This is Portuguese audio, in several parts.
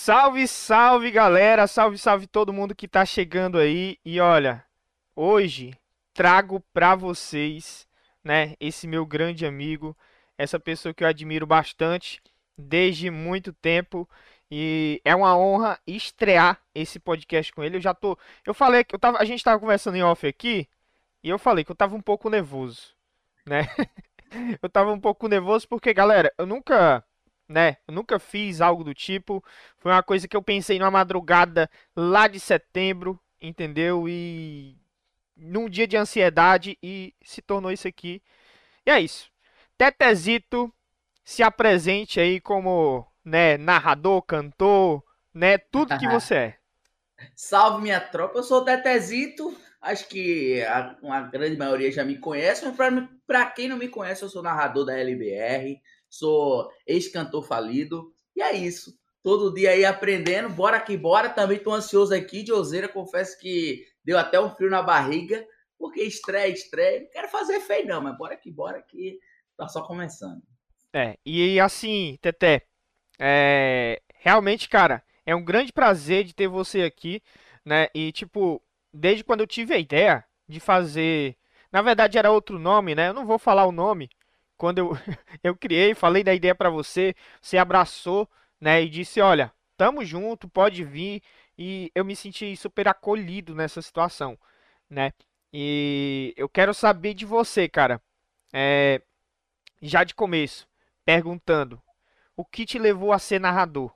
Salve, salve galera, salve, salve todo mundo que tá chegando aí. E olha, hoje trago pra vocês, né, esse meu grande amigo, essa pessoa que eu admiro bastante desde muito tempo. E é uma honra estrear esse podcast com ele. Eu falei que a gente tava conversando em off aqui, e eu falei que eu tava um pouco nervoso, né? Eu tava um pouco nervoso porque, galera, eu nunca fiz algo do tipo. Foi uma coisa que eu pensei numa madrugada lá de setembro, entendeu? E num dia de ansiedade e se tornou isso aqui. E é isso. Tetezito, se apresente aí como, né, narrador, cantor, né, tudo que você é. Salve minha tropa, eu sou o Tetezito. Acho que uma grande maioria já me conhece, mas para quem não me conhece, eu sou narrador da LBR, sou ex-cantor falido, e é isso. Todo dia aí aprendendo, bora que bora. Também tô ansioso aqui de Ozeira, confesso que deu até um frio na barriga, porque estreia. Não quero fazer feio não, mas bora que tá só começando. E assim, Teté, realmente, cara, é um grande prazer de ter você aqui, né? E tipo, desde quando eu tive a ideia de fazer, na verdade era outro nome, né? Eu não vou falar o nome. Quando eu eu criei, falei da ideia pra você, você abraçou, né? E disse, olha, tamo junto, pode vir. E eu me senti super acolhido nessa situação, né? E eu quero saber de você, cara, é, já de começo, perguntando, o que te levou a ser narrador?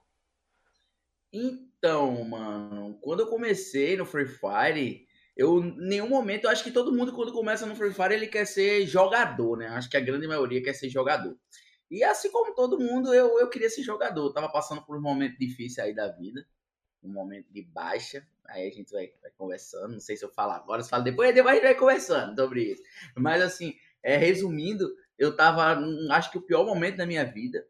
Então, mano, quando eu comecei no Free Fire, eu em nenhum momento, eu acho que todo mundo quando começa no Free Fire ele quer ser jogador, né? Acho que a grande maioria quer ser jogador. E assim como todo mundo, eu queria ser jogador. Eu tava passando por um momento difícil aí da vida, um momento de baixa. Aí a gente vai conversando. Não sei se eu falo agora, se falo depois a gente vai conversando sobre isso. Mas assim, resumindo, eu tava, acho que o pior momento da minha vida.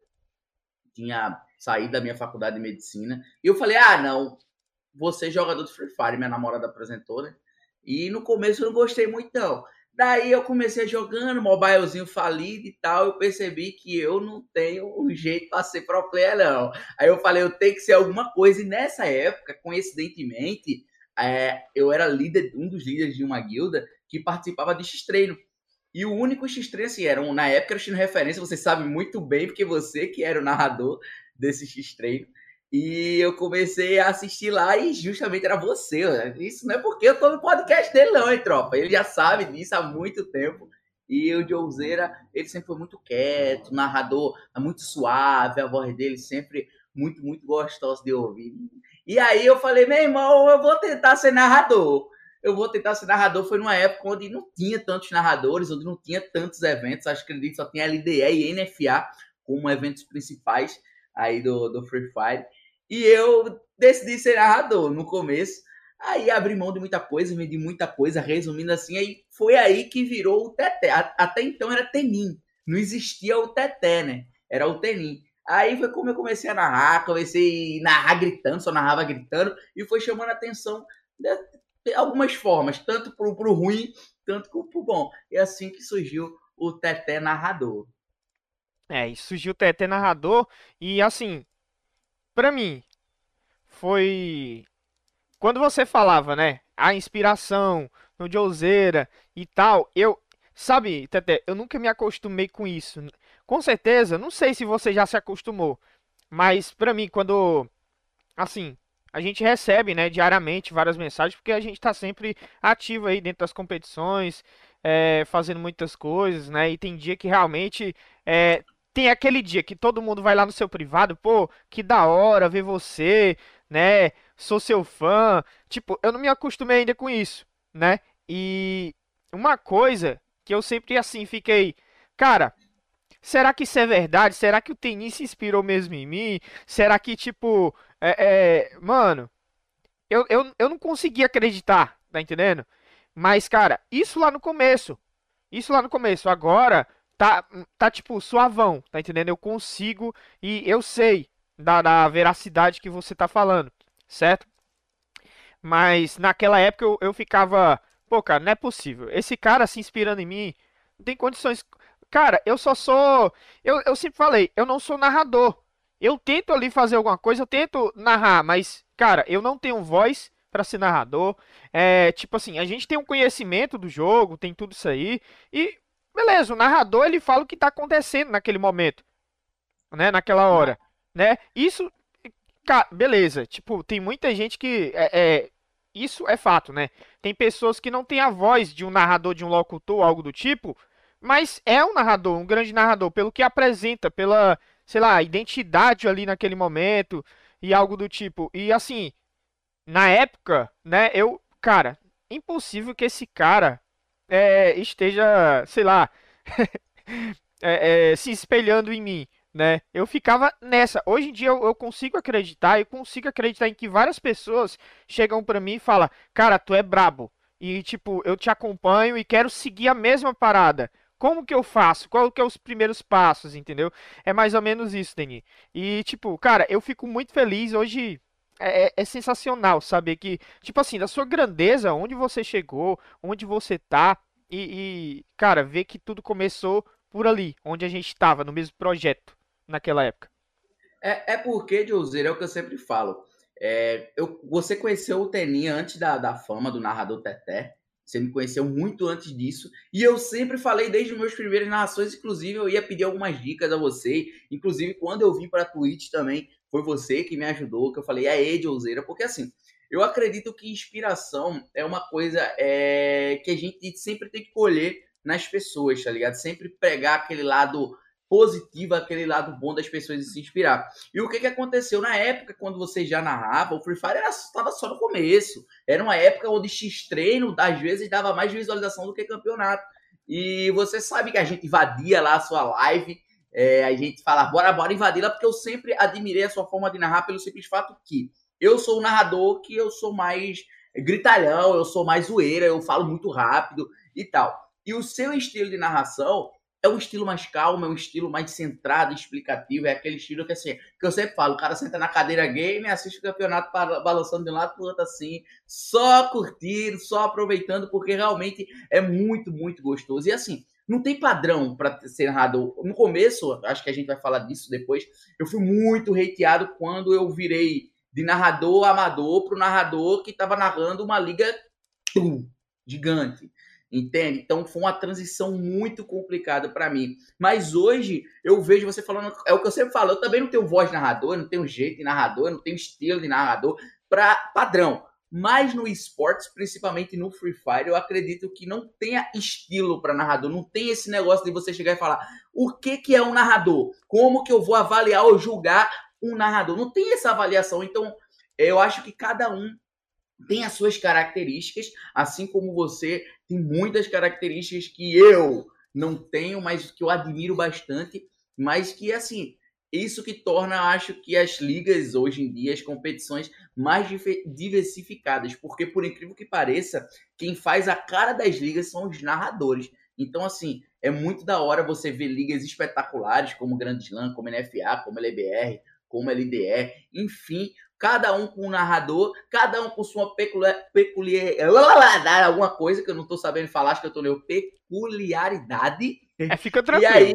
Tinha saído da minha faculdade de medicina. E eu falei, não, você jogador de Free Fire, minha namorada apresentou, né? E no começo eu não gostei muito, não. Daí eu comecei jogando, mobilezinho falido e tal. Eu percebi que eu não tenho um jeito para ser pro player, não. Aí eu falei, eu tenho que ser alguma coisa. E nessa época, coincidentemente, eu era líder, um dos líderes de uma guilda que participava de X-Treino. E o único X3, assim, na época era o X Referência, você sabe muito bem, porque você que era o narrador desse X3. E eu comecei a assistir lá e justamente era você. Né? Isso não é porque eu tô no podcast dele, não, hein, tropa? Ele já sabe disso há muito tempo. E o Joezeira, ele sempre foi muito quieto, narrador muito suave, a voz dele sempre muito gostosa de ouvir. E aí eu falei, meu irmão, eu vou tentar ser narrador. Foi numa época onde não tinha tantos narradores, onde não tinha tantos eventos. Acho que só tinha LDE e NFA como eventos principais aí do Free Fire. E eu decidi ser narrador no começo. Aí abri mão de muita coisa, vendi muita coisa, resumindo assim, aí foi aí que virou o Teté. Até então era Tenim, não existia o Teté, né? Era o Tenim. Aí foi como eu comecei a narrar, comecei a narrar gritando, só narrava gritando, e foi chamando a atenção de algumas formas, tanto pro ruim, tanto pro bom. É assim que surgiu o Teté narrador. E surgiu o TT narrador e assim, pra mim, foi quando você falava, né, a inspiração no Joezeira e tal, sabe, Tete, eu nunca me acostumei com isso. Com certeza, não sei se você já se acostumou, mas pra mim, quando, assim, a gente recebe, né, diariamente várias mensagens, porque a gente tá sempre ativo aí dentro das competições, fazendo muitas coisas, né, e tem dia que realmente, tem aquele dia que todo mundo vai lá no seu privado, pô, que da hora ver você, né, sou seu fã, tipo, eu não me acostumei ainda com isso, né, e uma coisa que eu sempre, assim, fiquei, cara, será que isso é verdade? Será que o Tenis se inspirou mesmo em mim? Será que, tipo, mano, eu não conseguia acreditar, tá entendendo? Mas, cara, isso lá no começo, agora tá tipo, suavão, tá entendendo? Eu consigo e eu sei da veracidade que você tá falando, certo? Mas naquela época eu ficava, pô, cara, não é possível. Esse cara se inspirando em mim, não tem condições. Cara, eu só sou. Eu sempre falei, eu não sou narrador. eu tento ali fazer alguma coisa, eu tento narrar, mas, cara, eu não tenho voz pra ser narrador. É, tipo assim, a gente tem um conhecimento do jogo, tem tudo isso aí, e beleza, o narrador ele fala o que tá acontecendo naquele momento, né, naquela Não, hora, né? Isso, beleza, tipo, tem muita gente que isso é fato, né? Tem pessoas que não têm a voz de um narrador, de um locutor, algo do tipo, mas é um narrador, um grande narrador, pelo que apresenta, pela, sei lá, identidade ali naquele momento e algo do tipo. E assim, na época, né, cara, impossível que esse cara esteja, sei lá, se espelhando em mim, né? Eu ficava nessa. Hoje em dia eu consigo acreditar, eu consigo acreditar em que várias pessoas chegam pra mim e falam, cara, tu é brabo. E tipo, eu te acompanho e quero seguir a mesma parada. Como que eu faço? Qual que é os primeiros passos, entendeu? É mais ou menos isso, Deni. E tipo, cara, eu fico muito feliz hoje. É sensacional saber que, tipo assim, da sua grandeza, onde você chegou, onde você tá, cara, ver que tudo começou por ali, onde a gente estava, no mesmo projeto, naquela época. é porque, Joser, é o que eu sempre falo. Você conheceu o Teninha antes da fama do narrador Teté. Você me conheceu muito antes disso. E eu sempre falei desde os meus primeiras narrações, inclusive eu ia pedir algumas dicas a você. Inclusive, quando eu vim para a Twitch também, foi você que me ajudou, que eu falei, aí, Joseira, porque assim, eu acredito que inspiração é uma coisa que a gente sempre tem que colher nas pessoas, tá ligado? Sempre pregar aquele lado positivo, aquele lado bom das pessoas se inspirar. E o que, que aconteceu na época, quando você já narrava, o Free Fire estava só no começo. Era uma época onde X-treino, às vezes, dava mais visualização do que campeonato. E você sabe que a gente invadia lá a sua live, a gente fala, bora invadir lá, porque eu sempre admirei a sua forma de narrar pelo simples fato que eu sou um narrador que eu sou mais gritalhão, eu sou mais zoeira, eu falo muito rápido e tal. E o seu estilo de narração é um estilo mais calmo, é um estilo mais centrado, explicativo, é aquele estilo que assim, que eu sempre falo, o cara senta na cadeira game e assiste o campeonato balançando de um lado pro outro assim, só curtindo, só aproveitando, porque realmente é muito, muito gostoso. E assim, não tem padrão para ser narrador. No começo, acho que a gente vai falar disso depois, eu fui muito hateado quando eu virei de narrador amador pro narrador que estava narrando uma liga gigante. Entende? Então foi uma transição muito complicada para mim. Mas hoje eu vejo você falando, é o que eu sempre falo, eu também não tenho voz de narrador, eu não tenho jeito de narrador, eu não tenho estilo de narrador para padrão. Mas no esportes, principalmente no Free Fire, eu acredito que não tenha estilo para narrador, não tem esse negócio de você chegar e falar o que é um narrador, como que eu vou avaliar ou julgar um narrador, não tem essa avaliação. Então eu acho que cada um tem as suas características, assim como você tem muitas características que eu não tenho, mas que eu admiro bastante, mas que assim, isso que torna, acho que as ligas hoje em dia, as competições mais diversificadas, porque por incrível que pareça, quem faz a cara das ligas são os narradores. Então, assim, é muito da hora você ver ligas espetaculares como Grand Slam, como NFA, como LBR, como LDE, enfim, cada um com um narrador, cada um com sua peculiaridade, alguma coisa que eu não estou sabendo falar, acho que eu estou lendo peculiaridade. Fica E aí, tranquilo.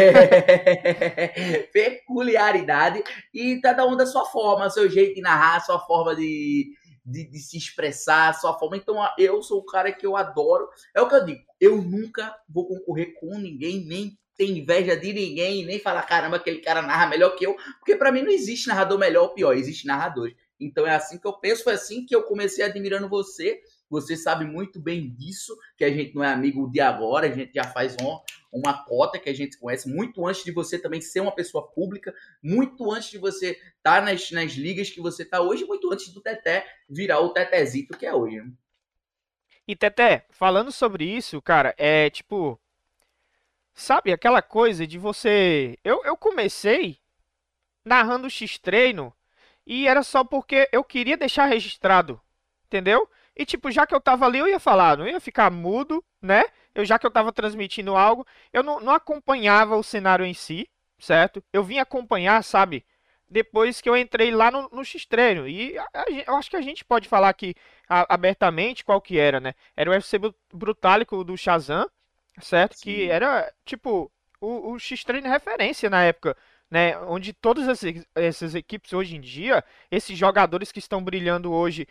peculiaridade, e cada um da sua forma, seu jeito de narrar, sua forma de se expressar, sua forma. Então, eu sou o cara que eu adoro. É o que eu digo, eu nunca vou concorrer com ninguém, nem ter inveja de ninguém, nem falar, caramba, aquele cara narra melhor que eu, porque para mim não existe narrador melhor ou pior, existe narradores. Então é assim que eu penso, foi assim que eu comecei admirando você. Você sabe muito bem disso, que a gente não é amigo de agora, a gente já faz uma cota que a gente conhece muito antes de você também ser uma pessoa pública, muito antes de você estar nas ligas que você está hoje, muito antes do Teté virar o Tetezito que é hoje. E Teté, falando sobre isso, cara, é tipo, sabe aquela coisa de você. Eu comecei narrando X-Treino e era só porque eu queria deixar registrado, entendeu? E tipo, já que eu tava ali, eu ia falar, não ia ficar mudo, né? Já que eu tava transmitindo algo, eu não acompanhava o cenário em si, certo? Eu vim acompanhar, sabe? Depois que eu entrei lá no X-Treino. E eu acho que a gente pode falar aqui abertamente qual que era, né? Era o UFC Brutálico do Shazam, certo? Que Sim. era, tipo, o X-Treino referência na época né? Onde todas essas equipes hoje em dia, esses jogadores que estão brilhando hoje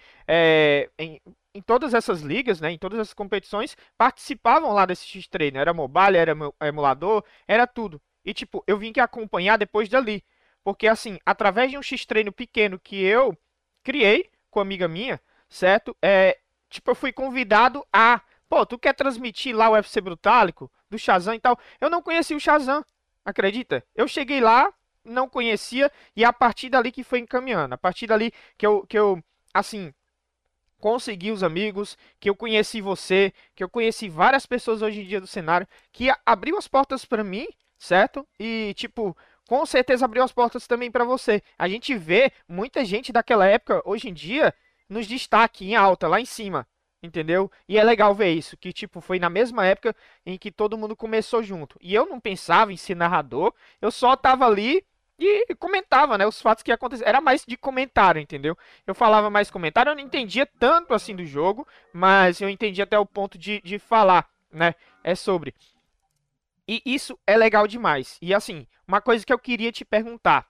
em todas essas ligas, né? Em todas essas competições, participavam lá desse X-Treino. Era mobile, era emulador, era tudo. E tipo, eu vim que acompanhar depois dali. Porque assim, através de um X-Treino pequeno que eu criei com uma amiga minha, certo? Tipo, eu fui convidado a. Pô, tu quer transmitir lá o UFC Brutálico, do Shazam e tal? Eu não conhecia o Shazam, acredita? Eu cheguei lá, não conhecia, e a partir dali que foi encaminhando. A partir dali que eu assim, consegui os amigos, que eu conheci você, que eu conheci várias pessoas hoje em dia do cenário, que abriu as portas pra mim, certo? E, tipo, com certeza abriu as portas também pra você. A gente vê muita gente daquela época, hoje em dia, nos destaque em alta, lá em cima. Entendeu? E é legal ver isso, que tipo, foi na mesma época em que todo mundo começou junto. E eu não pensava em ser narrador, eu só tava ali e comentava, né, os fatos que aconteciam. Era mais de comentário, entendeu? Eu falava mais comentário, eu não entendia tanto assim do jogo, mas eu entendi até o ponto de falar, né? É sobre. E isso é legal demais. E assim, uma coisa que eu queria te perguntar,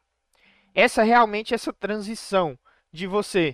essa transição de você,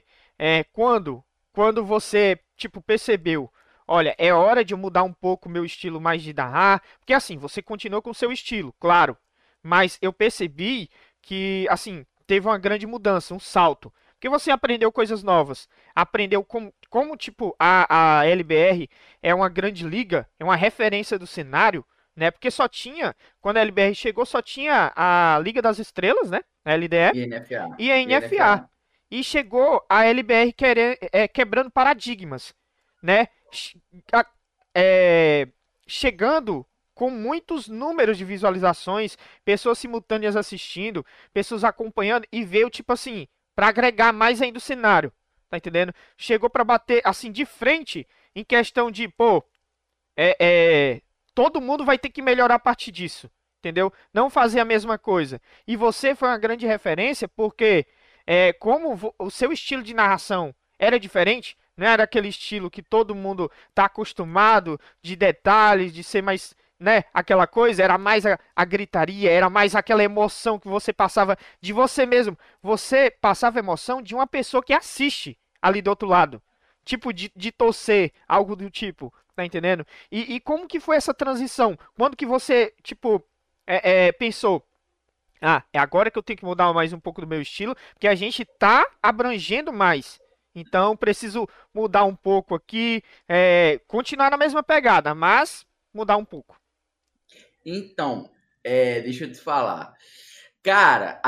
quando você, tipo, percebeu, olha, é hora de eu mudar um pouco o meu estilo mais de narrar, porque assim, você continuou com o seu estilo, claro, mas eu percebi que, assim, teve uma grande mudança, um salto, porque você aprendeu coisas novas, aprendeu como tipo, a LBR é uma grande liga, é uma referência do cenário, né? Porque só tinha, quando a LBR chegou, só tinha a Liga das Estrelas, né? A LDE E NFA. e a E NFA. NFA. E chegou a LBR quebrando paradigmas, né? a- é, Chegando com muitos números de visualizações, pessoas simultâneas assistindo, pessoas acompanhando e veio tipo assim, para agregar mais ainda o cenário, tá entendendo? Chegou para bater assim de frente em questão de, pô, é, é, todo mundo vai ter que melhorar a partir disso, entendeu? Não fazer a mesma coisa. E você foi uma grande referência porque, como o seu estilo de narração era diferente, não era aquele estilo que todo mundo está acostumado, de detalhes, de ser mais, né, aquela coisa, era mais a gritaria, era mais aquela emoção que você passava de você mesmo. Você passava emoção de uma pessoa que assiste ali do outro lado. Tipo, de torcer, algo do tipo. Tá entendendo? E como que foi essa transição? Quando que você, tipo, pensou, é agora que eu tenho que mudar mais um pouco do meu estilo, porque a gente tá abrangendo mais. Então, preciso mudar um pouco aqui, continuar na mesma pegada, mas mudar um pouco. Então, deixa eu te falar. Cara,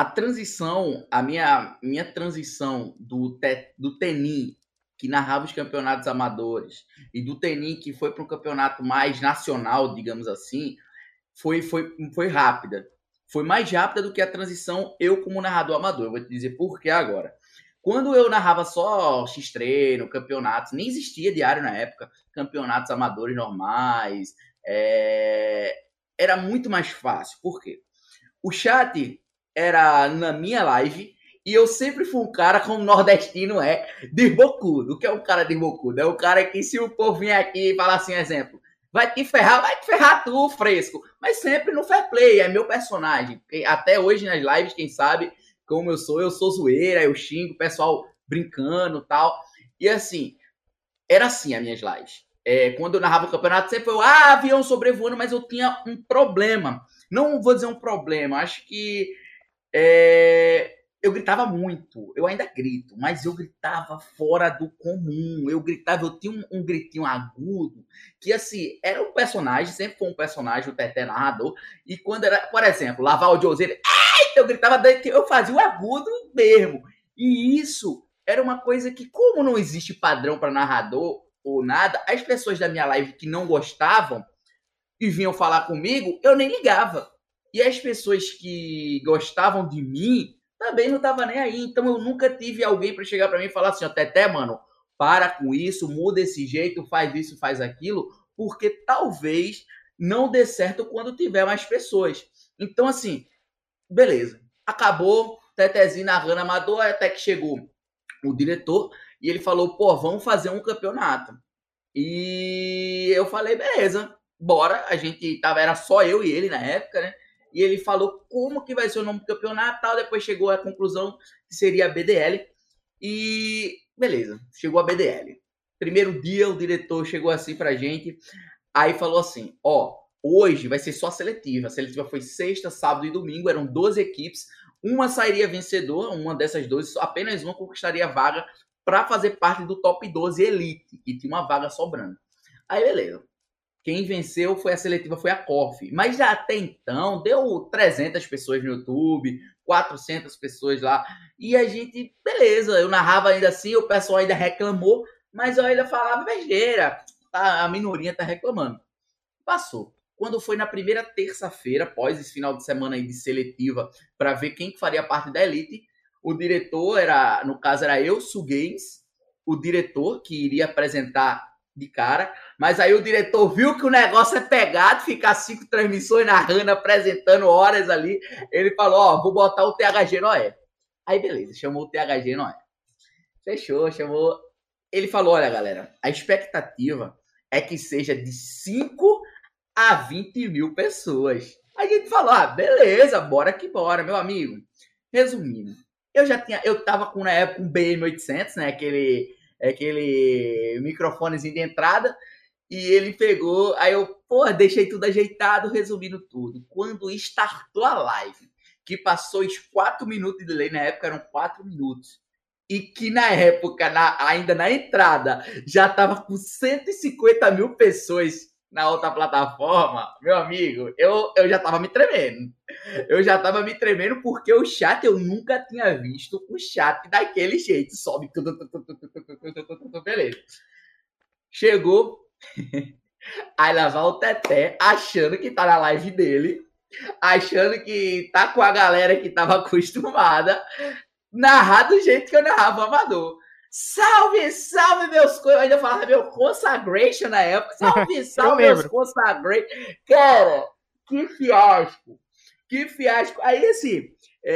a minha transição do Tenim, que narrava os campeonatos amadores, e do Tenim, que foi para um campeonato mais nacional, digamos assim, foi rápida. Foi mais rápida do que a transição eu como narrador amador. Eu vou te dizer por que agora. Quando eu narrava só X-treino, campeonatos, nem existia diário na época, campeonatos amadores normais, era muito mais fácil. Por quê? O chat era na minha live e eu sempre fui um cara como nordestino desbocudo. O que é um cara desbocudo? É o cara que se o povo vier aqui e falar assim, exemplo, vai te ferrar tu, fresco. Mas sempre no fair play, é meu personagem. Até hoje nas lives, quem sabe como eu sou zoeira, eu xingo o pessoal brincando e tal. E assim, era assim as minhas lives. Quando eu narrava o campeonato, sempre foi, avião sobrevoando, mas eu tinha um problema. Não vou dizer um problema, acho que eu gritava muito, eu ainda grito, mas eu gritava fora do comum. Eu tinha um gritinho agudo, que assim, era um personagem, sempre foi um personagem, o Teté narrador, e quando era, por exemplo, lavar o Joseiro, eu gritava, eu fazia o agudo mesmo. E isso era uma coisa que, como não existe padrão para narrador ou nada, as pessoas da minha live que não gostavam e vinham falar comigo, eu nem ligava. E as pessoas que gostavam de mim também não estavam nem aí. Então eu nunca tive alguém para chegar para mim e falar assim, ó, Teté, mano, para com isso, muda esse jeito, faz isso, faz aquilo, porque talvez não dê certo quando tiver mais pessoas. Então, assim, beleza. Acabou, Tetezinho narrando amador, até que chegou o diretor e ele falou, pô, vamos fazer um campeonato. E eu falei, beleza, bora. A gente tava, era só eu e ele na época, né? e ele falou como que vai ser o nome do campeonato, tal, depois chegou à conclusão que seria a BDL, e beleza, chegou a BDL. Primeiro dia, o diretor chegou assim pra gente, aí falou assim, ó, hoje vai ser só a seletiva foi sexta, sábado e domingo, eram 12 equipes, uma sairia vencedora, uma dessas 12, apenas uma conquistaria a vaga para fazer parte do top 12 Elite, e tinha uma vaga sobrando. Aí, beleza. Quem venceu foi a seletiva, foi a KOF. Mas já até então, deu 300 pessoas no YouTube, 400 pessoas lá. E a gente, beleza, eu narrava ainda assim, o pessoal ainda reclamou, mas eu ainda falava besteira. Tá, a minoria tá reclamando. Passou. Quando foi na primeira terça-feira, após esse final de semana aí de seletiva, para ver quem faria parte da Elite, o diretor era, no caso era eu, Sugames, o diretor que iria apresentar de cara, mas aí o diretor viu que o negócio é pegado, ficar 5 transmissões narrando, apresentando horas ali, ele falou, ó, vou botar o THG Noé. Aí beleza, chamou o THG Noé. Fechou, chamou. Ele falou, olha galera, a expectativa é que seja de 5 a 20 mil pessoas. A gente falou, ah, beleza, bora que bora, meu amigo. Resumindo, eu tava com na época um BM800, né, aquele microfonezinho de entrada, e ele pegou, aí eu, deixei tudo ajeitado, resumindo tudo. Quando startou a live, que passou os 4 minutos de delay, na época eram 4 minutos, e que na época, ainda na entrada, já tava com 150 mil pessoas na outra plataforma, meu amigo, eu já tava me tremendo. Eu já tava me tremendo porque o chat, eu nunca tinha visto o chat daquele jeito. Sobe tudo, beleza. Chegou, aí lá vai o Teté, achando que tá na live dele, achando que tá com a galera que tava acostumada, narrar do jeito que eu narrava o amador. Salve, salve, meus... Eu ainda falava meu Consagration na época. Salve, salve, meus Consagration. Cara, que fiasco. Que fiasco. Aí, assim,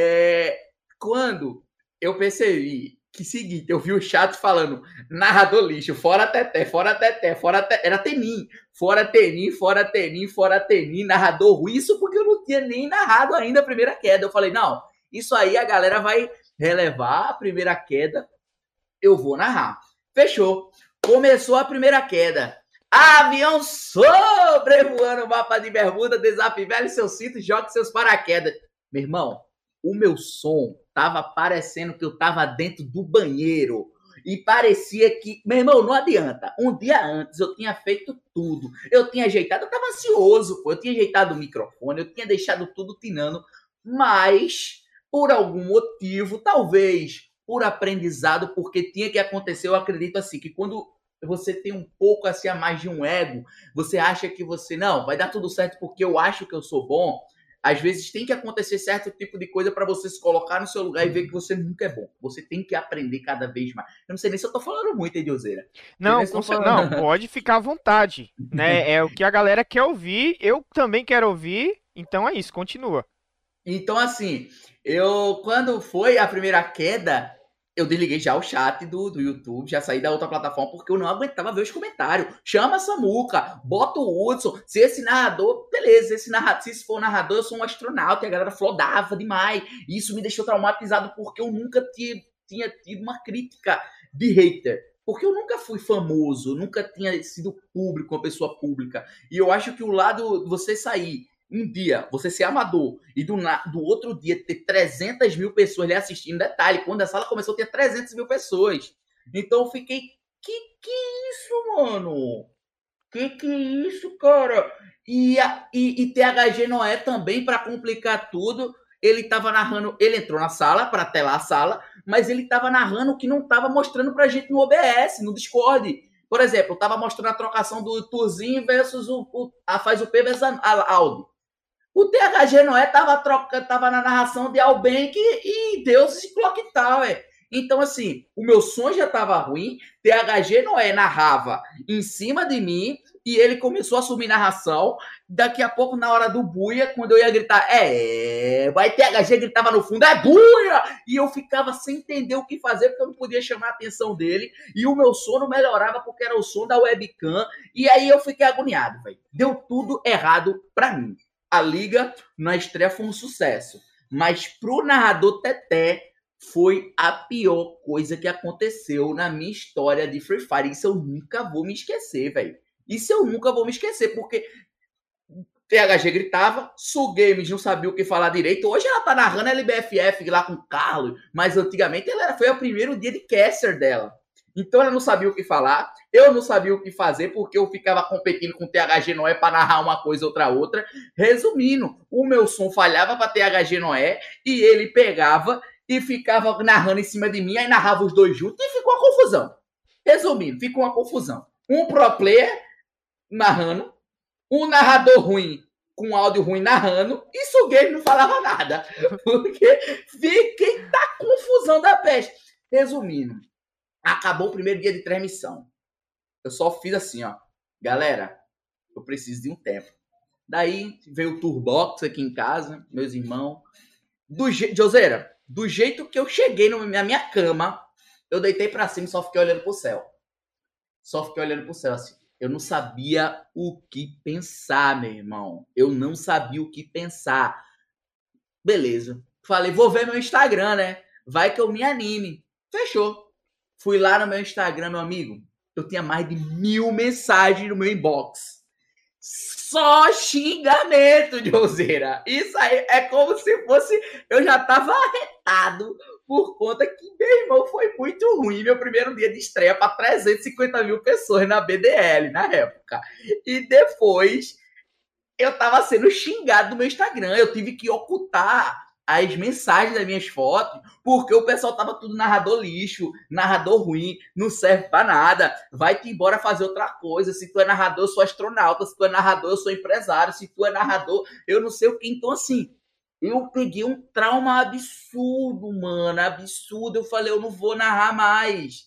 quando eu percebi que, seguinte, eu vi o chat falando narrador lixo, fora Teté, fora Teté, fora Teté. Era Tenim. Fora Tenim, fora Tenim, fora Tenim, narrador ruim. Isso porque eu não tinha nem narrado ainda a primeira queda. Eu falei, não, isso aí a galera vai relevar a primeira queda, eu vou narrar. Fechou. Começou a primeira queda. Avião sobrevoando o mapa de Bermuda, desafivele seu cinto e jogue seus paraquedas. Meu irmão, o meu som tava parecendo que eu tava dentro do banheiro. E parecia que... Meu irmão, não adianta. Um dia antes eu tinha feito tudo. Eu tinha ajeitado, eu tava ansioso, pô. Eu tinha ajeitado o microfone, eu tinha deixado tudo tinando. Mas, por algum motivo, talvez por aprendizado, porque tinha que acontecer, eu acredito assim, que quando você tem um pouco assim a mais de um ego, você acha que você, não, vai dar tudo certo porque eu acho que eu sou bom, às vezes tem que acontecer certo tipo de coisa para você se colocar no seu lugar e ver que você nunca é bom. Você tem que aprender cada vez mais. Eu não sei nem se eu tô falando muito, Edilzeira. Não, não, pode ficar à vontade, né? É o que a galera quer ouvir, eu também quero ouvir, então é isso, continua. Então, assim, quando foi a primeira queda, eu desliguei já o chat do YouTube, já saí da outra plataforma, porque eu não aguentava ver os comentários. Chama a Samuca, bota o Hudson. Se esse narrador, beleza, se esse for narrador, eu sou um astronauta, e a galera flodava demais. E isso me deixou traumatizado, porque eu nunca tinha tido uma crítica de hater. Porque eu nunca fui famoso, nunca tinha sido público, uma pessoa pública. E eu acho que o lado de você sair um dia, você ser amador, e do outro dia ter 300 mil pessoas lhe assistindo, detalhe, quando a sala começou a ter 300 mil pessoas. Então eu fiquei, que isso, mano? Que isso, cara? E THG Noé também, para complicar tudo, ele tava narrando, ele entrou na sala, para telar a sala, mas ele tava narrando o que não tava mostrando pra gente no OBS, no Discord. Por exemplo, eu tava mostrando a trocação do Tuzinho versus a Faz o P versus a Audi. O THG Noé tava na narração de Albank e Deus e Clock Tower. Então, assim, o meu som já tava ruim, THG Noé narrava em cima de mim e ele começou a assumir narração. Daqui a pouco, na hora do buia, quando eu ia gritar, vai THG, gritava no fundo, é buia! E eu ficava sem entender o que fazer, porque eu não podia chamar a atenção dele. E o meu som não melhorava, porque era o som da webcam. E aí eu fiquei agoniado, velho. Deu tudo errado pra mim. a liga na estreia foi um sucesso. Mas pro narrador Teté, foi a pior coisa que aconteceu na minha história de Free Fire. Isso eu nunca vou me esquecer, velho. Isso eu nunca vou me esquecer, porque THG gritava, Su Games não sabia o que falar direito. Hoje ela tá narrando LBFF lá com o Carlos, mas antigamente foi o primeiro dia de caster dela. Então ela não sabia o que falar, eu não sabia o que fazer, porque eu ficava competindo com o THG Noé para narrar uma coisa outra. Resumindo, o meu som falhava para THG Noé e ele pegava e ficava narrando em cima de mim, aí narrava os dois juntos e ficou uma confusão. Resumindo, ficou uma confusão. Um pro player narrando, um narrador ruim com áudio ruim narrando, e Su Games não falava nada. Porque fiquei da confusão da peste. Resumindo, acabou o primeiro dia de transmissão. Eu só fiz assim, ó. Galera, eu preciso de um tempo. Daí veio o Turbox aqui em casa, meus irmãos. Joseira, do jeito que eu cheguei na minha cama, eu deitei pra cima e só fiquei olhando pro céu. Só fiquei olhando pro céu, assim. Eu não sabia o que pensar, meu irmão. Eu não sabia o que pensar. Beleza. Falei, vou ver meu Instagram, né? Vai que eu me anime. Fechou. Fui lá no meu Instagram, meu amigo. Eu tinha mais de 1000 mensagens no meu inbox. Só xingamento, Joseira. Isso aí é como se fosse... Eu já tava arretado por conta que meu irmão foi muito ruim. Meu primeiro dia de estreia para 350 mil pessoas na BDL, na época. E depois eu tava sendo xingado no meu Instagram. Eu tive que ocultar as mensagens das minhas fotos, porque o pessoal tava tudo narrador lixo, narrador ruim, não serve pra nada, vai-te embora fazer outra coisa, se tu é narrador eu sou astronauta, se tu é narrador eu sou empresário, se tu é narrador eu não sei o que. Então assim, eu peguei um trauma absurdo, mano, absurdo. Eu falei, eu não vou narrar mais,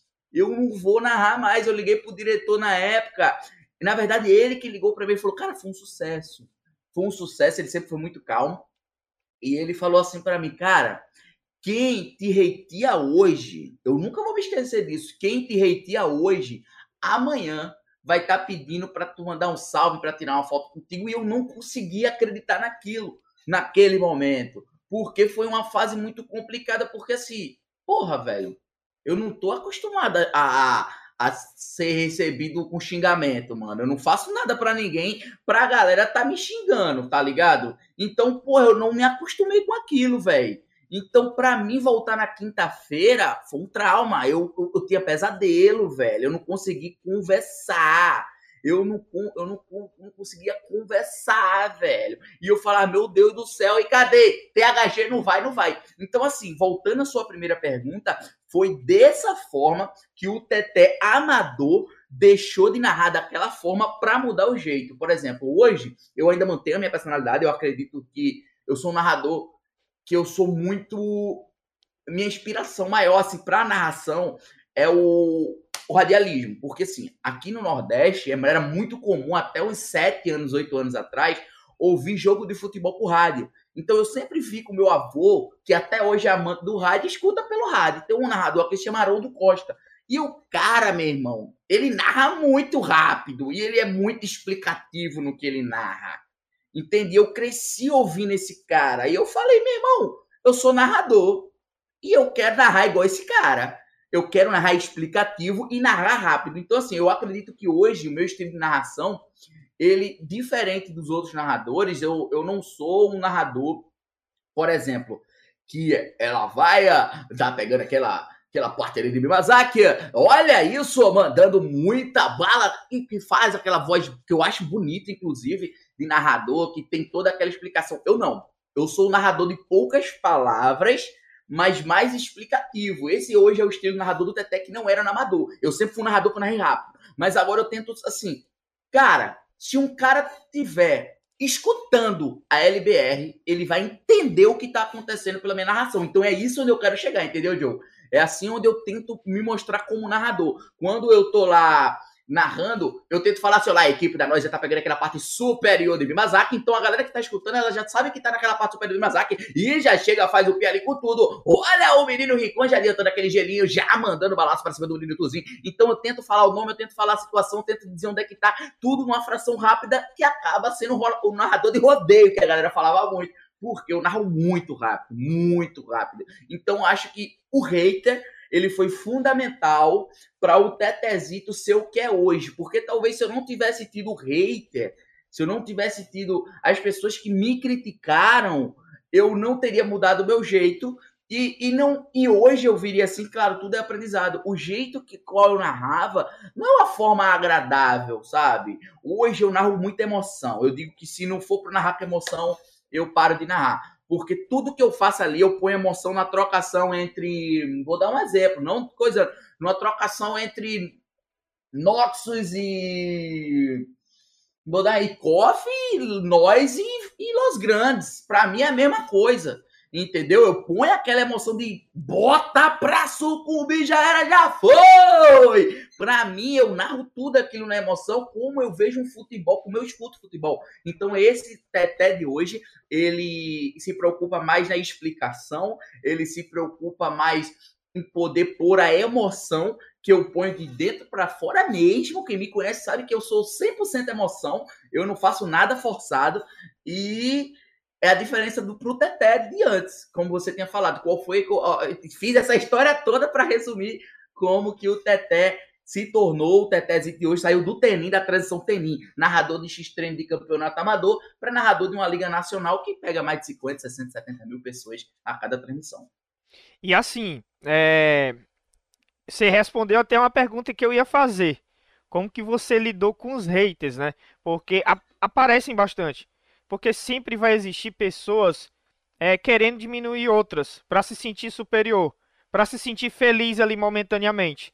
eu liguei pro diretor na época, e na verdade ele que ligou pra mim e falou, cara, foi um sucesso, ele sempre foi muito calmo. E ele falou assim pra mim, cara, quem te hateia hoje, eu nunca vou me esquecer disso, quem te hateia hoje, amanhã vai estar pedindo pra tu mandar um salve, pra tirar uma foto contigo, e eu não consegui acreditar naquilo, naquele momento, porque foi uma fase muito complicada, porque assim, porra, velho, eu não tô acostumada a ser recebido com xingamento, mano. Eu não faço nada pra ninguém, pra galera tá me xingando, tá ligado? Então, porra, eu não me acostumei com aquilo, velho. Então, pra mim, voltar na quinta-feira foi um trauma. Eu tinha pesadelo, velho. Eu não consegui conversar. Eu não conseguia conversar, velho. E eu falava, meu Deus do céu, e cadê? THG não vai, não vai. Então, assim, voltando à sua primeira pergunta, foi dessa forma que o Teté amador deixou de narrar daquela forma para mudar o jeito. Por exemplo, hoje eu ainda mantenho a minha personalidade, eu acredito que eu sou um narrador que eu sou muito... Minha inspiração maior, assim, para narração é o radialismo. Porque, assim, aqui no Nordeste era muito comum, até uns 7 anos, 8 anos atrás, ouvir jogo de futebol por rádio. Então eu sempre vi com meu avô, que até hoje é amante do rádio, escuta pelo rádio. Tem um narrador que se chama Haroldo Costa. E o cara, meu irmão, ele narra muito rápido e ele é muito explicativo no que ele narra. Entendi? Eu cresci ouvindo esse cara. E eu falei, meu irmão, eu sou narrador e eu quero narrar igual esse cara. Eu quero narrar explicativo e narrar rápido. Então, assim, eu acredito que hoje o meu estilo de narração, ele, diferente dos outros narradores, eu não sou um narrador, por exemplo, que ela vai tá pegando aquela parteira de Mimazaki, olha isso, mandando muita bala, e que faz aquela voz que eu acho bonita, inclusive, de narrador, que tem toda aquela explicação. Eu não. Eu sou um narrador de poucas palavras, mas mais explicativo. Esse hoje é o estilo narrador do Teté, que não era no amador. Eu sempre fui um narrador que narrei rápido. Mas agora eu tento, assim, cara, se um cara tiver escutando a LBR, ele vai entender o que tá acontecendo pela minha narração. Então é isso onde eu quero chegar, entendeu, Joe? É assim onde eu tento me mostrar como narrador. Quando eu tô lá narrando, eu tento falar assim, olha, a equipe da nós já tá pegando aquela parte superior de Mimazaki, então a galera que tá escutando, ela já sabe que tá naquela parte superior de Mimazaki e já chega, faz o pé ali com tudo. Olha o menino Ricon já adiantando aquele gelinho, já mandando balaço pra cima do menino Tuzinho. Então eu tento falar o nome, eu tento falar a situação, eu tento dizer onde é que tá, tudo numa fração rápida que acaba sendo o narrador de rodeio, que a galera falava muito, porque eu narro muito rápido, muito rápido. Então acho que o hater, ele foi fundamental para o Tetezito ser o que é hoje. Porque talvez se eu não tivesse tido hater, se eu não tivesse tido as pessoas que me criticaram, eu não teria mudado o meu jeito. E hoje eu viria assim, claro, tudo é aprendizado. O jeito que qual eu narrava não é uma forma agradável, sabe? Hoje eu narro muita emoção. Eu digo que se não for para narrar com emoção, eu paro de narrar. Porque tudo que eu faço ali, eu ponho emoção na trocação entre. Vou dar um exemplo, não coisa. Numa trocação entre Noxus e. Vou dar aí Coffee, nós e Los Grandes. Pra mim é a mesma coisa. Entendeu? Eu ponho aquela emoção de bota pra sucumbir, já era, já foi! Pra mim, eu narro tudo aquilo na emoção, como eu vejo um futebol, como eu escuto futebol. Então, esse Teté de hoje, ele se preocupa mais na explicação, ele se preocupa mais em poder pôr a emoção que eu ponho de dentro para fora mesmo. Quem me conhece sabe que eu sou 100% emoção, eu não faço nada forçado e é a diferença pro Teté de antes, como você tinha falado. Qual foi que eu fiz essa história toda para resumir como que o Teté se tornou o Tetézito de hoje, saiu do Tenim, da transição Tenim, narrador de X-Treino de campeonato amador, para narrador de uma liga nacional que pega mais de 50, 60, 70 mil pessoas a cada transmissão. E assim, você respondeu até uma pergunta que eu ia fazer. Como que você lidou com os haters, né? Porque aparecem bastante. Porque sempre vai existir pessoas querendo diminuir outras para se sentir superior, para se sentir feliz ali momentaneamente.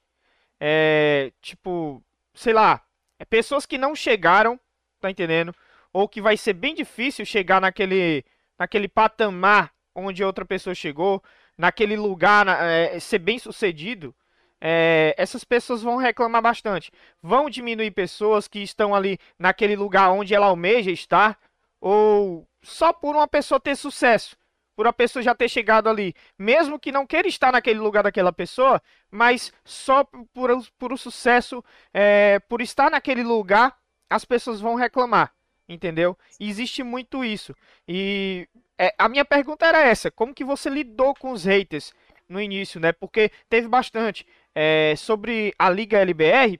Tipo, sei lá, pessoas que não chegaram, tá entendendo? Ou que vai ser bem difícil chegar naquele patamar onde outra pessoa chegou, naquele lugar, ser bem sucedido. Essas pessoas vão reclamar bastante. Vão diminuir pessoas que estão ali naquele lugar onde ela almeja estar, ou só por uma pessoa ter sucesso, por a pessoa já ter chegado ali, mesmo que não queira estar naquele lugar daquela pessoa, mas só por o sucesso, por estar naquele lugar, as pessoas vão reclamar, entendeu? E existe muito isso. E a minha pergunta era essa: como que você lidou com os haters no início, né? Porque teve bastante. Sobre a Liga LBR,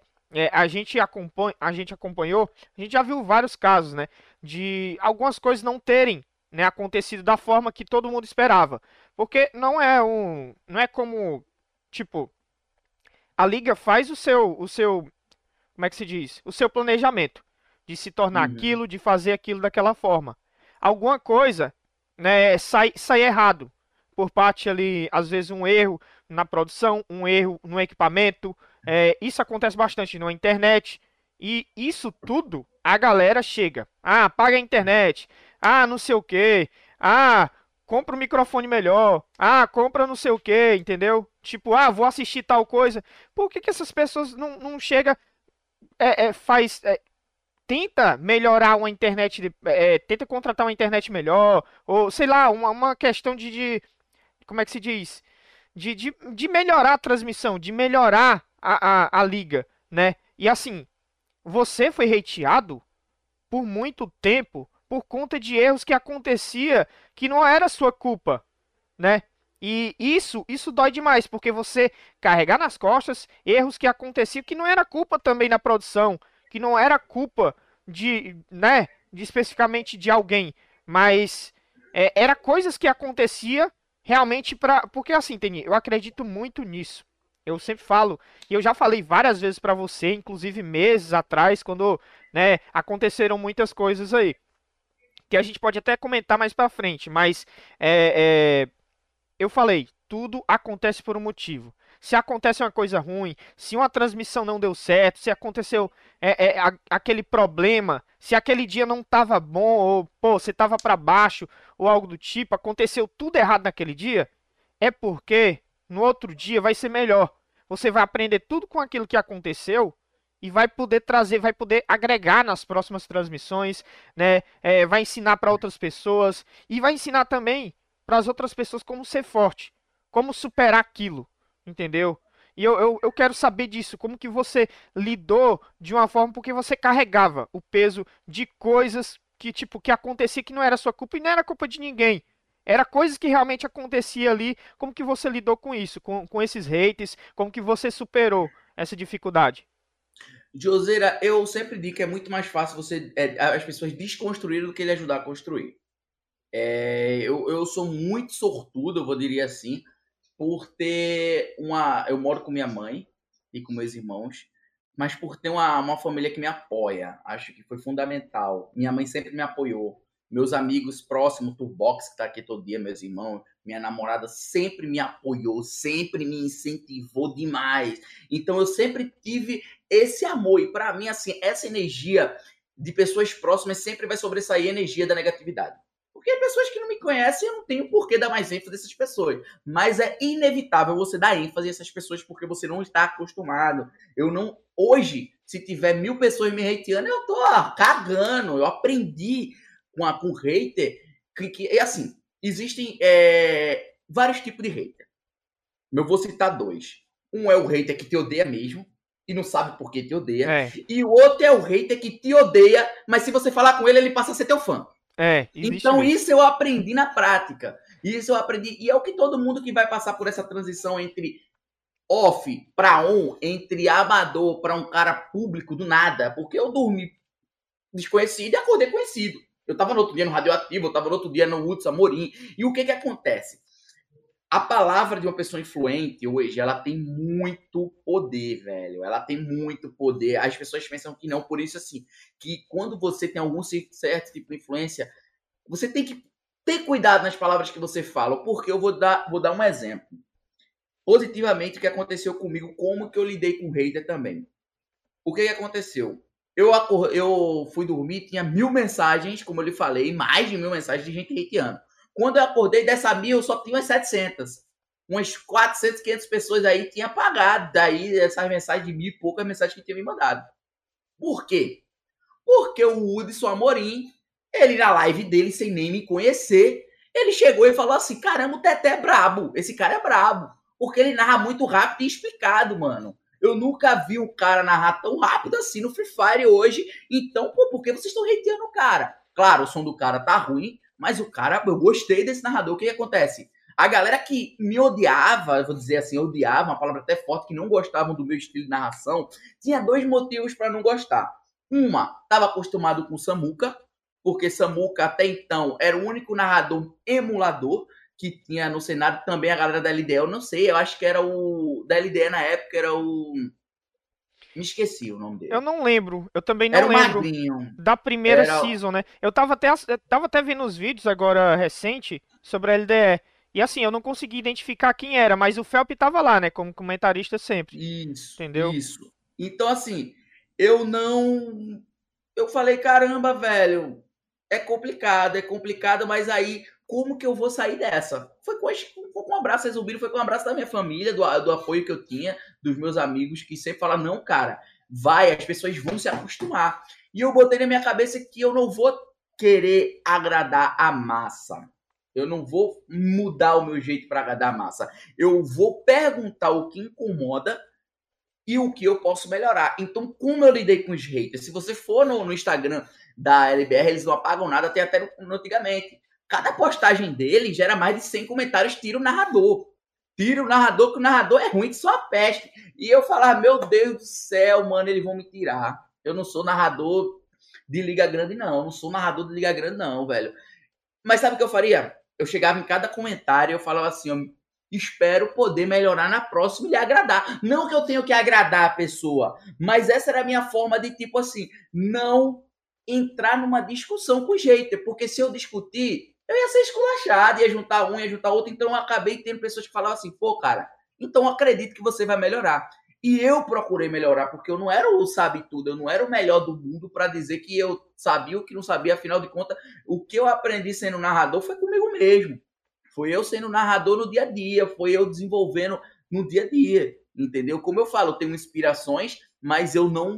a gente acompanhou, a gente já viu vários casos, né? De algumas coisas não terem, né, acontecido da forma que todo mundo esperava. Porque não é como, tipo, a liga faz como é que se diz? O seu planejamento de se tornar Uhum. aquilo, de fazer aquilo daquela forma. Alguma coisa, né, sai errado por parte ali, às vezes um erro na produção, um erro no equipamento. Isso acontece bastante na internet. E isso tudo, a galera chega. Ah, paga a internet. Ah, não sei o que. Ah, compra um microfone melhor. Ah, compra não sei o que, entendeu? Tipo, ah, vou assistir tal coisa. Por que essas pessoas não chegam, faz, tenta melhorar uma internet, tenta contratar uma internet melhor, ou sei lá, uma questão como é que se diz? De melhorar a transmissão, de melhorar a liga, né? E assim, você foi hateado por muito tempo por conta de erros que acontecia que não era sua culpa, né? E isso dói demais, porque você carregar nas costas erros que aconteciam que não era culpa também da produção, que não era culpa né, de especificamente de alguém, mas era coisas que acontecia realmente porque assim, Teni, eu acredito muito nisso. Eu sempre falo, e eu já falei várias vezes pra você, inclusive meses atrás, quando, né, aconteceram muitas coisas aí, que a gente pode até comentar mais pra frente, mas eu falei, tudo acontece por um motivo. Se acontece uma coisa ruim, se uma transmissão não deu certo, se aconteceu aquele problema, se aquele dia não estava bom, ou pô, você estava para baixo, ou algo do tipo, aconteceu tudo errado naquele dia, é porque no outro dia vai ser melhor. Você vai aprender tudo com aquilo que aconteceu e vai poder trazer, vai poder agregar nas próximas transmissões, né? Vai ensinar para outras pessoas e vai ensinar também para as outras pessoas como ser forte, como superar aquilo, entendeu? E eu quero saber disso, como que você lidou de uma forma porque você carregava o peso de coisas que, tipo, que acontecia que não era sua culpa e não era culpa de ninguém. Era coisas que realmente acontecia ali. Como que você lidou com isso, com esses haters? Como que você superou essa dificuldade? Joseira, eu sempre digo que é muito mais fácil as pessoas desconstruírem do que ele ajudar a construir. Eu sou muito sortudo, eu vou dizer assim, por ter uma. Eu moro com minha mãe e com meus irmãos, mas por ter uma família que me apoia. Acho que foi fundamental. Minha mãe sempre me apoiou. Meus amigos próximos, Turbox, que tá aqui todo dia, meus irmãos, minha namorada sempre me apoiou, sempre me incentivou demais. Então eu sempre tive esse amor. E para mim, assim, essa energia de pessoas próximas sempre vai sobressair a energia da negatividade. Porque pessoas que não me conhecem, eu não tenho por que dar mais ênfase a essas pessoas. Mas é inevitável você dar ênfase a essas pessoas porque você não está acostumado. Eu não. Hoje, se tiver 1.000 pessoas me hateando, eu tô cagando. Eu aprendi com o hater é assim, existem vários tipos de hater. Eu vou citar dois. Um é o hater que te odeia mesmo e não sabe por que te odeia. É, E o outro é o hater que te odeia, mas se você falar com ele, ele passa a ser teu fã. existe Então, mesmo. isso eu aprendi na prática. Isso eu aprendi. E é o que todo mundo que vai passar por essa transição entre off para on, entre amador para um cara público do nada. Porque eu dormi desconhecido e acordei conhecido. Eu tava no outro dia no Radioativo, eu tava no outro dia no Hudson Amorim. E o que acontece? A palavra de uma pessoa influente hoje, ela tem muito poder, velho. Ela tem muito poder. As pessoas pensam que não, por isso assim, que quando você tem algum certo tipo de influência, você tem que ter cuidado nas palavras que você fala, porque eu vou dar um exemplo. Positivamente, o que aconteceu comigo, como que eu lidei com o hater também. O que aconteceu? Eu fui dormir, tinha 1.000 mensagens, como eu lhe falei, mais de 1.000 mensagens de gente hateando. Quando eu acordei dessa 1.000, eu só tinha umas 700. Umas 400, 500 pessoas aí tinham apagado daí essas mensagens de 1.000 e poucas mensagens que tinham me mandado. Por quê? Porque o Hudson Amorim, ele na live dele, sem nem me conhecer, ele chegou e falou assim, caramba, o Teté é brabo, esse cara é brabo. Porque ele narra muito rápido e explicado, mano. Eu nunca vi um cara narrar tão rápido assim no Free Fire hoje. Então, pô, por que vocês estão hateando o cara? Claro, o som do cara tá ruim, mas o cara, eu gostei desse narrador. O que acontece? A galera que me odiava, vou dizer assim, odiava, uma palavra até forte, que não gostavam do meu estilo de narração, tinha dois motivos para não gostar. Uma, estava acostumado com Samuca, porque Samuca até então era o único narrador emulador que tinha no cenário. Também a galera da LDE, eu não sei, eu acho que era o da LDE na época, era o... Me esqueci o nome Eu dele. não lembro, eu também Era não o lembro Magrinho. da primeira Era... season, né? Eu tava até vendo os vídeos agora recente sobre a LDE. E assim, eu não consegui identificar quem era, mas o Felp tava lá, né? Como comentarista sempre. Isso, Entendeu? isso. Então, assim, eu não... Eu falei, caramba, velho, é complicado, mas aí, como que eu vou sair dessa? Foi com um abraço resolvido, foi com um abraço da minha família, do apoio que eu tinha, dos meus amigos, que sempre falam, não, cara, vai, as pessoas vão se acostumar. E eu botei na minha cabeça que eu não vou querer agradar a massa. Eu não vou mudar o meu jeito para agradar a massa. Eu vou perguntar o que incomoda e o que eu posso melhorar. Então, como eu lidei com os haters? Se você for no Instagram da LBR, eles não apagam nada, até no antigamente. Cada postagem dele gera mais de 100 comentários, tira o narrador. Tira o narrador, que o narrador é ruim de sua peste. E eu falar, meu Deus do céu, mano, eles vão me tirar. Eu não sou narrador de Liga Grande, não. Eu não sou narrador de Liga Grande, não, velho. Mas sabe o que eu faria? Eu chegava em cada comentário e eu falava assim, eu espero poder melhorar na próxima e lhe agradar. Não que eu tenha que agradar a pessoa, mas essa era a minha forma de, tipo assim, não entrar numa discussão com o hater, porque se eu discutir, eu ia ser esculachado, ia juntar um, ia juntar outro, então eu acabei tendo pessoas que falavam assim, pô, cara, então eu acredito que você vai melhorar. E eu procurei melhorar, porque eu não era o sabe-tudo, eu não era o melhor do mundo para dizer que eu sabia o que não sabia, afinal de contas, o que eu aprendi sendo narrador foi comigo mesmo. Foi eu sendo narrador no dia a dia, foi eu desenvolvendo no dia a dia, entendeu? Como eu falo, eu tenho inspirações, mas eu não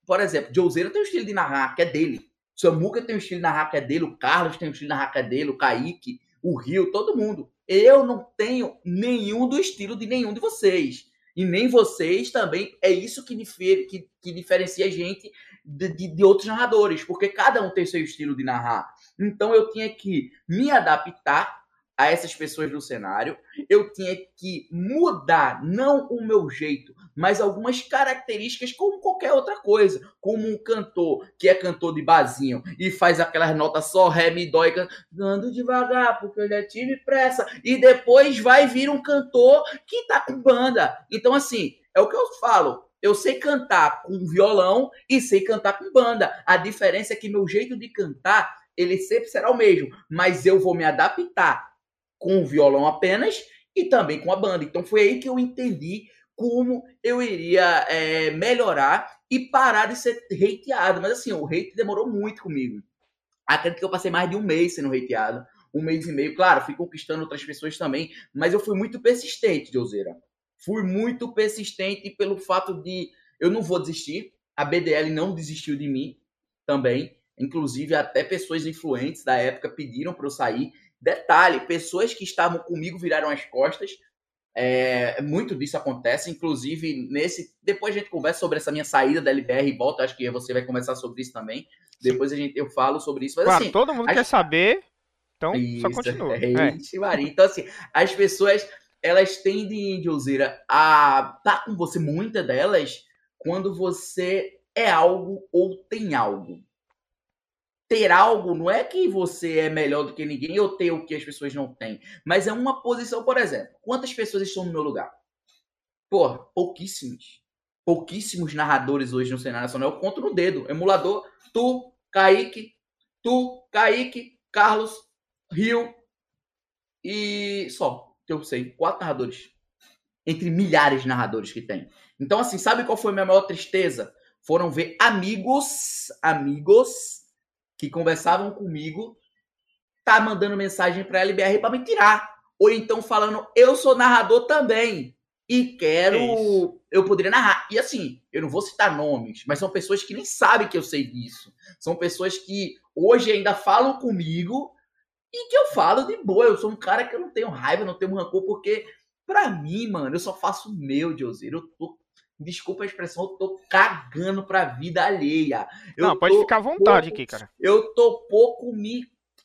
por exemplo, Jowzeira tem um estilo de narrar que é dele. Samuca tem um estilo de narrar que é dele. O Carlos tem um estilo de narrar que é dele. O Kaique, o Rio, todo mundo. Eu não tenho nenhum do estilo de nenhum de vocês. E nem vocês também. É isso que diferencia a gente de outros narradores. Porque cada um tem seu estilo de narrar. Então eu tinha que me adaptar a essas pessoas do cenário. Eu tinha que mudar, não o meu jeito, mas algumas características como qualquer outra coisa. Como um cantor que é cantor de barzinho e faz aquelas notas só ré, mi, dó, dando devagar, porque eu já tive pressa. E depois vai vir um cantor que tá com banda. Então, assim, é o que eu falo. Eu sei cantar com violão e sei cantar com banda. A diferença é que meu jeito de cantar, ele sempre será o mesmo. Mas eu vou me adaptar com o violão apenas e também com a banda. Então foi aí que eu entendi como eu iria melhorar e parar de ser hateado. Mas assim, o hate demorou muito comigo. Acredito que eu passei mais de um mês sendo hateado. Um mês e meio. Claro, fui conquistando outras pessoas também. Mas eu fui muito persistente, Jowzeira. Fui muito persistente pelo fato de eu não vou desistir. A BDL não desistiu de mim também. Inclusive, até pessoas influentes da época pediram para eu sair. Detalhe, pessoas que estavam comigo viraram as costas. Muito disso acontece, inclusive depois a gente conversa sobre essa minha saída da LBR e volta, acho que você vai conversar sobre isso também. Sim. Depois eu falo sobre isso. Mas, claro, assim, todo mundo quer saber, então isso, só continua. Então, assim, as pessoas, elas tendem, Jowzeira, a estar com você, muitas delas, quando você é algo ou tem algo. Ter algo não é que você é melhor do que ninguém ou ter o que as pessoas não têm. Mas é uma posição, por exemplo. Quantas pessoas estão no meu lugar? Porra, pouquíssimos. Pouquíssimos narradores hoje no cenário nacional. Eu conto no dedo. Emulador, tu, Kaique, Carlos, Rio e só. Que eu sei. 4 narradores. Entre milhares de narradores que tem. Então, assim, sabe qual foi a minha maior tristeza? Foram ver amigos que conversavam comigo, tá mandando mensagem pra LBR pra me tirar. Ou então falando, eu sou narrador também. E quero... Eu poderia narrar. E assim, eu não vou citar nomes, mas são pessoas que nem sabem que eu sei disso. São pessoas que hoje ainda falam comigo e que eu falo de boa. Eu sou um cara que eu não tenho raiva, não tenho rancor, porque pra mim, mano, eu só faço o meu, Jowzeira. Eu tô... Desculpa a expressão, eu tô cagando pra vida alheia. Não, pode ficar à vontade aqui, cara. Eu tô pouco me...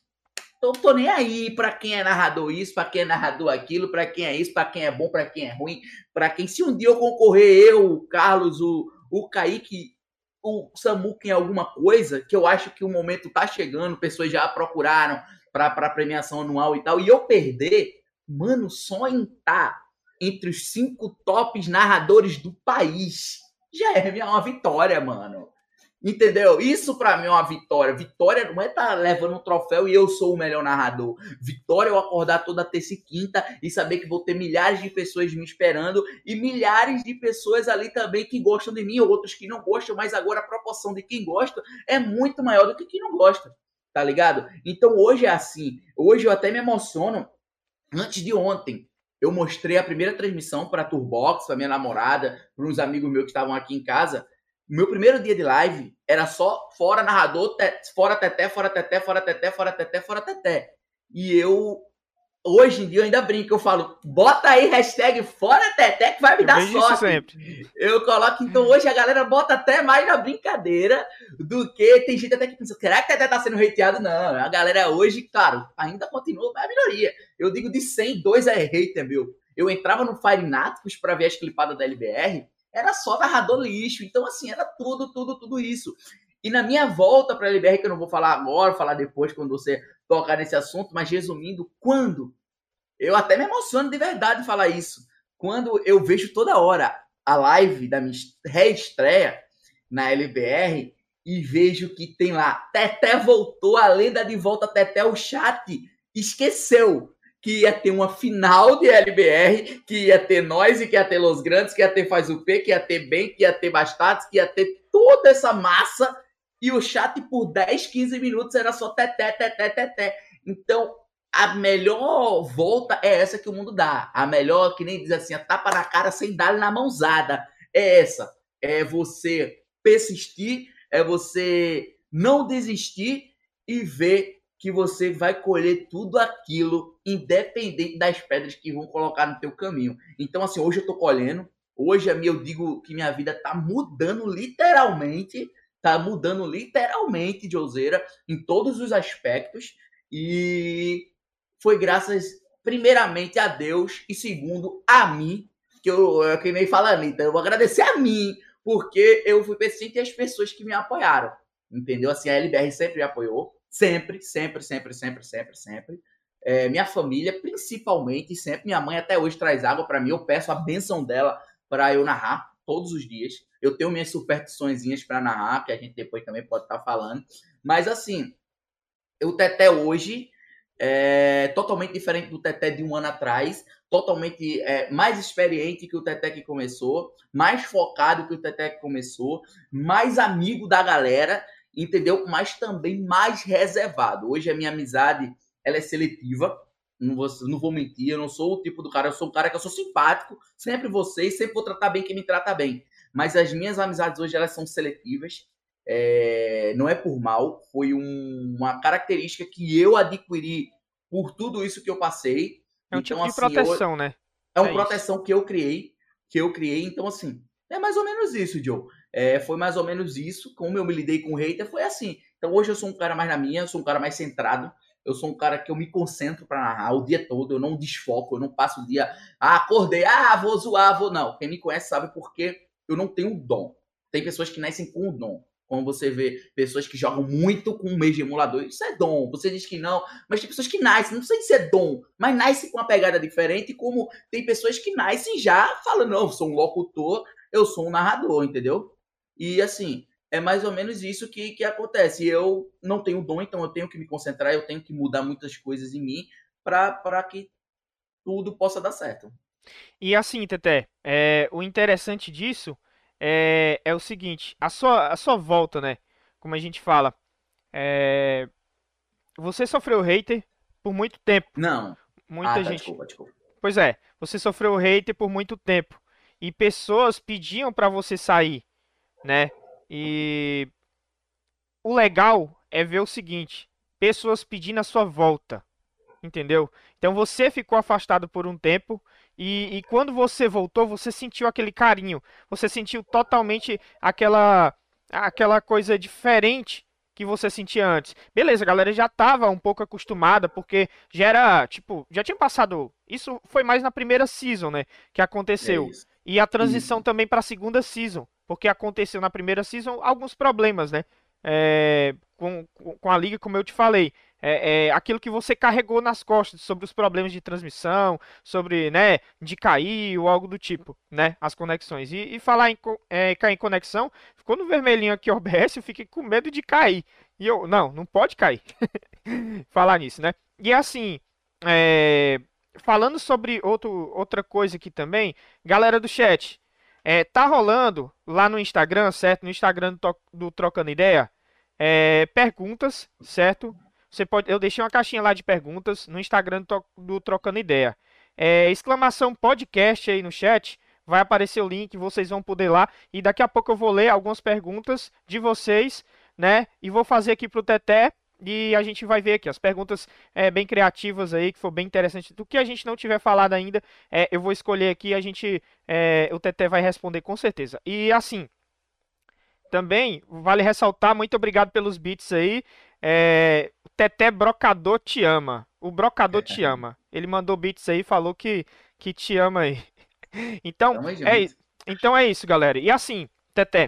Tô nem aí pra quem é narrador isso, pra quem é narrador aquilo, pra quem é isso, pra quem é bom, pra quem é ruim, pra quem... Se um dia eu concorrer, eu, o Carlos, o Kaique, o Samuca em alguma coisa, que eu acho que o momento tá chegando, pessoas já procuraram pra premiação anual e tal, e eu perder, mano, só em tá entre os 5 tops narradores do país já é uma vitória, mano. Entendeu? Isso pra mim é uma vitória. Vitória não é estar levando um troféu e eu sou o melhor narrador. Vitória é eu acordar toda terça e quinta e saber que vou ter milhares de pessoas me esperando e milhares de pessoas ali também que gostam de mim, outros que não gostam, mas agora a proporção de quem gosta é muito maior do que quem não gosta. Tá ligado? Então hoje é assim. Hoje eu até me emociono. Antes de ontem, eu mostrei a primeira transmissão para a Turbox, para minha namorada, para uns amigos meus que estavam aqui em casa. Meu primeiro dia de live era só fora narrador, fora teté, fora teté, fora teté, fora teté, fora teté. E eu, hoje em dia, eu ainda brinco, eu falo, bota aí hashtag fora teté que vai me dar sorte. Sempre. Eu coloco, então hoje a galera bota até mais na brincadeira do que tem gente até que pensa, será que teté tá sendo hateado? Não, a galera hoje, claro, ainda continua a melhoria. Eu digo de 100, 2 é hater, meu. Eu entrava no Fire Náticos pra ver as clipadas da LBR, era só narrador lixo. Então, assim, era tudo isso. E na minha volta para a LBR, que eu não vou falar agora, falar depois, quando você tocar nesse assunto, mas resumindo, quando? Eu até me emociono de verdade falar isso. Quando eu vejo toda hora a live da minha reestreia na LBR e vejo que tem lá, Teté voltou, a lenda de volta, Teté, o chat esqueceu que ia ter uma final de LBR, que ia ter nós e que ia ter Los Grandes, que ia ter Faz o P, que ia ter Bem, que ia ter Bastardos, que ia ter toda essa massa, e o chat por 10, 15 minutos era só teté, teté, teté. Então, a melhor volta é essa que o mundo dá. A melhor, que nem diz assim, a tapa na cara sem dar na mãozada. É essa. É você persistir, é você não desistir e ver que você vai colher tudo aquilo, independente das pedras que vão colocar no teu caminho. Então, assim, hoje eu tô colhendo, hoje eu digo que minha vida tá mudando literalmente, Joseira, em todos os aspectos, e foi graças, primeiramente, a Deus, e segundo, a mim, que nem fala Anitta, eu vou agradecer a mim, porque eu fui persistente e as pessoas que me apoiaram, entendeu? Assim, a LBR sempre me apoiou, sempre, sempre, sempre, sempre, sempre, sempre. Minha família, principalmente, sempre. Minha mãe até hoje traz água para mim, eu peço a benção dela para eu narrar todos os dias. Eu tenho minhas superstiçõezinhas para narrar, que a gente depois também pode estar falando. Mas, assim, o Teté hoje é totalmente diferente do Teté de um ano atrás, totalmente mais experiente que o Teté que começou, mais focado que o Teté que começou, mais amigo da galera, entendeu? Mas também mais reservado. Hoje a minha amizade ela é seletiva, não vou mentir, eu não sou o tipo do cara, eu sou um cara que eu sou simpático, sempre vocês, sempre vou tratar bem quem me trata bem. Mas as minhas amizades hoje elas são seletivas, não é por mal, foi uma característica que eu adquiri por tudo isso que eu passei. É um tipo Então, de assim, proteção, né? é uma É isso. proteção que eu criei. Então, assim, é mais ou menos isso, Joe. Foi mais ou menos isso. Como eu me lidei com o hater, foi assim. Então, hoje eu sou um cara mais na minha, eu sou um cara mais centrado. Eu sou um cara que eu me concentro para narrar o dia todo, eu não desfoco, eu não passo o dia, acordei, vou zoar, vou. Não, quem me conhece sabe porque eu não tenho dom. Tem pessoas que nascem com o dom. Como você vê pessoas que jogam muito com um mês de emulador, isso é dom. Você diz que não, mas tem pessoas que nascem, não sei se é dom, mas nascem com uma pegada diferente, como tem pessoas que nascem já falando, não, eu sou um locutor, eu sou um narrador, entendeu? E assim, é mais ou menos isso que acontece. Eu não tenho dom, então eu tenho que me concentrar, eu tenho que mudar muitas coisas em mim para que tudo possa dar certo. E assim, Teté, o interessante disso é o seguinte, a sua volta, né? Como a gente fala, é, você sofreu hater por muito tempo. Não. Muita Tá, gente. desculpa, desculpa. Pois é, você sofreu hater por muito tempo. E pessoas pediam pra você sair, né? E o legal é ver o seguinte: pessoas pedindo a sua volta, entendeu? Então você ficou afastado por um tempo e quando você voltou, você sentiu aquele carinho, você sentiu totalmente aquela coisa diferente que você sentia antes. Beleza, a galera já estava um pouco acostumada porque já era, tipo, já tinha passado, isso foi mais na primeira season, né, que É aconteceu. isso. E a transição Isso. também para a segunda season, porque aconteceu na primeira season alguns problemas, né? Com a liga, como eu te falei aquilo que você carregou nas costas sobre os problemas de transmissão, sobre, né, de cair ou algo do tipo, né, as conexões. E falar em cair em conexão, ficou no vermelhinho aqui OBS, eu fiquei com medo de cair. E eu, não pode cair. Falar nisso, né? E assim, é, falando sobre outra coisa aqui também, galera do chat, tá rolando lá no Instagram, certo? No Instagram do Trocando Ideia, perguntas, certo? Eu deixei uma caixinha lá de perguntas no Instagram do Trocando Ideia. Exclamação podcast aí no chat. Vai aparecer o link, vocês vão poder ir lá. E daqui a pouco eu vou ler algumas perguntas de vocês, né? E vou fazer aqui pro Teté. E a gente vai ver aqui as perguntas bem criativas aí, que for bem interessante. Do que a gente não tiver falado ainda, eu vou escolher aqui e o Teté vai responder com certeza. E assim, também vale ressaltar, muito obrigado pelos beats aí. O Teté Brocador te ama. O Brocador te ama. Ele mandou beats aí e falou que te ama aí. Então Tamo junto. então é isso, galera. E assim, Teté,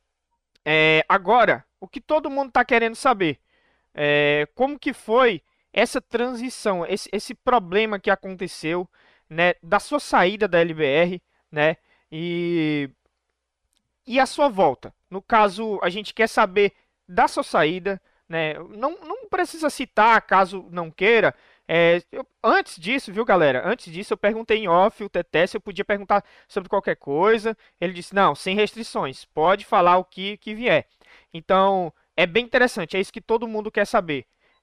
agora, o que todo mundo tá querendo saber, como que foi essa transição, esse problema que aconteceu, né, da sua saída da LBR, né, e a sua volta. No caso, a gente quer saber da sua saída, né? Não precisa citar, caso não queira. Antes disso, viu, galera? Antes disso, eu perguntei em off o Teté se eu podia perguntar sobre qualquer coisa. Ele disse: não, sem restrições, pode falar o que vier. Então, é bem interessante, é isso que todo mundo quer saber.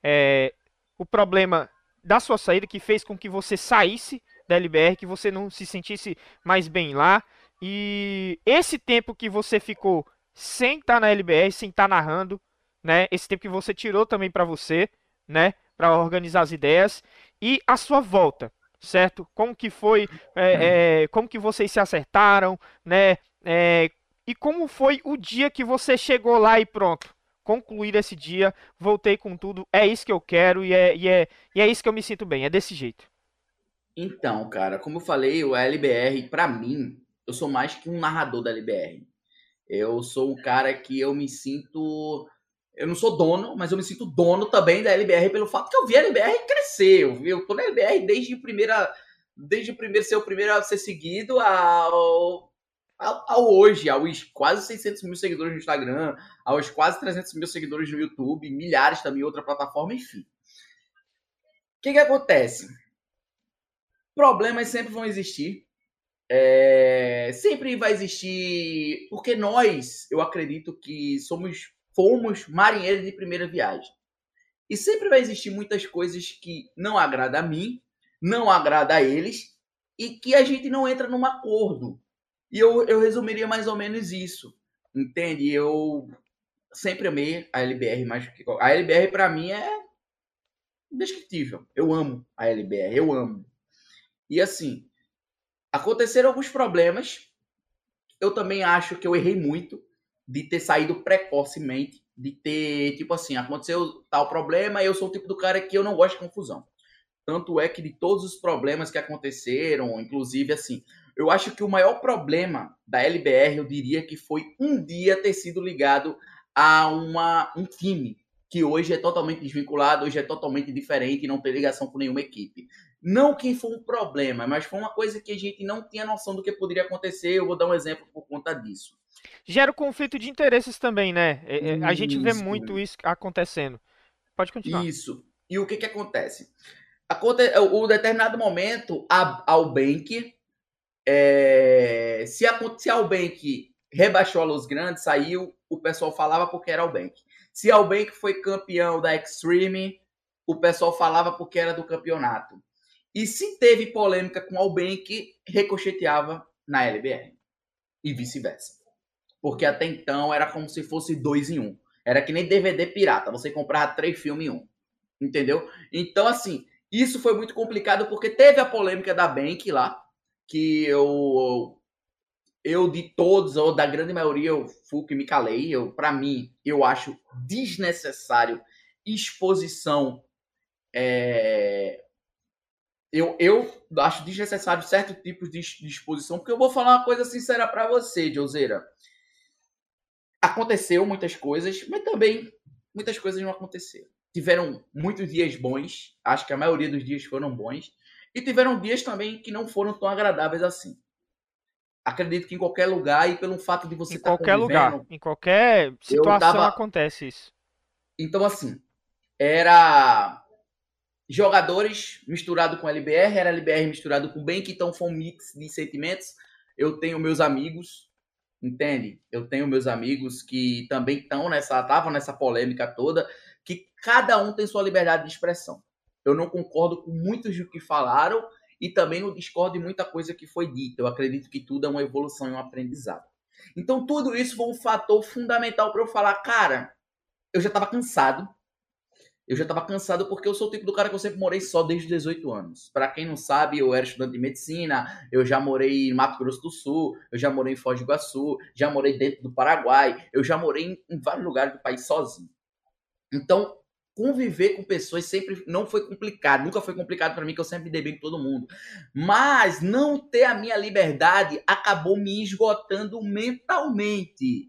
O problema da sua saída que fez com que você saísse da LBR, que você não se sentisse mais bem lá. E esse tempo que você ficou sem estar na LBR, sem estar narrando, né? Esse tempo que você tirou também para você, né? Para organizar as ideias e a sua volta, certo? Como que foi? Como que vocês se acertaram, né? E como foi o dia que você chegou lá e pronto? Concluir esse dia, voltei com tudo, é isso que eu quero e é isso que eu me sinto bem, é desse jeito. Então, cara, como eu falei, o LBR, pra mim, eu sou mais que um narrador da LBR. Eu sou um cara que eu me sinto. Eu não sou dono, mas eu me sinto dono também da LBR pelo fato que eu vi a LBR crescer. Eu tô na LBR desde o primeiro ser o primeiro a ser seguido ao hoje, aos quase 600 mil seguidores no Instagram, aos quase 300 mil seguidores no YouTube, milhares também em outra plataforma, enfim. O que acontece? Problemas sempre vão existir. Sempre vai existir, porque nós, eu acredito que fomos marinheiros de primeira viagem. E sempre vai existir muitas coisas que não agrada a mim, não agrada a eles, e que a gente não entra num acordo. E eu resumiria mais ou menos isso, entende? Eu sempre amei a LBR mais do que... A LBR para mim é indescritível. Eu amo a LBR, eu amo. E assim, aconteceram alguns problemas. Eu também acho que eu errei muito de ter saído precocemente, de ter, tipo assim, aconteceu tal problema e eu sou o tipo do cara que eu não gosto de confusão. Tanto é que de todos os problemas que aconteceram, inclusive assim, eu acho que o maior problema da LBR, eu diria que foi um dia ter sido ligado a um time que hoje é totalmente desvinculado, hoje é totalmente diferente e não tem ligação com nenhuma equipe. Não que foi um problema, mas foi uma coisa que a gente não tinha noção do que poderia acontecer. Eu vou dar um exemplo por conta disso. Gera o conflito de interesses também, né? A gente vê Isso, muito isso acontecendo. Pode continuar. isso. E o que acontece? O determinado momento, a Albank, se a Albank rebaixou a Los Grandes, saiu, o pessoal falava porque era Albank. Se a Albank foi campeão da Extreme, o pessoal falava porque era do campeonato. E se teve polêmica com a Albank, ricocheteava na LBR. E vice-versa. Porque até então era como se fosse 2 em 1. Um. Era que nem DVD pirata. Você comprava 3 filmes em um. Entendeu? Então, assim, isso foi muito complicado porque teve a polêmica da Bank lá, que eu de todos, ou da grande maioria, eu fui que me calei. Para mim, eu acho desnecessário exposição. Eu acho desnecessário certos tipos de exposição, porque eu vou falar uma coisa sincera para você, Joseira. Aconteceu muitas coisas, mas também muitas coisas não aconteceram. Tiveram muitos dias bons, acho que a maioria dos dias foram bons, e tiveram dias também que não foram tão agradáveis assim. Acredito que em qualquer lugar, e pelo fato de Em você estar qualquer lugar, convivendo, em qualquer eu situação tava. acontece isso. Então, assim, era jogadores misturado com LBR, era LBR misturado com Bank, então foi um mix de sentimentos. Eu tenho meus amigos, entende? Eu tenho meus amigos que também estavam nessa polêmica toda, que cada um tem sua liberdade de expressão. Eu não concordo com muitos do que falaram e também não discordo de muita coisa que foi dita. Eu acredito que tudo é uma evolução e um aprendizado. Então tudo isso foi um fator fundamental para eu falar, cara, eu já estava cansado. Eu já estava cansado porque eu sou o tipo do cara que eu sempre morei só desde os 18 anos. Para quem não sabe, eu era estudante de medicina, eu já morei em Mato Grosso do Sul, eu já morei em Foz do Iguaçu, já morei dentro do Paraguai, eu já morei em vários lugares do país sozinho. Então, conviver com pessoas sempre não foi complicado, nunca foi complicado para mim, que eu sempre me dei bem com todo mundo. Mas não ter a minha liberdade acabou me esgotando mentalmente.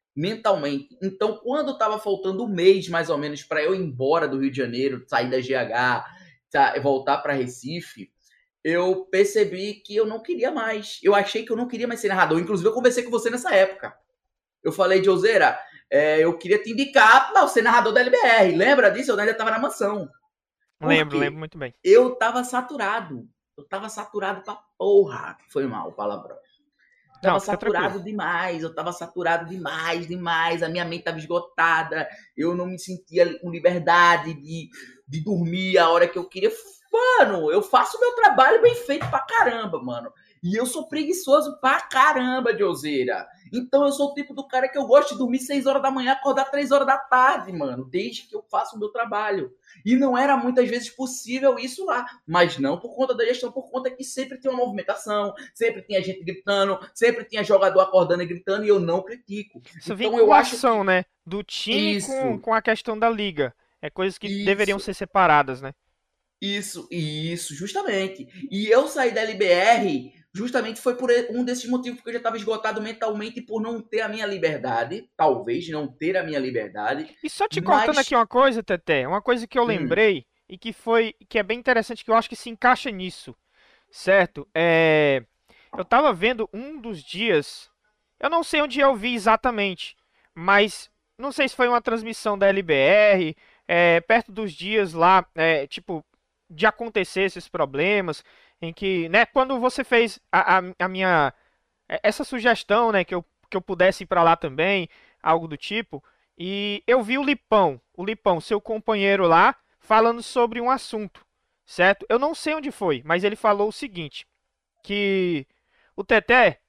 Então, quando estava faltando um mês, mais ou menos, para eu ir embora do Rio de Janeiro, sair da GH, voltar para Recife, eu percebi que eu não queria mais. Eu achei que eu não queria mais ser narrador. Inclusive, eu conversei com você nessa época. Eu falei, Joseira, eu queria te indicar para ser narrador da LBR. Lembra disso? Eu ainda estava na mansão. Por Lembro quê? muito bem. Eu estava saturado. Eu estava saturado pra porra. Foi mal o palavrão. Não, Tava fica tranquilo. saturado demais, eu tava saturado demais, a minha mente tava esgotada, eu não me sentia com liberdade de dormir a hora que eu queria. Mano, eu faço meu trabalho bem feito pra caramba, mano. E eu sou preguiçoso pra caramba, Diozeira. Então eu sou o tipo do cara que eu gosto de dormir 6 horas da manhã, acordar 3 horas da tarde, mano, desde que eu faço o meu trabalho. E não era muitas vezes possível isso lá, mas não por conta da gestão, por conta que sempre tem uma movimentação, sempre tinha gente gritando, sempre tinha jogador acordando e gritando, e eu não critico. Essa Então eu acho vinculação, que né, do time isso, com a questão da liga. É coisas que deveriam isso, ser separadas, né? isso, justamente. E eu saí da LBR justamente foi por um desses motivos, porque eu já estava esgotado mentalmente por não ter a minha liberdade, talvez não ter a minha liberdade, E só te cortando aqui mas uma coisa, Teté, uma coisa que eu hum, lembrei e que é bem interessante, que eu acho que se encaixa nisso, certo? Eu tava vendo um dos dias, eu não sei onde eu vi exatamente, mas não sei se foi uma transmissão da LBR, perto dos dias lá, tipo, de acontecer esses problemas, em que, né, quando você fez a minha, essa sugestão, né, que eu pudesse ir pra lá também, algo do tipo, e eu vi o Lipão, seu companheiro lá, falando sobre um assunto, certo? Eu não sei onde foi, mas ele falou o seguinte, que o Teté,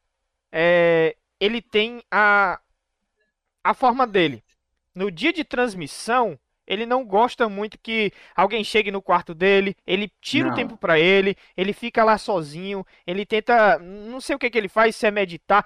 ele tem a forma dele. No dia de transmissão, ele não gosta muito que alguém chegue no quarto dele, ele tira o tempo não. pra ele, ele fica lá sozinho, ele tenta, não sei o que que ele faz, se é meditar.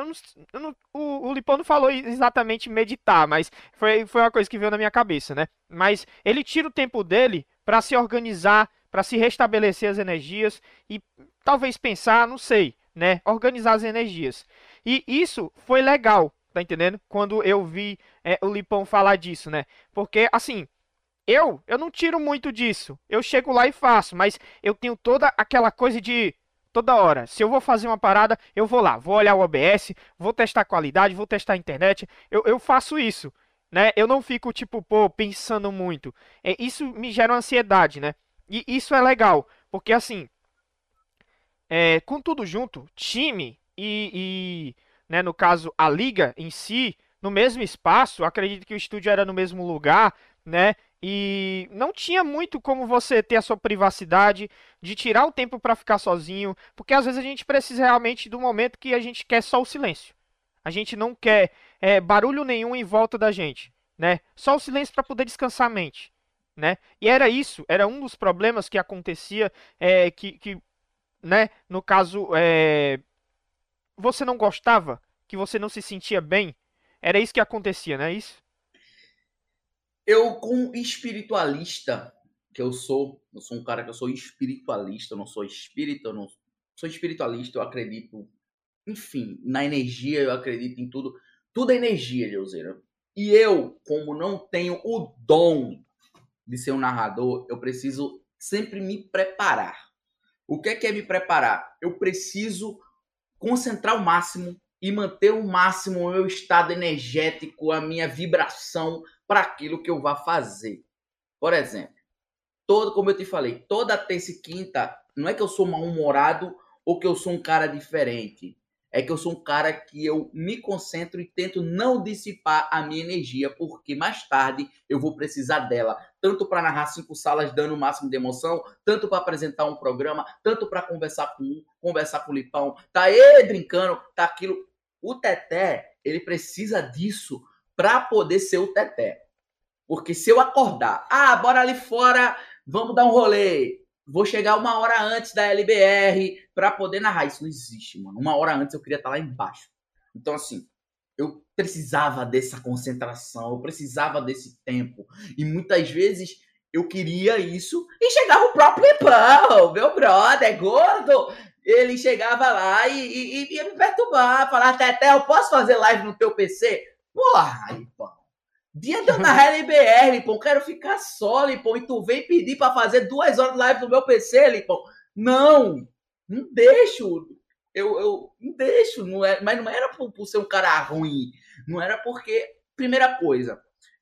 O Lipão não falou exatamente meditar, mas foi uma coisa que veio na minha cabeça, né? Mas ele tira o tempo dele pra se organizar, pra se restabelecer as energias e talvez pensar, não sei, né? Organizar as energias. E isso foi legal, tá entendendo? Quando eu vi o Lipão falar disso, né? Porque, assim, eu não tiro muito disso. Eu chego lá e faço, mas eu tenho toda aquela coisa de toda hora. Se eu vou fazer uma parada, eu vou lá, vou olhar o OBS, vou testar a qualidade, vou testar a internet. Eu faço isso, né? Eu não fico, tipo, pô, pensando muito. Isso me gera uma ansiedade, né? E isso é legal, porque, assim, com tudo junto, time né, no caso, a liga em si, no mesmo espaço, acredito que o estúdio era no mesmo lugar, né? E não tinha muito como você ter a sua privacidade, de tirar o tempo para ficar sozinho, porque às vezes a gente precisa realmente do momento que a gente quer só o silêncio. A gente não quer barulho nenhum em volta da gente, né? Só o silêncio para poder descansar a mente, né? E era isso, era um dos problemas que acontecia, que né? No caso, você não gostava, que você não se sentia bem, era isso que acontecia, não é isso? Eu, como espiritualista que eu sou um cara que eu sou espiritualista, eu não sou espírita, eu não sou espiritualista, eu acredito, enfim, na energia, eu acredito em tudo. Tudo é energia, Deuseira. E eu, como não tenho o dom de ser um narrador, eu preciso sempre me preparar. O que é me preparar? Eu preciso concentrar o máximo e manter o máximo o meu estado energético, a minha vibração para aquilo que eu vá fazer. Por exemplo, como eu te falei, toda terça e quinta, não é que eu sou mal-humorado ou que eu sou um cara diferente. É que eu sou um cara que eu me concentro e tento não dissipar a minha energia, porque mais tarde eu vou precisar dela, tanto para narrar 5 salas dando o máximo de emoção, tanto para apresentar um programa, tanto para conversar com o Lipão, tá ele brincando, tá aquilo. O Teté, ele precisa disso para poder ser o Teté. Porque se eu acordar, bora ali fora, vamos dar um rolê. Vou chegar 1 hora antes da LBR para poder narrar. Isso não existe, mano. 1 hora antes eu queria estar lá embaixo. Então, assim, eu precisava dessa concentração, eu precisava desse tempo. E muitas vezes eu queria isso e chegava o próprio Lipão, meu brother, gordo. Ele chegava lá e ia me perturbar, falar, Teté, eu posso fazer live no teu PC? Porra, Lipão. Dia de eu narrar LBR, Lipão, quero ficar só, Lipão, e tu vem pedir pra fazer 2 horas de live no meu PC, Lipão. Não, não deixo. Eu não deixo, não é, mas não era por ser um cara ruim, não era porque, primeira coisa,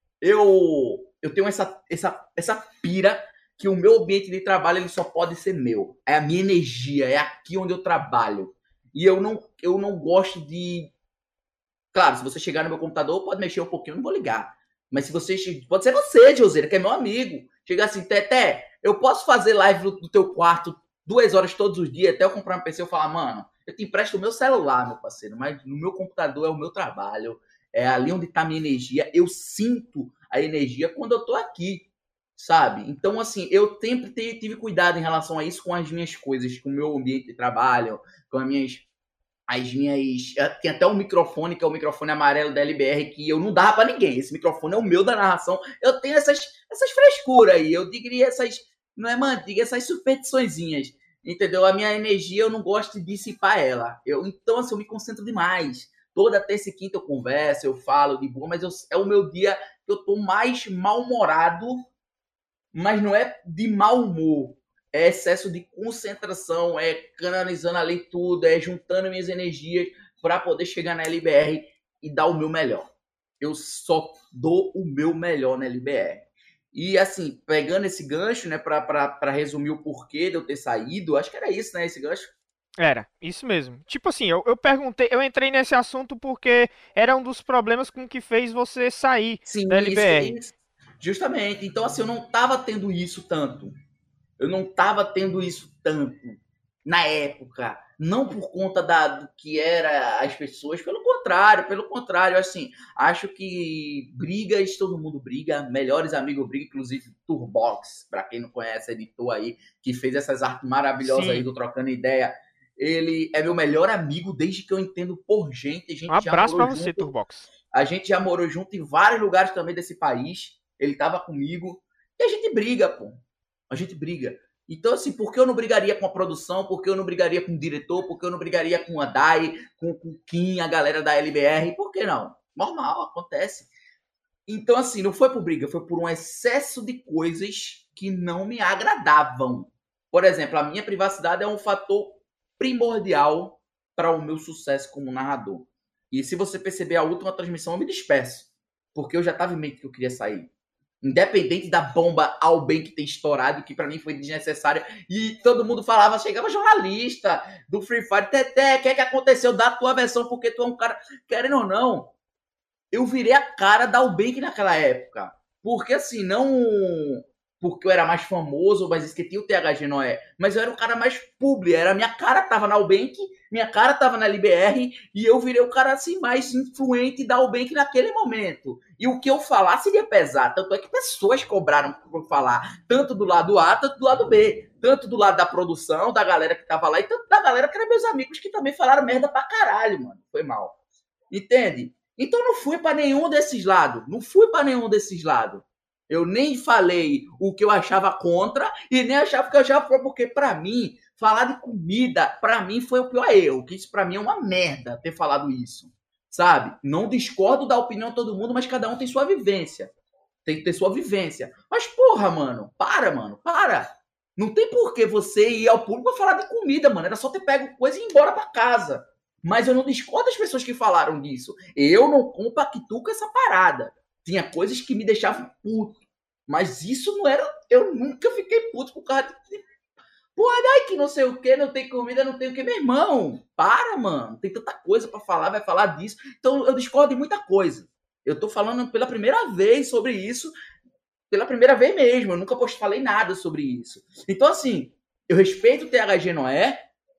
eu tenho essa pira que o meu ambiente de trabalho ele só pode ser meu. É a minha energia, é aqui onde eu trabalho. E eu não gosto de. Claro, se você chegar no meu computador, pode mexer um pouquinho, eu não vou ligar. Mas se você. Pode ser você, Joseira, que é meu amigo. Chegar assim, Teté, eu posso fazer live no teu quarto 2 horas todos os dias, até eu comprar um PC, eu falar, mano, Eu te empresto o meu celular, meu parceiro, mas no meu computador é o meu trabalho, é ali onde está a minha energia. Eu sinto a energia quando eu tô aqui, sabe? Então, assim, eu sempre tive cuidado em relação a isso com as minhas coisas, com o meu ambiente de trabalho, com as minhas. Tem até um microfone, que é o microfone amarelo da LBR, que eu não dava pra ninguém. Esse microfone é o meu da narração. Eu tenho essas frescuras aí. Eu diria essas. Não é mantiga, essas superstiçõezinhas. Entendeu? A minha energia eu não gosto de dissipar ela. Então, assim, eu me concentro demais. Toda terça e quinta eu converso, eu falo de boa, mas é o meu dia que eu tô mais mal-humorado, mas não é de mau humor. É excesso de concentração, é canalizando ali tudo, é juntando minhas energias para poder chegar na LBR e dar o meu melhor. Eu só dou o meu melhor na LBR. E assim, pegando esse gancho, né, para resumir o porquê de eu ter saído, acho que era isso, né, esse gancho. Era, isso mesmo. Tipo assim, eu perguntei, eu entrei nesse assunto porque era um dos problemas com que fez você sair da Sim, LBR. justamente. Então, assim, eu não tava tendo isso tanto. Eu não tava tendo isso tanto na época. Não por conta do que era as pessoas, pelo contrário, assim, acho que brigas, todo mundo briga, melhores amigos brigam, inclusive Turbox, para quem não conhece, editor aí, que fez essas artes maravilhosas aí Sim. do Trocando Ideia. Ele é meu melhor amigo desde que eu entendo por gente, a Um gente já abraço morou pra você, junto, Turbox. a gente já morou junto em vários lugares também desse país. Ele tava comigo. E a gente briga, pô. A gente briga. Então, assim, por que eu não brigaria com a produção? Por que eu não brigaria com o diretor? Por que eu não brigaria com a Dai, com o Kim, a galera da LBR? Por que não? Normal, acontece. Então, assim, não foi por briga, foi por um excesso de coisas que não me agradavam. Por exemplo, a minha privacidade é um fator primordial para o meu sucesso como narrador. E se você perceber a última transmissão, eu me despeço. Porque eu já estava em mente que eu queria sair. Independente da bomba ao bem que tem estourado, que para mim foi desnecessária, e todo mundo falava, chegava jornalista do Free Fire, Teté, o que é que aconteceu? Dá a tua versão, porque tu é um cara, querendo ou não, eu virei a cara da Ubank naquela época. Porque assim, não porque eu era mais famoso, mas isso que tinha o THG Noé, mas eu era o cara mais publi, era minha cara tava na Ubank, minha cara tava na LBR, e eu virei o cara assim mais influente da Ubank naquele momento. E o que eu falasse iria pesar, tanto é que pessoas cobraram por falar, tanto do lado A, tanto do lado B, tanto do lado da produção, da galera que tava lá, e tanto da galera que eram meus amigos que também falaram merda pra caralho, mano. Foi mal. Entende? Então não fui para nenhum desses lados. Não fui para nenhum desses lados. Eu nem falei o que eu achava contra e nem achava o que eu achava contra, porque para mim, falar de comida, para mim foi o pior erro. Que isso para mim é uma merda ter falado isso. Sabe? Não discordo da opinião de todo mundo, mas cada um tem sua vivência. Tem que ter sua vivência. Mas porra, mano, mano, para. Não tem por que você ir ao público pra falar de comida, mano. Era só ter pego coisa e ir embora pra casa. Mas eu não discordo das pessoas que falaram disso. Eu não compactuo com essa parada. Tinha coisas que me deixavam puto. Mas isso não era. Eu nunca fiquei puto por causa de. Pô, daí que não sei o que, não tem comida, não tem o que. Meu irmão, para, mano. Tem tanta coisa pra falar, vai falar disso. Então eu discordo de muita coisa. Eu tô falando pela primeira vez sobre isso. Pela primeira vez mesmo. Eu nunca falei nada sobre isso. Então, assim, eu respeito o THG Noé,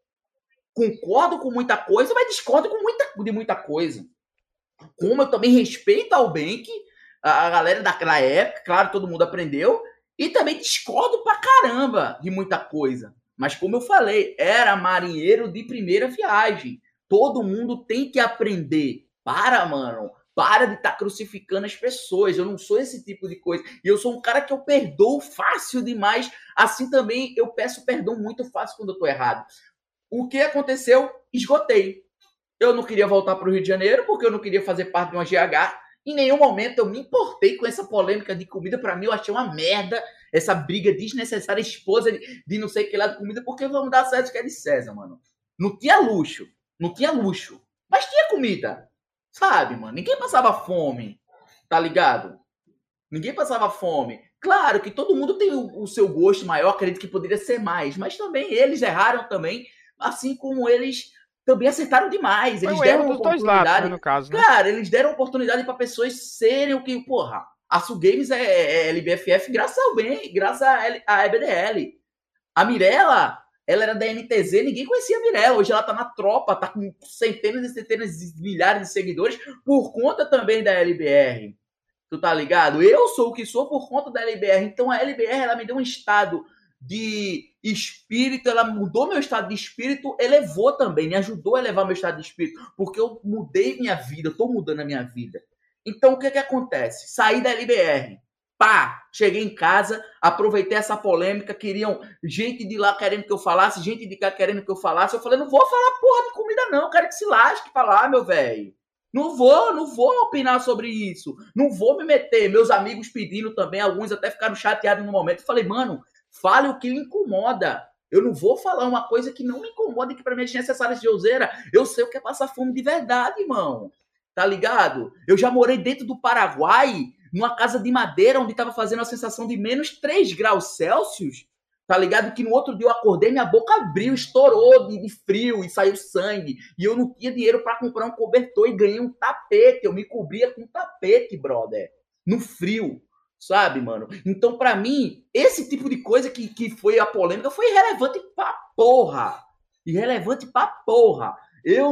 concordo com muita coisa, mas discordo de muita coisa. Como eu também respeito a Bank, a galera daquela época, claro, todo mundo aprendeu, e também discordo pra caramba de muita coisa. Mas como eu falei, era marinheiro de primeira viagem. Todo mundo tem que aprender. Para, mano. Para de estar crucificando as pessoas. Eu não sou esse tipo de coisa. E eu sou um cara que eu perdoo fácil demais. Assim também eu peço perdão muito fácil quando eu tô errado. O que aconteceu? Esgotei. Eu não queria voltar para o Rio de Janeiro porque eu não queria fazer parte de uma GH. Em nenhum momento eu me importei com essa polêmica de comida. Para mim, eu achei uma merda essa briga desnecessária, esposa de não sei que lá de comida, porque vamos dar certo que é de César, mano. Não tinha luxo. Não tinha luxo. Mas tinha comida. Sabe, mano? Ninguém passava fome. Tá ligado? Ninguém passava fome. Claro que todo mundo tem o seu gosto maior, acredito que poderia ser mais. Mas também eles erraram também, assim como eles também acertaram demais. Foi Eles um erro deram dos dois lados, né, oportunidade. no caso, né? Cara, eles deram oportunidade para pessoas serem o que, porra. A Sul Games é LBFF graças ao bem, graças a EBDL. A Mirella Ela era da NTZ, ninguém conhecia a Mirella. Hoje ela tá na tropa, tá com centenas e centenas de milhares de seguidores por conta também da LBR. Tu tá ligado? Eu sou o que sou por conta da LBR. Então a LBR, ela me deu um estado de espírito, ela mudou meu estado de espírito, elevou também, me ajudou a elevar meu estado de espírito, porque eu mudei minha vida, eu tô mudando a minha vida. Então o que que acontece? Saí da LBR. Pá, cheguei em casa, aproveitei essa polêmica, queriam gente de lá querendo que eu falasse, gente de cá querendo que eu falasse. Eu falei, não vou falar porra de comida não, quero que se lasque falar, meu velho. Não vou opinar sobre isso. Não vou me meter. Meus amigos pedindo também, alguns até ficaram chateados no momento. Eu falei, mano, fale o que lhe incomoda. Eu não vou falar uma coisa que não me incomoda e que pra mim é desnecessária de Joseira. Eu sei o que é passar fome de verdade, irmão. Tá ligado? Eu já morei dentro do Paraguai, numa casa de madeira, onde tava fazendo a sensação de menos 3 graus Celsius. Tá ligado? Que no outro dia eu acordei, minha boca abriu, estourou de frio e saiu sangue. E eu não tinha dinheiro para comprar um cobertor e ganhei um tapete. Eu me cobria com um tapete, brother. No frio, sabe, mano? Então, para mim, esse tipo de coisa que foi a polêmica foi irrelevante pra porra. Irrelevante pra porra. Eu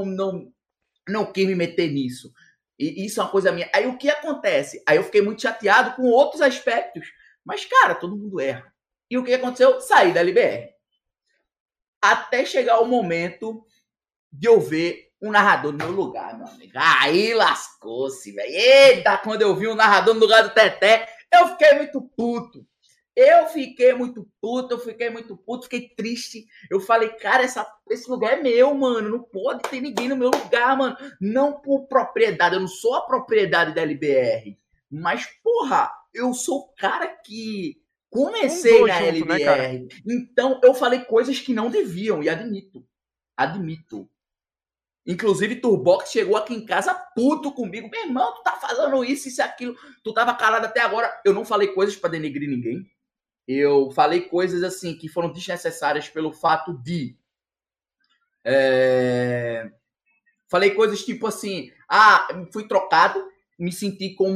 não quis me meter nisso. E isso é uma coisa minha. Aí o que acontece? Aí eu fiquei muito chateado com outros aspectos. Mas, cara, todo mundo erra. E o que aconteceu? Saí da LBR. Até chegar o momento de eu ver um narrador no meu lugar, meu amigo. Aí lascou-se, velho. Eita, quando eu vi um narrador no lugar do Teté, eu fiquei muito puto. Eu fiquei muito puto, fiquei triste. Eu falei, cara, esse lugar é meu, mano. Não pode ter ninguém no meu lugar, mano. Não por propriedade, eu não sou a propriedade da LBR. Mas, porra, eu sou o cara que comecei na junto, né, LBR. cara? Então, eu falei coisas que não deviam, e admito. Admito. Inclusive, Turbox chegou aqui em casa puto comigo. Meu irmão, tu tá falando isso e aquilo. Tu tava calado até agora. Eu não falei coisas pra denegrir ninguém. Eu falei coisas assim que foram desnecessárias pelo fato de. Falei coisas tipo assim: fui trocado, me senti como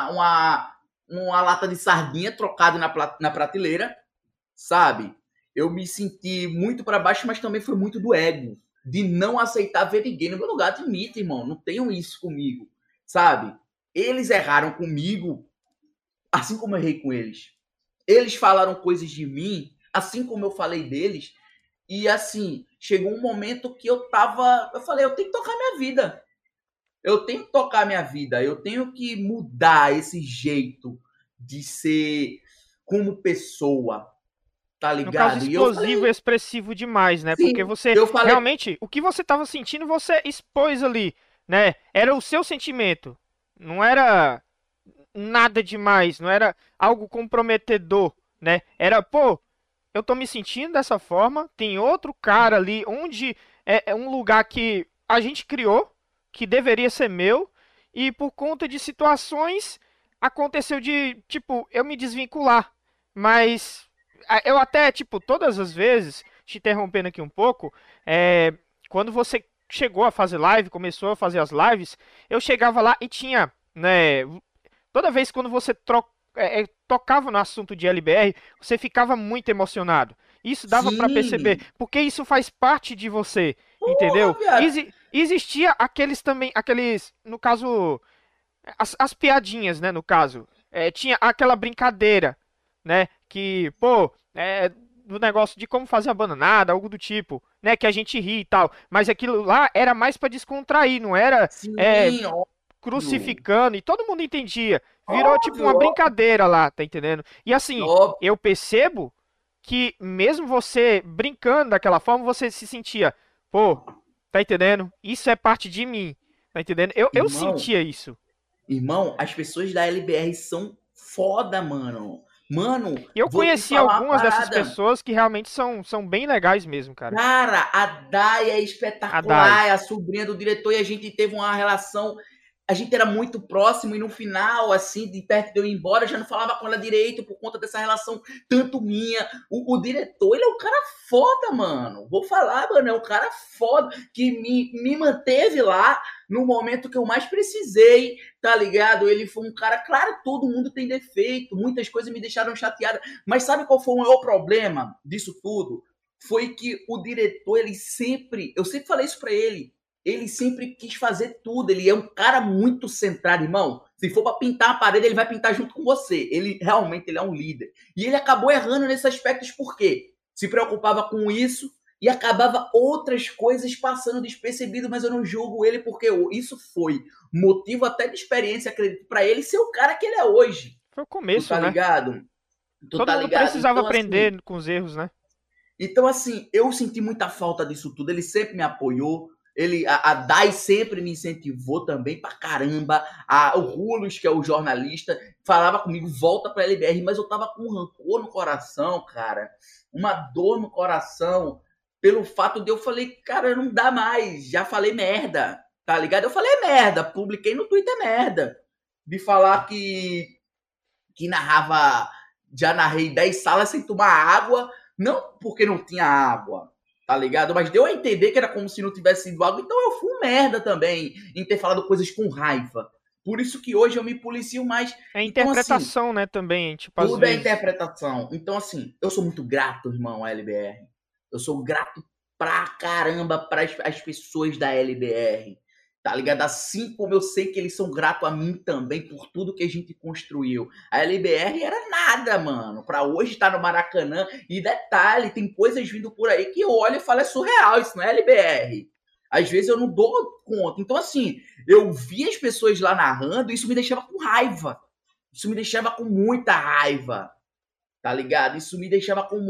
uma lata de sardinha trocada na prateleira, sabe? Eu me senti muito para baixo, mas também foi muito do ego, de não aceitar ver ninguém no meu lugar. Admito, irmão, não tenham isso comigo, sabe? Eles erraram comigo, assim como eu errei com eles. Eles falaram coisas de mim, assim como eu falei deles. E assim, chegou um momento que eu falei, eu tenho que tocar minha vida. Eu tenho que tocar minha vida. Eu tenho que mudar esse jeito de ser como pessoa. Tá No caso, ligado? E eu explosivo e falei, expressivo demais, né? Porque sim. você Eu falei, realmente, o que você estava sentindo, você expôs ali, né? Era o seu sentimento. Não era nada demais, não era algo comprometedor, né? Era, pô, eu tô me sentindo dessa forma, tem outro cara ali onde é um lugar que a gente criou, que deveria ser meu, e por conta de situações aconteceu de, tipo, eu me desvincular. Mas eu até, tipo, todas as vezes, te interrompendo aqui um pouco, quando você chegou a fazer live, começou a fazer as lives, eu chegava lá e tinha, né, toda vez quando você tocava no assunto de LBR, você ficava muito emocionado. Isso dava pra perceber, sim. porque isso faz parte de você, entendeu? Porra, viado. Existia aqueles também, aqueles, no caso, as piadinhas, né, no caso. Tinha aquela brincadeira, né, que, pô, do negócio de como fazer a bananada, algo do tipo, né, que a gente ri e tal. Mas aquilo lá era mais pra descontrair, não era Sim, óbvio. crucificando e todo mundo entendia. Virou tipo uma Óbvio, brincadeira lá, tá entendendo? E assim, óbvio. eu percebo que mesmo você brincando daquela forma, você se sentia, pô, tá entendendo? Isso é parte de mim, tá entendendo? Eu Irmão, sentia isso. irmão, as pessoas da LBR são foda, mano. Mano, E eu vou te conheci falar uma algumas dessas parada. pessoas que realmente são bem legais mesmo, cara. Cara, a Dai é A Dai. espetacular, é a sobrinha do diretor, e a gente teve uma relação. A gente era muito próximo, e no final, assim, de perto de eu ir embora, eu já não falava com ela direito por conta dessa relação tanto minha. O diretor, ele é um cara foda, mano. Vou falar, mano, é um cara foda que me manteve lá no momento que eu mais precisei, tá ligado? Ele foi um cara, claro, todo mundo tem defeito, muitas coisas me deixaram chateada, mas sabe qual foi o maior problema disso tudo? foi que o diretor, eu sempre falei isso pra ele sempre quis fazer tudo, ele é um cara muito centrado, irmão. Se for pra pintar a parede, ele vai pintar junto com você. Ele realmente ele é um líder. E ele acabou errando nesses aspectos porque se preocupava com isso e acabava outras coisas passando despercebido, mas eu não julgo ele porque isso foi motivo até de experiência, acredito, pra ele ser o cara que ele é hoje. Foi o Tu começo, tá né? ligado? Tu Todo tá mundo ligado? precisava aprender com os erros, né? Então, assim, eu senti muita falta disso tudo. Ele sempre me apoiou. A Dai sempre me incentivou também pra caramba. O Rulos, que é o jornalista, falava comigo, volta pra LBR, mas eu tava com um rancor no coração, cara. Uma dor no coração. Pelo fato de eu falei, cara, não dá mais. Já falei merda, tá ligado? Eu falei merda, publiquei no Twitter merda. De falar que narrava, já narrei 10 salas sem tomar água, não porque não tinha água, tá ligado? Mas deu a entender que era como se não tivesse sido água, então eu fui um merda também em ter falado coisas com raiva. Por isso que hoje eu me policio mais. É Então, assim, interpretação, né, também, tipo, às tudo é vezes. interpretação. Então, assim, eu sou muito grato, irmão, à LBR. Eu sou grato pra caramba para as pessoas da LBR. Tá ligado? Assim como eu sei que eles são gratos a mim também por tudo que a gente construiu. A LBR era nada, mano. Pra hoje estar no Maracanã. E detalhe, tem coisas vindo por aí que eu olho e falo, é surreal, isso não é LBR. Às vezes eu não dou conta. Então, assim, eu vi as pessoas lá narrando e isso me deixava com raiva. Isso me deixava com muita raiva, tá ligado? Isso me deixava com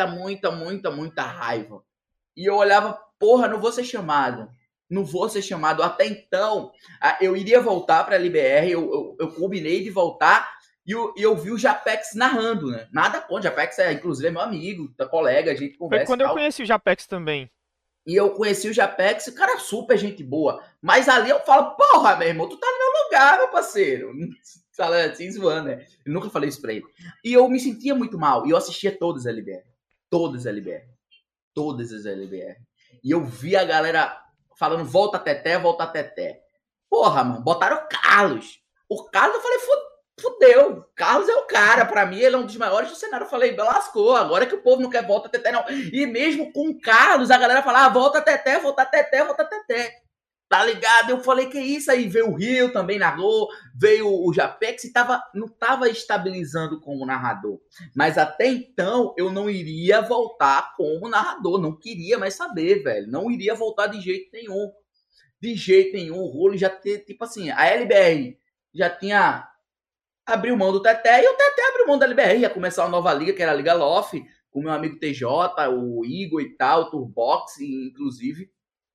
muita raiva. E eu olhava, porra, não vou ser chamado. Não vou ser chamado. Até então, eu iria voltar pra LBR, eu combinei de voltar e eu vi o Japex narrando, né? Nada contra, o Japex inclusive, é meu amigo, colega, a gente Foi conversa e quando eu tal. conheci o Japex também. E eu conheci o Japex, o cara é super gente boa. Mas ali eu falo, porra, meu irmão, tu tá no meu lugar, meu parceiro. Falando assim, zoando, né? Eu nunca falei isso pra ele. E eu me sentia muito mal. E eu assistia todas as LBR. Todas as LBR. Todas as LBR. E eu vi a galera falando, volta Teté, volta Teté. Porra, mano, botaram o Carlos. O Carlos, eu falei, fudeu. Carlos é o cara. Pra mim, ele é um dos maiores do cenário. Eu falei, lascou. Agora que o povo não quer volta Teté, não. E mesmo com o Carlos, a galera falava, volta Teté, volta Teté, volta Teté. Tá ligado? Eu falei, que isso aí? Veio o Rio também narrou, veio o Japex e não tava estabilizando como narrador. Mas até então eu não iria voltar como narrador. Não queria mais saber, velho. Não iria voltar de jeito nenhum. De jeito nenhum. O rolo já tem, tipo assim, a LBR já tinha abriu mão do Teté e o Teté abriu mão da LBR. Ia começar uma nova liga, que era a Liga Loft, com o meu amigo TJ, o Igor e tal, o Turbox, inclusive.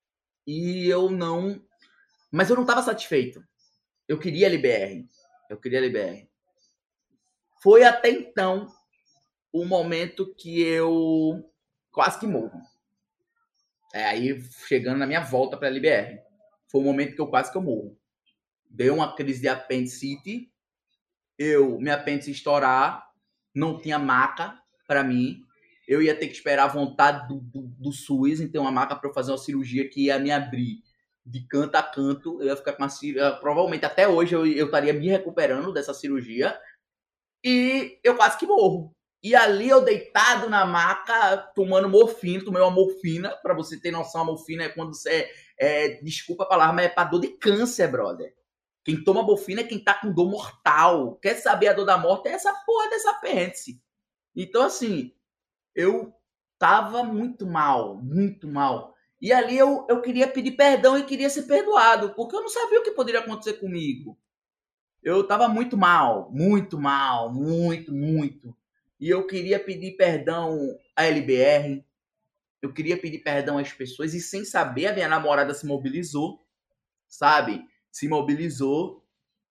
E eu não. Mas eu não estava satisfeito. Eu queria LBR. Eu queria LBR. Foi até então o momento que eu quase que morro. Aí chegando na minha volta para a LBR. Foi o momento que eu quase que eu morro. Deu uma crise de apendicite. Minha apêndice estourar. Não tinha maca para mim. Eu ia ter que esperar a vontade do SUS em ter uma maca para eu fazer uma cirurgia que ia me abrir de canto a canto. Eu ia ficar com uma cirurgia. Provavelmente até hoje eu estaria me recuperando dessa cirurgia. E eu quase que morro. E ali eu deitado na maca, tomando morfina, tomei uma morfina, pra você ter noção, a morfina é quando você desculpa a palavra, mas é pra dor de câncer, brother. Quem toma morfina é quem tá com dor mortal. Quer saber a dor da morte? É essa porra dessa apêndice. Então, assim, eu tava muito mal, muito mal. E ali eu queria pedir perdão e queria ser perdoado, porque eu não sabia o que poderia acontecer comigo. Eu tava muito mal, muito. E eu queria pedir perdão à LBR, eu queria pedir perdão às pessoas, e sem saber, a minha namorada se mobilizou, sabe? Se mobilizou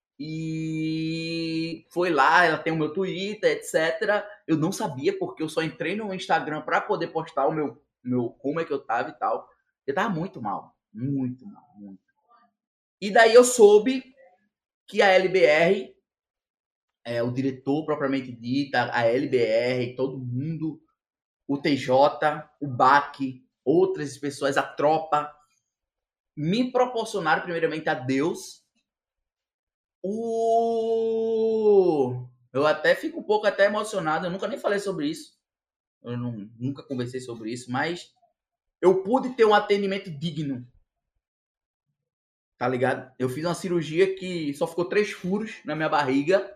e foi lá, ela tem o meu Twitter, etc. Eu não sabia, porque eu só entrei no Instagram para poder postar o meu como é que eu tava e tal. Eu tava muito mal, muito mal, muito. E daí eu soube que a LBR, o diretor propriamente dita, a LBR, todo mundo, o TJ, o BAC, outras pessoas, a tropa, me proporcionaram primeiramente a Deus. Eu até fico um pouco até emocionado, eu nunca nem falei sobre isso. eu nunca conversei sobre isso, mas eu pude ter um atendimento digno, tá ligado? Eu fiz uma cirurgia que só ficou 3 furos na minha barriga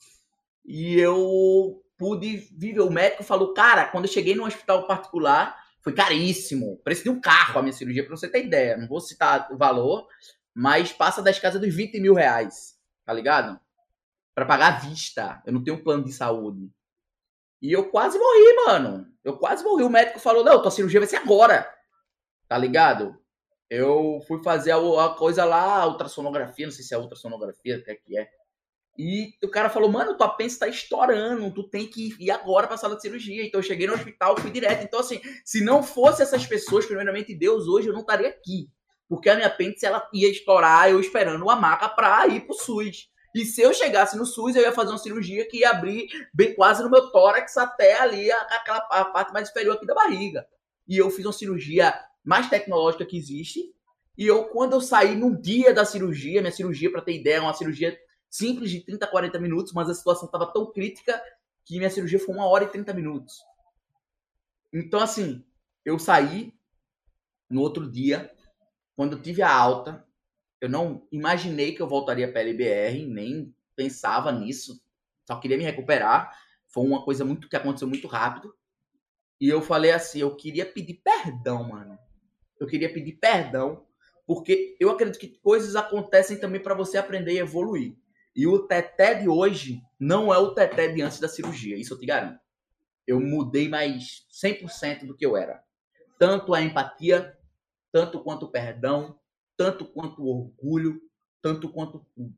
e eu pude viver. O médico falou, cara, quando eu cheguei no hospital particular, foi caríssimo, preço de um carro a minha cirurgia, pra você ter ideia. Não vou citar o valor, mas passa das casas dos 20 mil reais, tá ligado? Pra pagar à vista. Eu não tenho um plano de saúde. E eu quase morri, mano. Eu quase morri. O médico falou, não, tua cirurgia vai ser agora, tá ligado? Eu fui fazer a coisa lá, a ultrassonografia, não sei se é a ultrassonografia, o que é. E o cara falou, mano, tua apêndice tá estourando, tu tem que ir agora pra sala de cirurgia. Então eu cheguei no hospital, fui direto. Então assim, se não fosse essas pessoas, primeiramente Deus, hoje eu não estaria aqui. Porque a minha apêndice, ela ia estourar, eu esperando uma maca pra ir pro SUS. E se eu chegasse no SUS, eu ia fazer uma cirurgia que ia abrir bem quase no meu tórax até ali a parte mais inferior aqui da barriga. E eu fiz uma cirurgia mais tecnológica que existe. E eu, quando eu saí num dia da cirurgia, minha cirurgia, pra ter ideia, é uma cirurgia simples de 30 a 40 minutos, mas a situação estava tão crítica que minha cirurgia foi 1 hora e 30 minutos. Então, assim, eu saí no outro dia, quando eu tive a alta, eu não imaginei que eu voltaria para a LBR, nem pensava nisso, só queria me recuperar. Foi uma coisa muito que aconteceu muito rápido. E eu falei assim, eu queria pedir perdão, mano. Eu queria pedir perdão, porque eu acredito que coisas acontecem também para você aprender e evoluir. E o Teté de hoje não é o Teté de antes da cirurgia, isso eu te garanto. Eu mudei mais 100% do que eu era. Tanto a empatia, tanto quanto o perdão, tanto quanto o orgulho, tanto quanto tudo.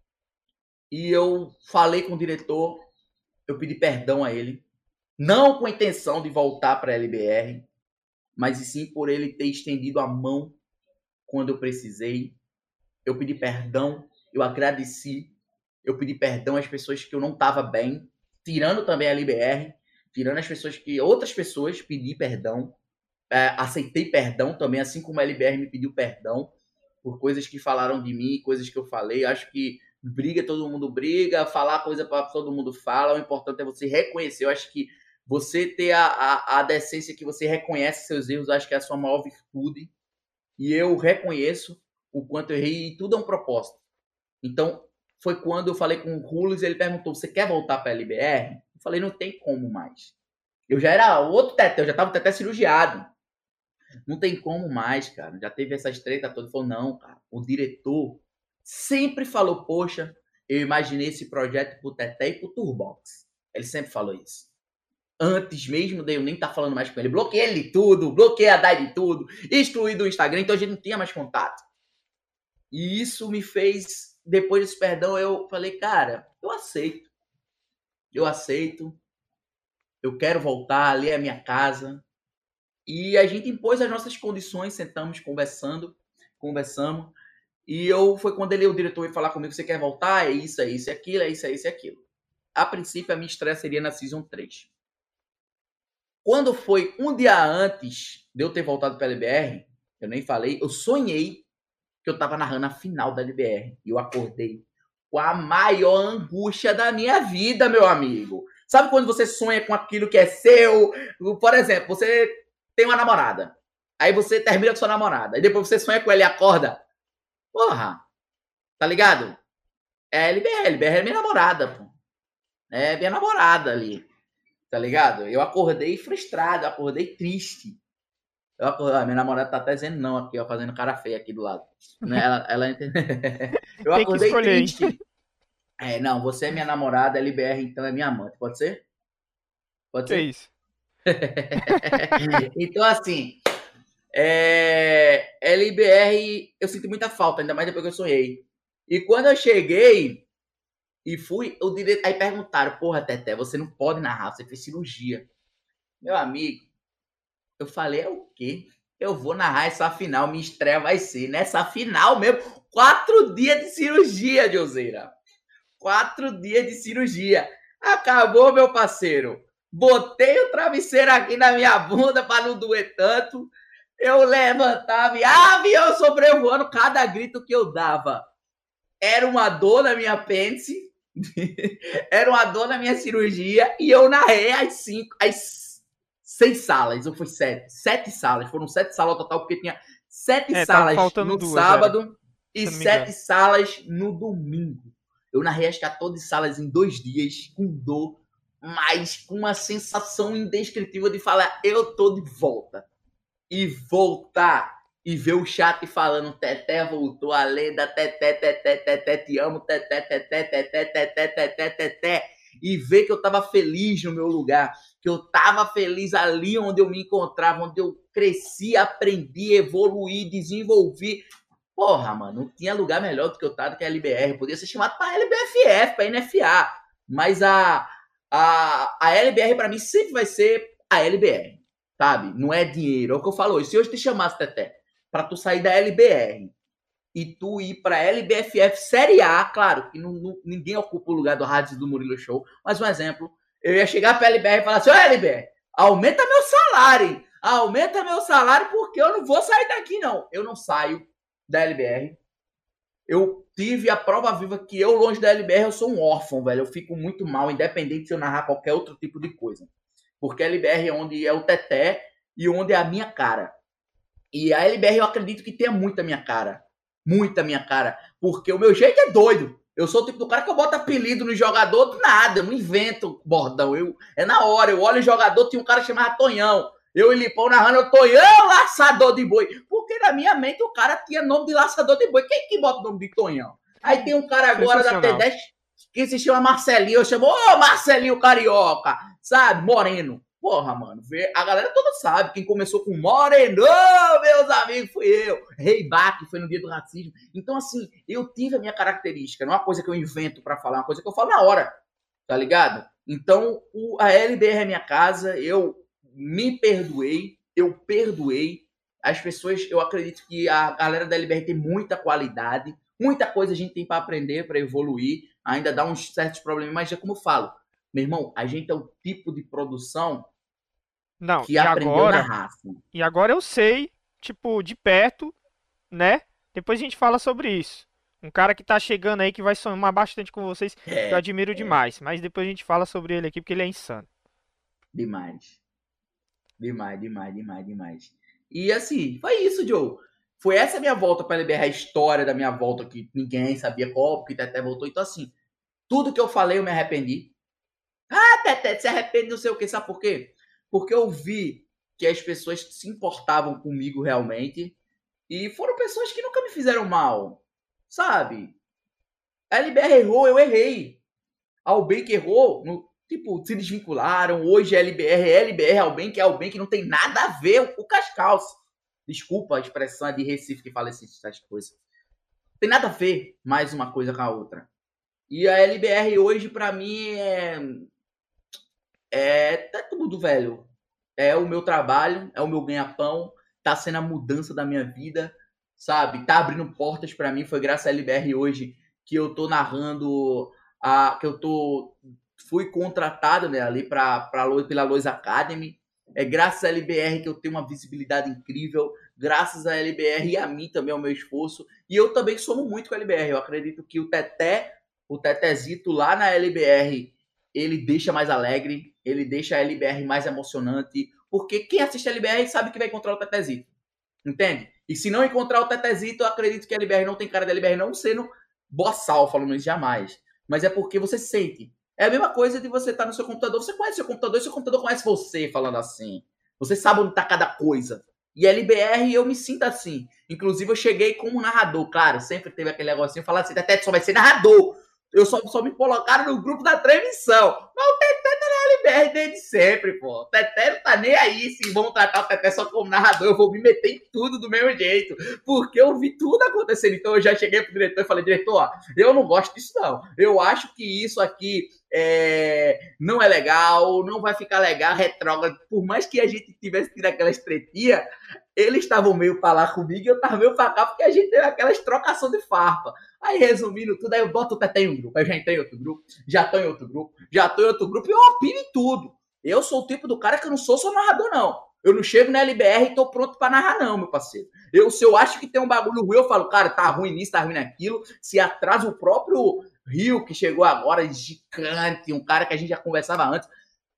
E eu falei com o diretor, eu pedi perdão a ele, não com a intenção de voltar para a LBR, mas sim por ele ter estendido a mão quando eu precisei. Eu pedi perdão, eu agradeci, eu pedi perdão às pessoas que eu não estava bem, tirando também a LBR, tirando as pessoas que outras pessoas pedi perdão, aceitei perdão também, assim como a LBR me pediu perdão por coisas que falaram de mim, coisas que eu falei. Acho que briga, todo mundo briga, falar coisa para todo mundo fala. O importante é você reconhecer. Eu acho que você ter a decência que você reconhece seus erros, acho que é a sua maior virtude. E eu reconheço o quanto eu errei e tudo é um propósito. Então, foi quando eu falei com o Rules, ele perguntou, você quer voltar para a LBR? Eu falei, não tem como mais. Eu já era outro teté, eu já estava teté cirurgiado. Não tem como mais, cara. Já teve essas tretas todas. Ele falou, não, cara. O diretor sempre falou, poxa, eu imaginei esse projeto pro Teté e pro Turbox. Ele sempre falou isso. Antes mesmo de eu nem estar falando mais com ele. Bloqueei ele de tudo, bloqueei a Dai de tudo, excluí do Instagram, então a gente não tinha mais contato. E isso me fez, depois desse perdão, eu falei, cara, eu aceito. Eu aceito. Eu quero voltar, ali é a minha casa. E a gente impôs as nossas condições, sentamos conversamos. E foi quando o diretor veio falar comigo, você quer voltar? É isso, é aquilo, é isso, é isso, é aquilo. A princípio, a minha estreia seria na Season 3. Quando foi um dia antes de eu ter voltado para a LBR, eu nem falei, eu sonhei que eu estava narrando a final da LBR. E eu acordei com a maior angústia da minha vida, meu amigo. Sabe quando você sonha com aquilo que é seu? Por exemplo, você tem uma namorada. Aí você termina com sua namorada. E depois você sonha com ela e acorda. Porra. Tá ligado? É LBR. LBR é minha namorada, pô. É minha namorada ali. Tá ligado? Eu acordei frustrado, eu acordei triste. Minha namorada tá até dizendo não aqui, ó, fazendo cara feia aqui do lado. Né? Ela eu Tem que acordei escolher, hein? triste. Não, você é minha namorada, LBR então é minha amante. Pode ser? Pode Que é ser? isso? Então, assim, LBR, eu sinto muita falta, ainda mais depois que eu sonhei. E quando eu cheguei e fui, aí perguntaram, porra, Teté, você não pode narrar, você fez cirurgia. Meu amigo, eu falei, é o quê? Eu vou narrar essa final, minha estreia vai ser nessa final mesmo. 4 dias de cirurgia, Joseira. 4 dias de cirurgia. Acabou, meu parceiro. Botei o travesseiro aqui na minha bunda para não doer tanto. Eu levantava e avião sobrevoando, cada grito que eu dava. Era uma dor na minha apêndice, era uma dor na minha cirurgia e eu narrei às 6 salas, ou foi 7? 7 salas, foram 7 salas ao total, porque tinha 7 Tava salas faltando no duas, era, sábado e se eu não me 7 engano. salas no domingo. Eu narrei as 14 salas em 2 dias, com dor, mas com uma sensação indescritível de falar, eu tô de volta. E voltar e ver o chat falando, Teté voltou, a lenda, Teté, Teté, Teté, te amo, Teté, Teté, Teté, Teté, Teté, Teté, e ver que eu tava feliz no meu lugar, que eu tava feliz ali onde eu me encontrava, onde eu cresci, aprendi, evoluí, desenvolvi. Porra, mano, não tinha lugar melhor do que eu tava do que a LBR. Podia ser chamado pra LBFF, pra NFA. Mas a LBR pra mim sempre vai ser a LBR, sabe? Não é dinheiro. É o que eu falo hoje. Se eu te chamasse, Teté, pra tu sair da LBR e tu ir pra LBFF Série A, claro que ninguém ocupa o lugar do Rádio do Murilo Show, mas um exemplo, eu ia chegar pra LBR e falar assim, ô LBR, aumenta meu salário, hein? Aumenta meu salário porque eu não vou sair daqui, não. Eu não saio da LBR. Eu tive a prova viva que eu, longe da LBR, eu sou um órfão, velho. Eu fico muito mal, independente se eu narrar qualquer outro tipo de coisa. Porque a LBR é onde é o Teté e onde é a minha cara. E a LBR eu acredito que tenha muita minha cara. Muita minha cara. Porque o meu jeito é doido. Eu sou o tipo do cara que eu boto apelido no jogador do nada. Eu não invento bordão. É na hora. Eu olho o jogador, tinha um cara chamado Tonhão. Eu e Lipão narrando, eu Tonhão, laçador de boi. Porque na minha mente o cara tinha nome de laçador de boi. Quem que bota o nome de Tonhão? Aí tem um cara agora da Sensacional. T10 que se chama Marcelinho. Eu chamo, ô Marcelinho Carioca, sabe? Moreno. Porra, mano, a galera toda sabe. Quem começou com Moreno, meus amigos, fui eu. Rei Bach, foi no dia do racismo. Então, assim, eu tive a minha característica. Não é uma coisa que eu invento pra falar, é uma coisa que eu falo na hora, tá ligado? Então, a LBR é minha casa, eu me perdoei, eu perdoei. As pessoas, eu acredito que a galera da LBR tem muita qualidade, muita coisa a gente tem para aprender, para evoluir. Ainda dá uns certos problemas, mas é como eu falo, meu irmão, a gente é o tipo de produção Não, que aprendeu na raça. e agora eu sei, tipo, de perto, né? Depois a gente fala sobre isso. Um cara que tá chegando aí que vai somar bastante com vocês, que eu É, admiro demais. Mas depois a gente fala sobre ele aqui porque ele é insano. demais. Demais, demais, demais, demais. E assim, foi isso, Joe. Foi essa minha volta para liberar a história da minha volta que ninguém sabia qual, porque Teté voltou. Então, assim, tudo que eu falei eu me arrependi. Ah, Teté, se arrepende, não sei o que, sabe por quê? Porque eu vi que as pessoas se importavam comigo realmente e foram pessoas que nunca me fizeram mal, sabe? A LBR errou, eu errei. A Albank errou, tipo, se desvincularam. Hoje é LBR, Albank, é Albank, não tem nada a ver o Cascalce. Desculpa a expressão de Recife que fala essas coisas. Não tem nada a ver mais uma coisa com a outra. E a LBR hoje, pra mim, tá tudo, velho. É o meu trabalho, é o meu ganha-pão, tá sendo a mudança da minha vida, sabe? Tá abrindo portas pra mim. Foi graças à LBR hoje que eu tô narrando, que eu fui contratado, né, ali pela Lois Academy. É graças à LBR que eu tenho uma visibilidade incrível, graças à LBR e a mim também, ao meu esforço. E eu também somo muito com a LBR. Eu acredito que o Tetézito lá na LBR, ele deixa mais alegre, ele deixa a LBR mais emocionante, porque quem assiste a LBR sabe que vai encontrar o Tetézito, entende? E se não encontrar o Tetézito, eu acredito que a LBR não tem cara da LBR não sendo boçal falando isso jamais. Mas é porque você sente. É a mesma coisa de você estar no seu computador, você conhece seu computador e seu computador conhece você falando assim. Você sabe onde está cada coisa. E a LBR eu me sinto assim. Inclusive eu cheguei como narrador, claro, sempre teve aquele negocinho, falar assim, Teté só vai ser narrador. Eu só me colocaram no grupo da transmissão. Mas o Teté tá na LBR desde sempre, pô. O Teté não tá nem aí se vão tratar o Teté só como narrador. Eu vou me meter em tudo do mesmo jeito. Porque eu vi tudo acontecendo. Então eu já cheguei pro diretor e falei, diretor, ó, eu não gosto disso não. Eu acho que isso aqui não é legal, não vai ficar legal, retrógrado. Por mais que a gente tivesse tido aquelas tretinhas, eles estavam meio pra lá comigo e eu tava meio pra cá, porque a gente teve aquelas trocação de farpa. Aí, resumindo tudo, aí eu boto o Teté em um grupo. Aí eu já entrei em outro grupo, já tô em outro grupo, já tô em outro grupo e eu opino em tudo. Eu sou o tipo do cara que eu não sou só narrador, não. Eu não chego na LBR e tô pronto pra narrar, não, meu parceiro. Se eu acho que tem um bagulho ruim, eu falo, cara, tá ruim nisso, tá ruim naquilo. Se atrasa o próprio Rio, que chegou agora, gigante, um cara que a gente já conversava antes.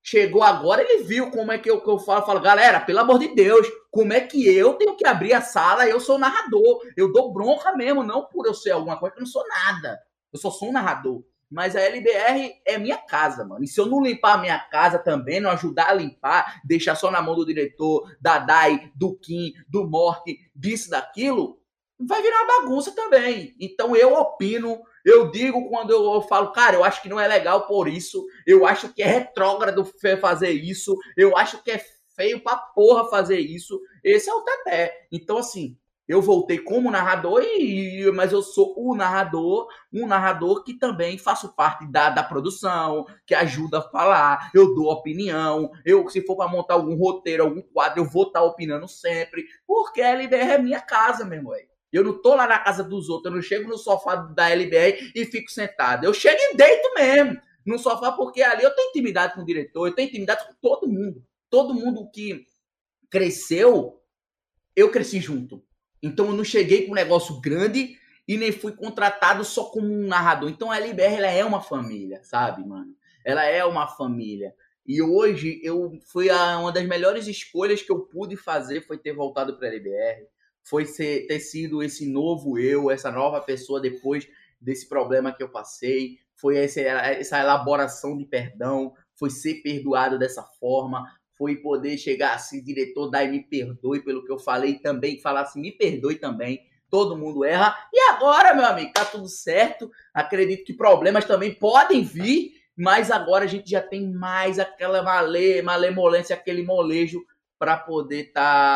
Chegou agora, ele viu como é que eu falo, galera, pelo amor de Deus, como é que eu tenho que abrir a sala? Eu sou narrador, eu dou bronca mesmo, não por eu ser alguma coisa, que eu não sou nada. Eu só sou um narrador. Mas a LBR é minha casa, mano. E se eu não limpar a minha casa também, não ajudar a limpar, deixar só na mão do diretor, da Dai, do Kim, do Mork, disso, daquilo, vai virar uma bagunça também. Então eu opino, eu digo quando eu falo, cara, eu acho que não é legal por isso, eu acho que é retrógrado fazer isso, eu acho que é feio pra porra fazer isso. Esse é o Teté. Então, assim, eu voltei como narrador, mas eu sou o narrador, um narrador que também faço parte da produção, que ajuda a falar, eu dou opinião, eu, se for para montar algum roteiro, algum quadro, eu vou estar opinando sempre, porque a LBR é minha casa, meu irmão. Eu não tô lá na casa dos outros, eu não chego no sofá da LBR e fico sentado. Eu chego e deito mesmo no sofá, porque ali eu tenho intimidade com o diretor, eu tenho intimidade com todo mundo. Todo mundo que cresceu, eu cresci junto. Então eu não cheguei com um negócio grande e nem fui contratado só como um narrador. Então a LBR ela é uma família, sabe, mano? Ela é uma família. E hoje uma das melhores escolhas que eu pude fazer foi ter voltado para a LBR, foi ter sido esse novo eu, essa nova pessoa depois desse problema que eu passei, foi essa elaboração de perdão, foi ser perdoado dessa forma, foi poder chegar assim, diretor, daí me perdoe pelo que eu falei também, falar assim, me perdoe também, todo mundo erra, e agora, meu amigo, tá tudo certo, acredito que problemas também podem vir, mas agora a gente já tem mais aquela malemolência, aquele molejo para poder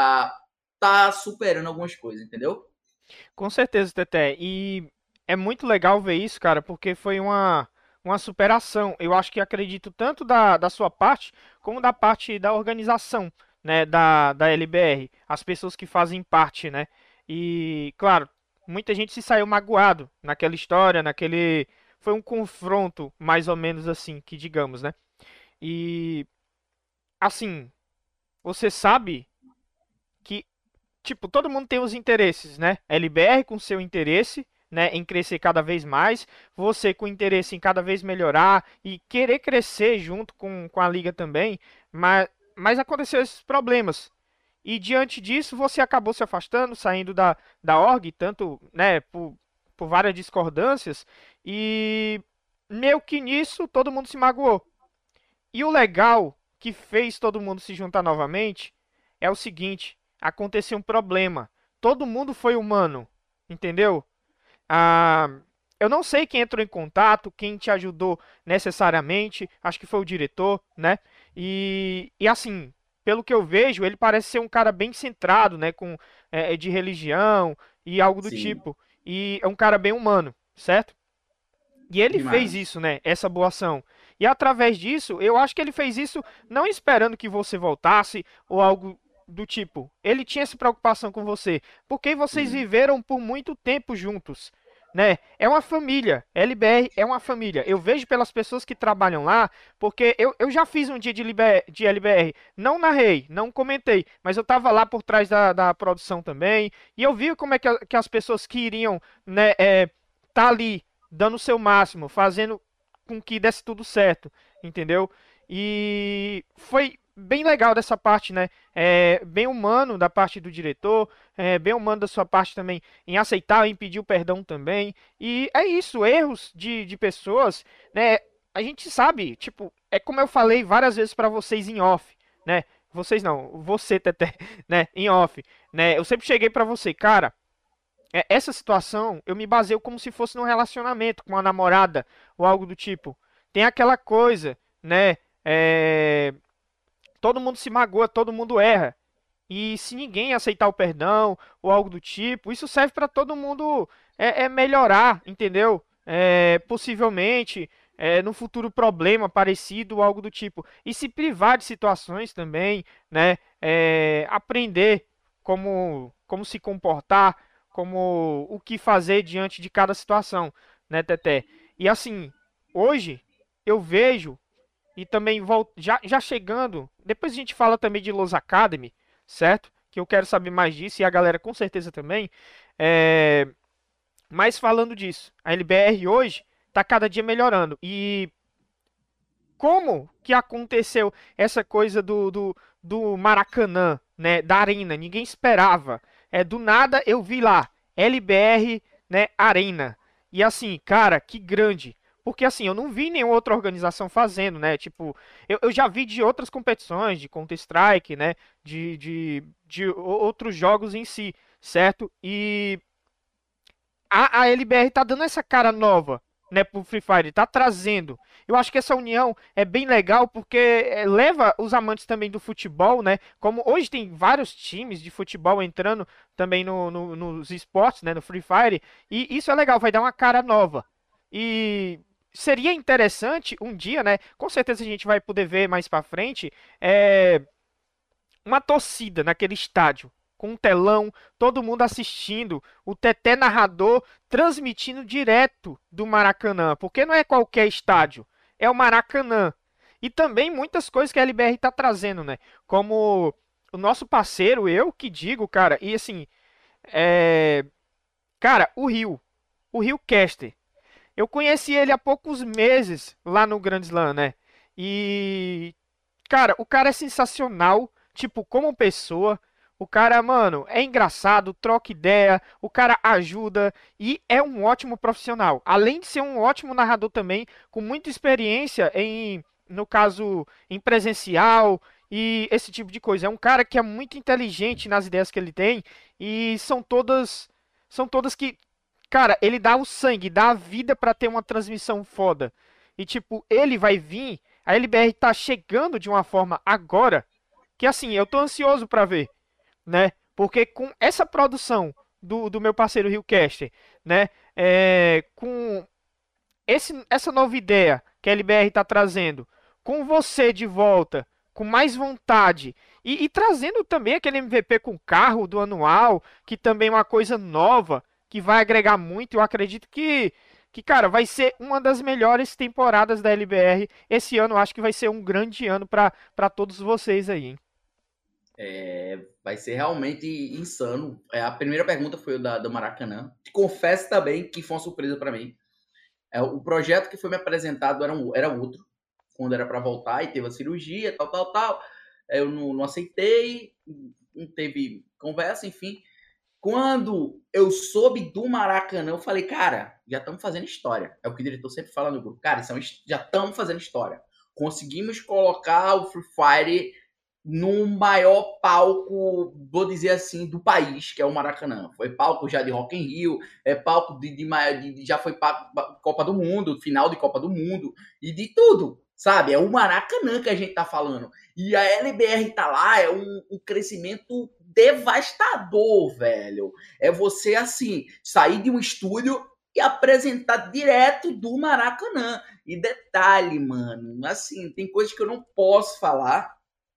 tá superando algumas coisas, entendeu? Com certeza, Teté. E é muito legal ver isso, cara, porque foi uma superação. Eu acho que acredito tanto da sua parte, como da parte da organização, né, da LBR. As pessoas que fazem parte, né? E, claro, muita gente se saiu magoado naquela história, naquele. Foi um confronto, mais ou menos assim, que digamos, né? E, assim, você sabe que tipo, todo mundo tem os interesses, né? LBR com seu interesse, né, em crescer cada vez mais, você com interesse em cada vez melhorar e querer crescer junto com a liga também, mas aconteceu esses problemas. E diante disso, você acabou se afastando, saindo da org, tanto, né, por várias discordâncias, e meio que nisso todo mundo se magoou. E o legal que fez todo mundo se juntar novamente é o seguinte: aconteceu um problema. Todo mundo foi humano, entendeu? Ah, eu não sei quem entrou em contato, quem te ajudou necessariamente. Acho que foi o diretor, né? E assim, pelo que eu vejo, ele parece ser um cara bem centrado, né? De religião e algo do Sim, tipo. E é um cara bem humano, certo? E ele fez demais. isso, né? Essa boa ação. E através disso, eu acho que ele fez isso não esperando que você voltasse ou algo do tipo. Ele tinha essa preocupação com você, porque vocês Sim, viveram por muito tempo juntos, né? É uma família. LBR é uma família. Eu vejo pelas pessoas que trabalham lá, porque eu já fiz um dia de LBR. Não narrei, não comentei, mas eu estava lá por trás da produção também. E eu vi como é que as pessoas que iriam, né, tá ali dando o seu máximo, fazendo com que desse tudo certo, entendeu? E foi bem legal dessa parte, né? Bem humano da parte do diretor, bem humano da sua parte também em aceitar, em pedir o perdão também. E é isso, erros de pessoas, né? A gente sabe, tipo, é como eu falei várias vezes pra vocês em off, né? Vocês não, você, Teté, né? Em off, né? Eu sempre cheguei pra você, cara, essa situação eu me baseio como se fosse num relacionamento com uma namorada ou algo do tipo. Tem aquela coisa, né? É, todo mundo se magoa, todo mundo erra. E se ninguém aceitar o perdão ou algo do tipo, isso serve para todo mundo melhorar, entendeu? Possivelmente no futuro problema parecido ou algo do tipo. E se privar de situações também, né? Aprender como se comportar, como o que fazer diante de cada situação, né, Teté? E assim, hoje eu vejo e também já chegando, depois a gente fala também de Los Academy, certo? Que eu quero saber mais disso e a galera com certeza também. É, mas falando disso, a LBR hoje está cada dia melhorando. E como que aconteceu essa coisa do Maracanã, né, da Arena, ninguém esperava. Do nada eu vi lá, LBR, né, Arena. E assim, cara, que grande. Porque assim, eu não vi nenhuma outra organização fazendo, né? Tipo, eu já vi de outras competições, de Counter-Strike, né? Outros jogos em si, certo? E a LBR tá dando essa cara nova, né, pro Free Fire, tá trazendo. Eu acho que essa união é bem legal porque leva os amantes também do futebol, né? Como hoje tem vários times de futebol entrando também nos esportes, né, no Free Fire, e isso é legal, vai dar uma cara nova. E seria interessante um dia, né? Com certeza a gente vai poder ver mais pra frente, uma torcida naquele estádio, com um telão, todo mundo assistindo, o Teté narrador transmitindo direto do Maracanã, porque não é qualquer estádio, é o Maracanã. E também muitas coisas que a LBR está trazendo, né? Como o nosso parceiro, eu que digo, cara, e assim, é... cara, o Rio Caster. Eu conheci ele há poucos meses lá no Grand Slam, né? E cara, o cara é sensacional, tipo, como pessoa. O cara, mano, é engraçado, troca ideia, o cara ajuda e é um ótimo profissional. Além de ser um ótimo narrador também, com muita experiência no caso, em presencial e esse tipo de coisa. É um cara que é muito inteligente nas ideias que ele tem e são todas que, cara, ele dá o sangue, dá a vida pra ter uma transmissão foda. E tipo, ele vai vir, a LBR tá chegando de uma forma agora que assim, eu tô ansioso pra ver, né? Porque com essa produção do meu parceiro Hillcaster, né? Com essa nova ideia que a LBR tá trazendo, com você de volta, com mais vontade e trazendo também aquele MVP com carro do anual, que também é uma coisa nova, que vai agregar muito. Eu acredito que, cara, vai ser uma das melhores temporadas da LBR. Esse ano eu acho que vai ser um grande ano para todos vocês aí, hein? Vai ser realmente insano. A primeira pergunta foi o do Maracanã. Confesso também que foi uma surpresa para mim. O projeto que foi me apresentado era outro, quando era para voltar, e teve a cirurgia, tal, tal, tal. Eu não aceitei, não teve conversa, enfim. Quando eu soube do Maracanã, eu falei, cara, já estamos fazendo história. É o que o diretor sempre fala no grupo. Cara, já estamos fazendo história. Conseguimos colocar o Free Fire no maior palco, vou dizer assim, do país, que é o Maracanã. Foi palco já de Rock in Rio, palco já foi Copa do Mundo, final de Copa do Mundo, e de tudo, sabe? É o Maracanã que a gente tá falando. E a LBR tá lá, é um crescimento devastador, velho. É você, assim, sair de um estúdio e apresentar direto do Maracanã. E detalhe, mano, assim, tem coisas que eu não posso falar,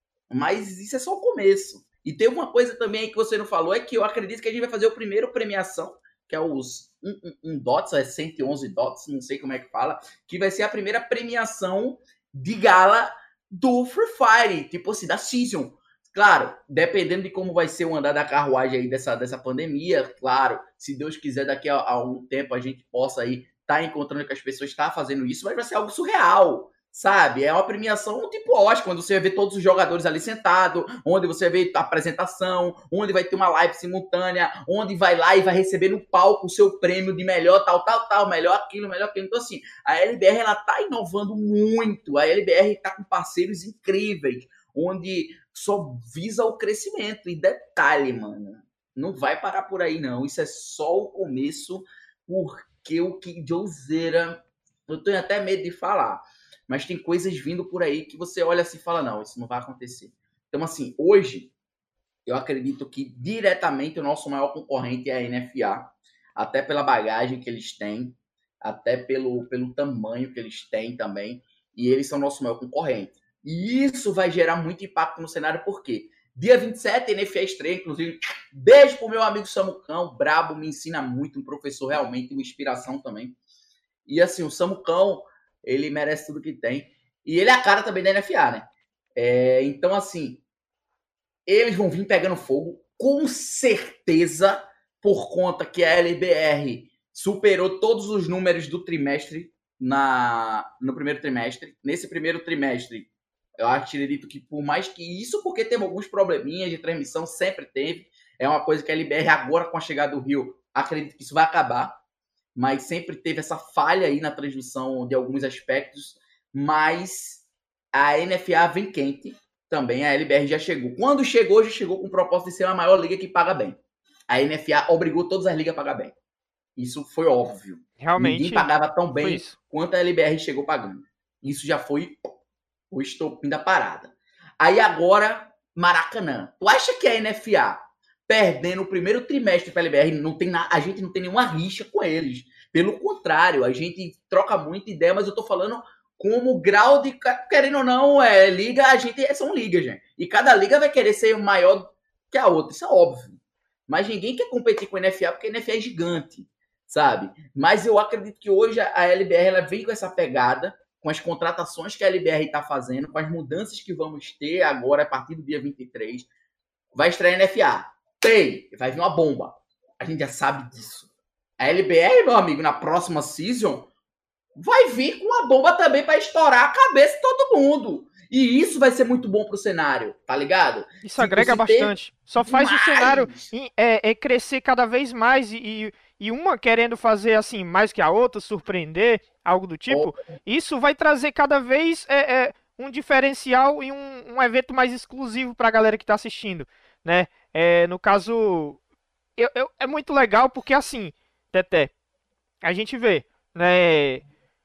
mas isso é só o começo. E tem uma coisa também que você não falou, é que eu acredito que a gente vai fazer o primeiro premiação, que é os um DOTS, 111 DOTS, não sei como é que fala, que vai ser a primeira premiação de gala do Free Fire, tipo assim, da Season. Claro, dependendo de como vai ser o andar da carruagem aí dessa pandemia, claro, se Deus quiser, daqui a algum tempo a gente possa aí estar encontrando que as pessoas estão fazendo isso, mas vai ser algo surreal, sabe? É uma premiação tipo Oscar, quando você vê todos os jogadores ali sentados, onde você vê a apresentação, onde vai ter uma live simultânea, onde vai lá e vai receber no palco o seu prêmio de melhor tal, tal, tal, melhor aquilo, melhor aquilo. Então, assim, a LBR, ela tá inovando muito, a LBR tá com parceiros incríveis, onde só visa o crescimento. E detalhe, mano, não vai parar por aí, não. Isso é só o começo, porque o que Joseira, eu tenho até medo de falar, mas tem coisas vindo por aí que você olha assim e fala, não, isso não vai acontecer. Então, assim, hoje, eu acredito que diretamente o nosso maior concorrente é a NFA, até pela bagagem que eles têm, até pelo tamanho que eles têm também, e eles são o nosso maior concorrente. E isso vai gerar muito impacto no cenário, por quê? Dia 27, NFA estreia, inclusive, beijo pro meu amigo Samucão, brabo, me ensina muito, um professor realmente, uma inspiração também. E assim, o Samucão, ele merece tudo que tem. E ele é a cara também da NFA, né? Então, assim, eles vão vir pegando fogo, com certeza, por conta que a LBR superou todos os números do trimestre. no primeiro trimestre. Nesse primeiro trimestre, eu acredito que por mais que isso, porque teve alguns probleminhas de transmissão, sempre teve. É uma coisa que a LBR agora com a chegada do Rio, acredito que isso vai acabar. Mas sempre teve essa falha aí na transmissão de alguns aspectos. Mas a NFA vem quente também, a LBR já chegou. Quando chegou, já chegou com o propósito de ser a maior liga que paga bem. A NFA obrigou todas as ligas a pagar bem. Isso foi óbvio. Ninguém Realmente pagava tão foi bem isso. quanto a LBR chegou pagando. Isso já foi o estopim da parada. Aí agora, Maracanã. Tu acha que a NFA, perdendo o primeiro trimestre para a LBR, a gente não tem nenhuma rixa com eles. Pelo contrário, a gente troca muita ideia, mas eu tô falando como grau de. Querendo ou não, liga, a gente são ligas, gente. E cada liga vai querer ser maior que a outra. Isso é óbvio. Mas ninguém quer competir com a NFA porque a NFA é gigante, sabe? Mas eu acredito que hoje a LBR ela vem com essa pegada, com as contratações que a LBR está fazendo, com as mudanças que vamos ter agora a partir do dia 23. Vai estrear a NFA. Tem, vai vir uma bomba. A gente já sabe disso. A LBR, meu amigo, na próxima season, vai vir com uma bomba também para estourar a cabeça de todo mundo. E isso vai ser muito bom pro cenário, tá ligado? Isso Tipo, agrega se ter bastante. Só faz o cenário demais. crescer cada vez mais e uma querendo fazer assim mais que a outra, surpreender, algo do Oh, tipo. Isso vai trazer cada vez um diferencial e um evento mais exclusivo para a galera que está assistindo, né? No caso, é muito legal porque assim, Teté, a gente vê, né?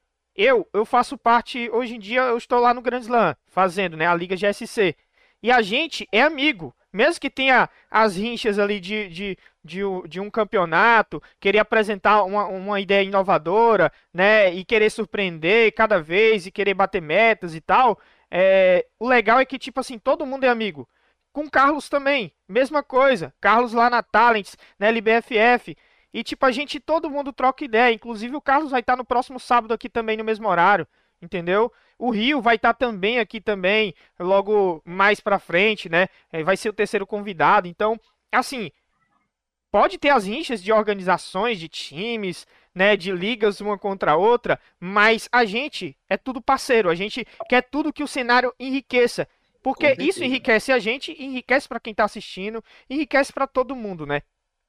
Eu faço parte, hoje em dia eu estou lá no Grand Slam, fazendo, né, a Liga GSC. E a gente é amigo. Mesmo que tenha as rinchas ali de um campeonato, querer apresentar uma ideia inovadora, né, e querer surpreender cada vez, e querer bater metas e tal, o legal é que, tipo assim, todo mundo é amigo. Com o Carlos também, mesma coisa. Carlos lá na Talents, né, LBFF. E tipo, a gente, todo mundo troca ideia. Inclusive o Carlos vai estar no próximo sábado aqui também no mesmo horário, entendeu? O Rio vai estar também aqui também, logo mais pra frente, né? Vai ser o terceiro convidado. Então, assim, pode ter as rinchas de organizações, de times, né, de ligas uma contra a outra, mas a gente é tudo parceiro. A gente quer tudo que o cenário enriqueça. com Porque isso certeza. enriquece a gente, enriquece pra quem tá assistindo, enriquece pra todo mundo, né?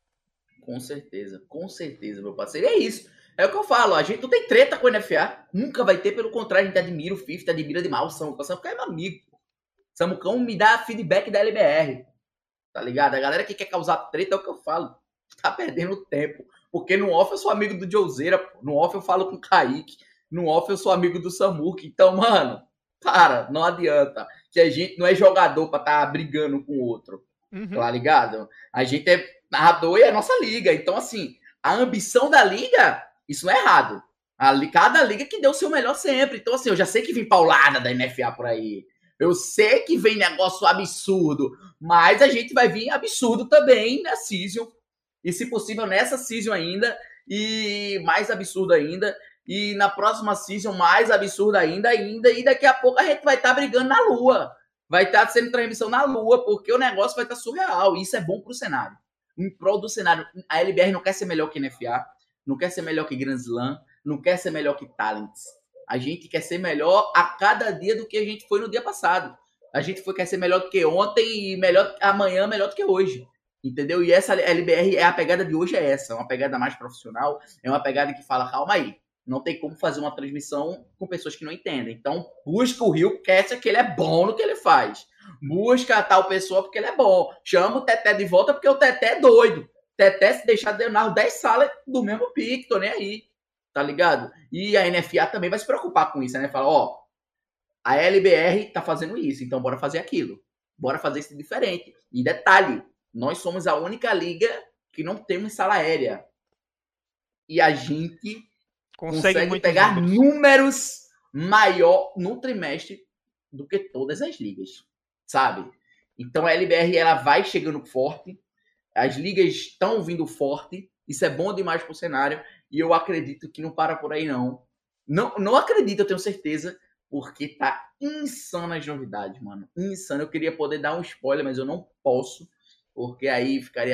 Com certeza, meu parceiro. E é isso. É o que eu falo, a gente não tem treta com o NFA. Nunca vai ter, pelo contrário, a gente admira o Fifth, admira demais o Samucão. O Samucão é meu amigo. O Samucão me dá feedback da LBR, tá ligado? A galera que quer causar treta é o que eu falo. Tá perdendo tempo. Porque no off eu sou amigo do Joseira, pô. No off eu falo com o Kaique. No off eu sou amigo do Samuk. Então, mano, para, não adianta. Que a gente não é jogador pra tá brigando com o outro. Uhum. Tá ligado? A gente é narrador e é a nossa liga. Então, assim, a ambição da liga, isso não é errado. Cada liga que deu o seu melhor sempre. Então, assim, eu já sei que vem paulada da NFA por aí. Eu sei que vem negócio absurdo. Mas a gente vai vir absurdo também na season. E, se possível, nessa season ainda. E mais absurdo ainda. E na próxima season, mais absurdo ainda. E daqui a pouco a gente vai estar brigando na lua. Vai estar sendo transmissão na lua, porque o negócio vai estar surreal. E isso é bom pro cenário. Em prol do cenário, a LBR não quer ser melhor que NFA, não quer ser melhor que Grand Slam, não quer ser melhor que Talents. A gente quer ser melhor a cada dia do que a gente foi no dia passado. A gente quer ser melhor do que ontem e melhor amanhã, melhor do que hoje. Entendeu? E essa LBR, a pegada de hoje é essa. É uma pegada mais profissional. É uma pegada que fala, calma aí. Não tem como fazer uma transmissão com pessoas que não entendem. Então, busca o Rio Cast, que ele é bom no que ele faz. Busca tal pessoa porque ele é bom. Chama o Teté de volta porque o Teté é doido. Teté, se deixar de narro 10 salas do mesmo pique, tô nem aí. Tá ligado? E a NFA também vai se preocupar com isso, né? Fala, ó, a LBR tá fazendo isso, então bora fazer aquilo. Bora fazer isso diferente. E detalhe, nós somos a única liga que não temos sala aérea. E a gente Consegue consegue muitos pegar números. números maior no trimestre do que todas as ligas, sabe? Então a LBR ela vai chegando forte, as ligas estão vindo forte, isso é bom demais pro cenário e eu acredito que não para por aí não. Não acredito, eu tenho certeza, porque tá insano as novidades, mano. Insano. Eu queria poder dar um spoiler, mas eu não posso, porque aí ficaria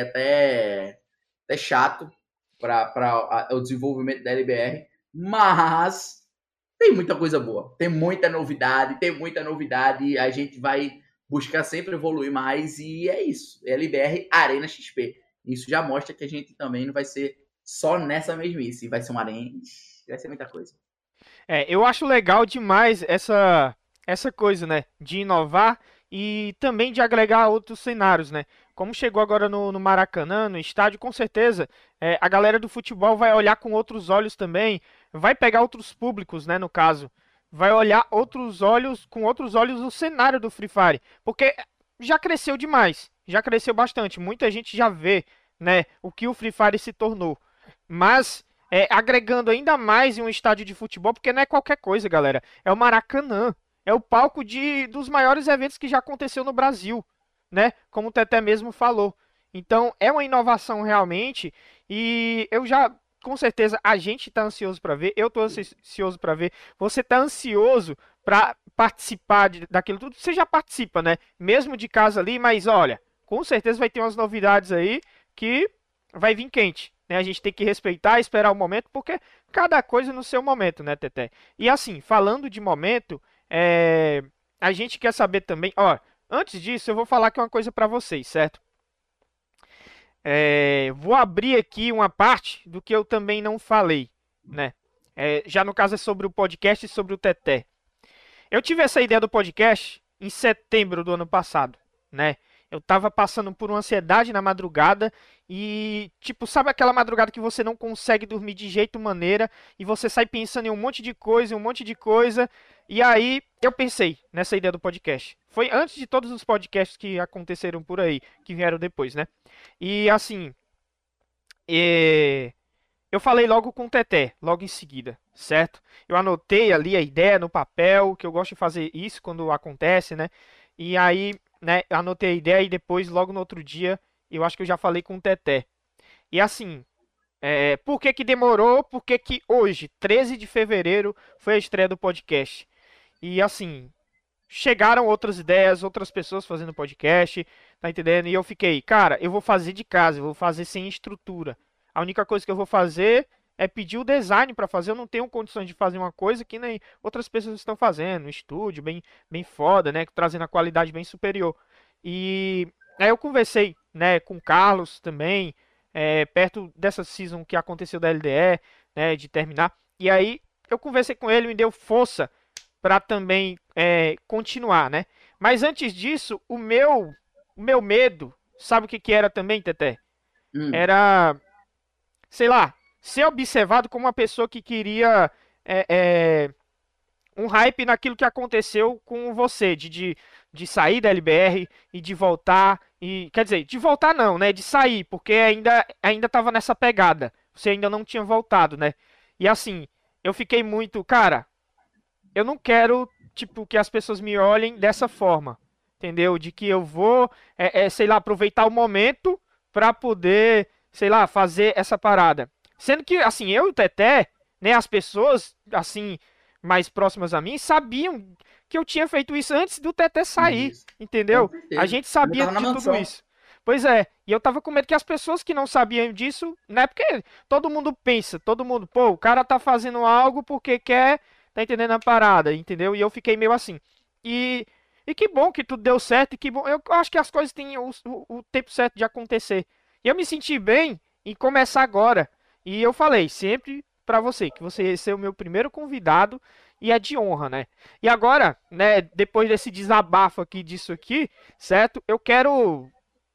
até chato para o desenvolvimento da LBR. Mas tem muita coisa boa, tem muita novidade, a gente vai buscar sempre evoluir mais e é isso. LBR Arena XP. Isso já mostra que a gente também não vai ser só nessa mesmice, vai ser uma arena, vai ser muita coisa. Eu acho legal demais essa coisa, né, de inovar e também de agregar outros cenários, né? Como chegou agora no Maracanã, no estádio, com certeza a galera do futebol vai olhar com outros olhos também, vai pegar outros públicos, né, no caso, vai olhar outros olhos, com outros olhos o cenário do Free Fire, porque já cresceu demais, já cresceu bastante, muita gente já vê, né, o que o Free Fire se tornou, mas agregando ainda mais em um estádio de futebol, porque não é qualquer coisa, galera. É o Maracanã. É o palco dos maiores eventos que já aconteceu no Brasil, né? Como o Teté mesmo falou. Então, é uma inovação realmente. E eu já, com certeza, a gente está ansioso para ver. Eu estou ansioso para ver. Você está ansioso para participar daquilo tudo. Você já participa, né? Mesmo de casa ali, mas olha, com certeza vai ter umas novidades aí que vai vir quente, né? A gente tem que respeitar, esperar o momento, porque cada coisa no seu momento, né, Teté? E assim, falando de momento, é, a gente quer saber também, ó, antes disso, eu vou falar aqui uma coisa para vocês, certo? Vou abrir aqui uma parte do que eu também não falei, né? Já no caso é sobre o podcast e sobre o Teté. Eu tive essa ideia do podcast em setembro do ano passado, né? Eu tava passando por uma ansiedade na madrugada e, tipo, sabe aquela madrugada que você não consegue dormir de jeito maneira e você sai pensando em um monte de coisa, e aí eu pensei nessa ideia do podcast. Foi antes de todos os podcasts que aconteceram por aí, que vieram depois, né? E assim, é, eu falei logo com o Teté, logo em seguida, certo? Eu anotei ali a ideia no papel, que eu gosto de fazer isso quando acontece, né? E aí, né, anotei a ideia e depois, logo no outro dia, eu acho que eu já falei com o Teté. E assim, por que que demorou? Por que que hoje, 13 de fevereiro, foi a estreia do podcast? E assim, chegaram outras ideias, outras pessoas fazendo podcast, tá entendendo? E eu fiquei, cara, eu vou fazer de casa, eu vou fazer sem estrutura. A única coisa que eu vou fazer é pedir o design para fazer. Eu não tenho condições de fazer uma coisa que nem outras pessoas estão fazendo, um estúdio bem foda, né, trazendo a qualidade bem superior. E aí eu conversei, né, com o Carlos também, perto dessa season que aconteceu da LDE, né, de terminar. E aí eu conversei com ele, me deu força para também continuar, né? Mas antes disso, o meu medo, sabe o que que era também, Teté? Hum, Era, sei lá, ser observado como uma pessoa que queria é, é, um hype naquilo que aconteceu com você, de sair da LBR e de voltar, e quer dizer, de voltar não, né? De sair, porque ainda tava nessa pegada. Você ainda não tinha voltado, né? E assim, eu fiquei muito, cara, eu não quero, tipo, que as pessoas me olhem dessa forma, entendeu? De que eu vou, sei lá, aproveitar o momento pra poder, sei lá, fazer essa parada. Sendo que, assim, eu e o Teté, né, as pessoas, assim, mais próximas a mim, sabiam que eu tinha feito isso antes do Teté sair, isso. Com entendeu? A certeza. gente Eu sabia tava na de tudo mansão. isso. Pois é, e eu tava com medo que as pessoas que não sabiam disso, né? Porque todo mundo pensa, todo mundo, pô, o cara tá fazendo algo porque quer. Tá entendendo a parada, entendeu? E eu fiquei meio assim. E, e que bom que tudo deu certo, e que bom. Eu acho que as coisas têm o tempo certo de acontecer. E eu me senti bem em começar agora. E eu falei sempre pra você que você ia ser o meu primeiro convidado e é de honra, né? E agora, né, depois desse desabafo aqui disso aqui, certo? Eu quero,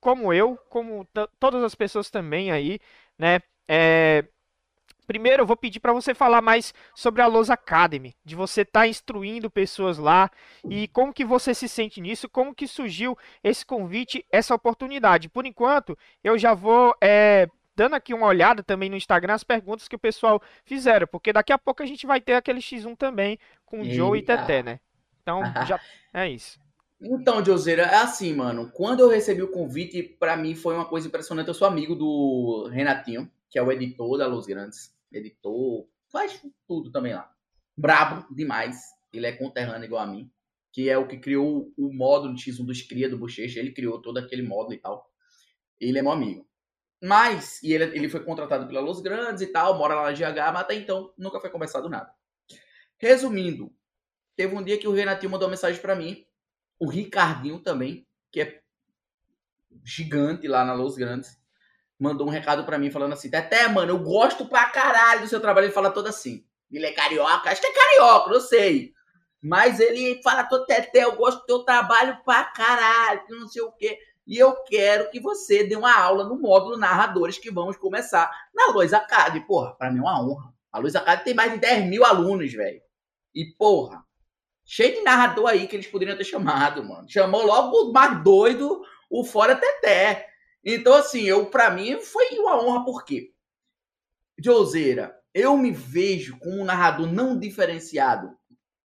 como todas as pessoas também aí, né? É, primeiro, eu vou pedir para você falar mais sobre a Los Academy, de você estar instruindo pessoas lá e como que você se sente nisso, como que surgiu esse convite, essa oportunidade. Por enquanto, eu já vou dando aqui uma olhada também no Instagram as perguntas que o pessoal fizeram, porque daqui a pouco a gente vai ter aquele X1 também com o Joe e Eita. Teté, né? Então, já é isso. Então, Joseira, é assim, mano. Quando eu recebi o convite, pra mim foi uma coisa impressionante. Eu sou amigo do Renatinho, que é o editor da Los Grandes. Editor, faz tudo também lá. Brabo demais. Ele é conterrâneo igual a mim. Que é o que criou o módulo de X1 dos Cria do Bochecha. Ele criou todo aquele módulo e tal. Ele é meu amigo. Mas, ele foi contratado pela Los Grandes e tal, mora lá na GH, mas até então nunca foi conversado nada. Resumindo, teve um dia que o Renatinho mandou uma mensagem pra mim, o Ricardinho também, que é gigante lá na Los Grandes, mandou um recado pra mim falando assim: Teté, mano, eu gosto pra caralho do seu trabalho. Ele fala todo assim. Ele é carioca? Acho que é carioca, não sei. Mas ele fala todo: Teté, eu gosto do teu trabalho pra caralho, que não sei o quê. E eu quero que você dê uma aula no módulo narradores que vamos começar na Lois Academy. Porra, pra mim é uma honra. A Lois Academy tem mais de 10 mil alunos, velho. E, porra, cheio de narrador aí que eles poderiam ter chamado, mano. Chamou logo o mais doido, o Fora Teté. Então, assim, pra mim foi uma honra, por quê? Joseira, eu me vejo como um narrador não diferenciado.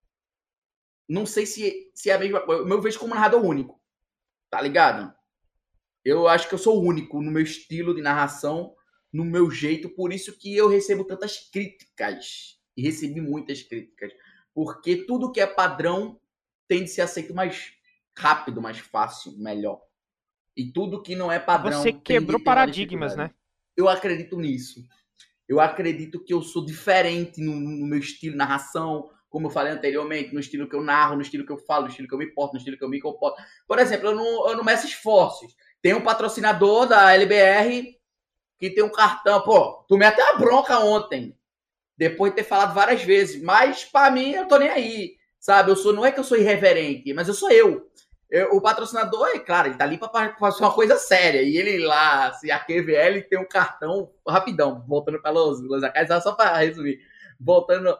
Não sei se é a mesma coisa. Eu me vejo como um narrador único. Tá ligado? Eu acho que eu sou único no meu estilo de narração, no meu jeito. Por isso que eu recebo tantas críticas. E recebi muitas críticas. Porque tudo que é padrão tende a ser aceito mais rápido, mais fácil, melhor. E tudo que não é padrão Você tende quebrou a ter uma paradigmas, dificuldade. né? Eu acredito nisso. Eu acredito que eu sou diferente no meu estilo de narração, como eu falei anteriormente, no estilo que eu narro, no estilo que eu falo, no estilo que eu me porto, no estilo que eu me comporto. Por exemplo, eu não meço esforços. Tem um patrocinador da LBR que tem um cartão. Pô, tomei até uma bronca ontem, depois de ter falado várias vezes. Mas, pra mim, eu tô nem aí. Sabe? Não é que eu sou irreverente, mas eu sou eu. O patrocinador, é claro, ele tá ali pra fazer uma coisa séria. E ele lá, assim, a QVL tem um cartão, rapidão, voltando pra Los Angeles, só pra resumir. Voltando.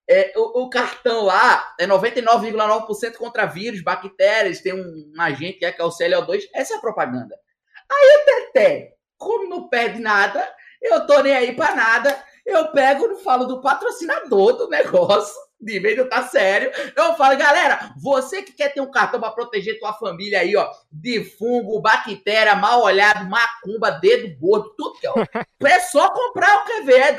O cartão lá é 99,9% contra vírus, bactérias, tem um agente que é o CLO2. Essa é a propaganda. Aí o Teté, como não perde nada, eu tô nem aí pra nada, eu pego e falo do patrocinador do negócio, de vez de eu estar sério, eu falo: galera, você que quer ter um cartão para proteger tua família aí, ó, de fungo, bactéria, mal olhado, macumba, dedo gordo, tudo que é só comprar o QVE,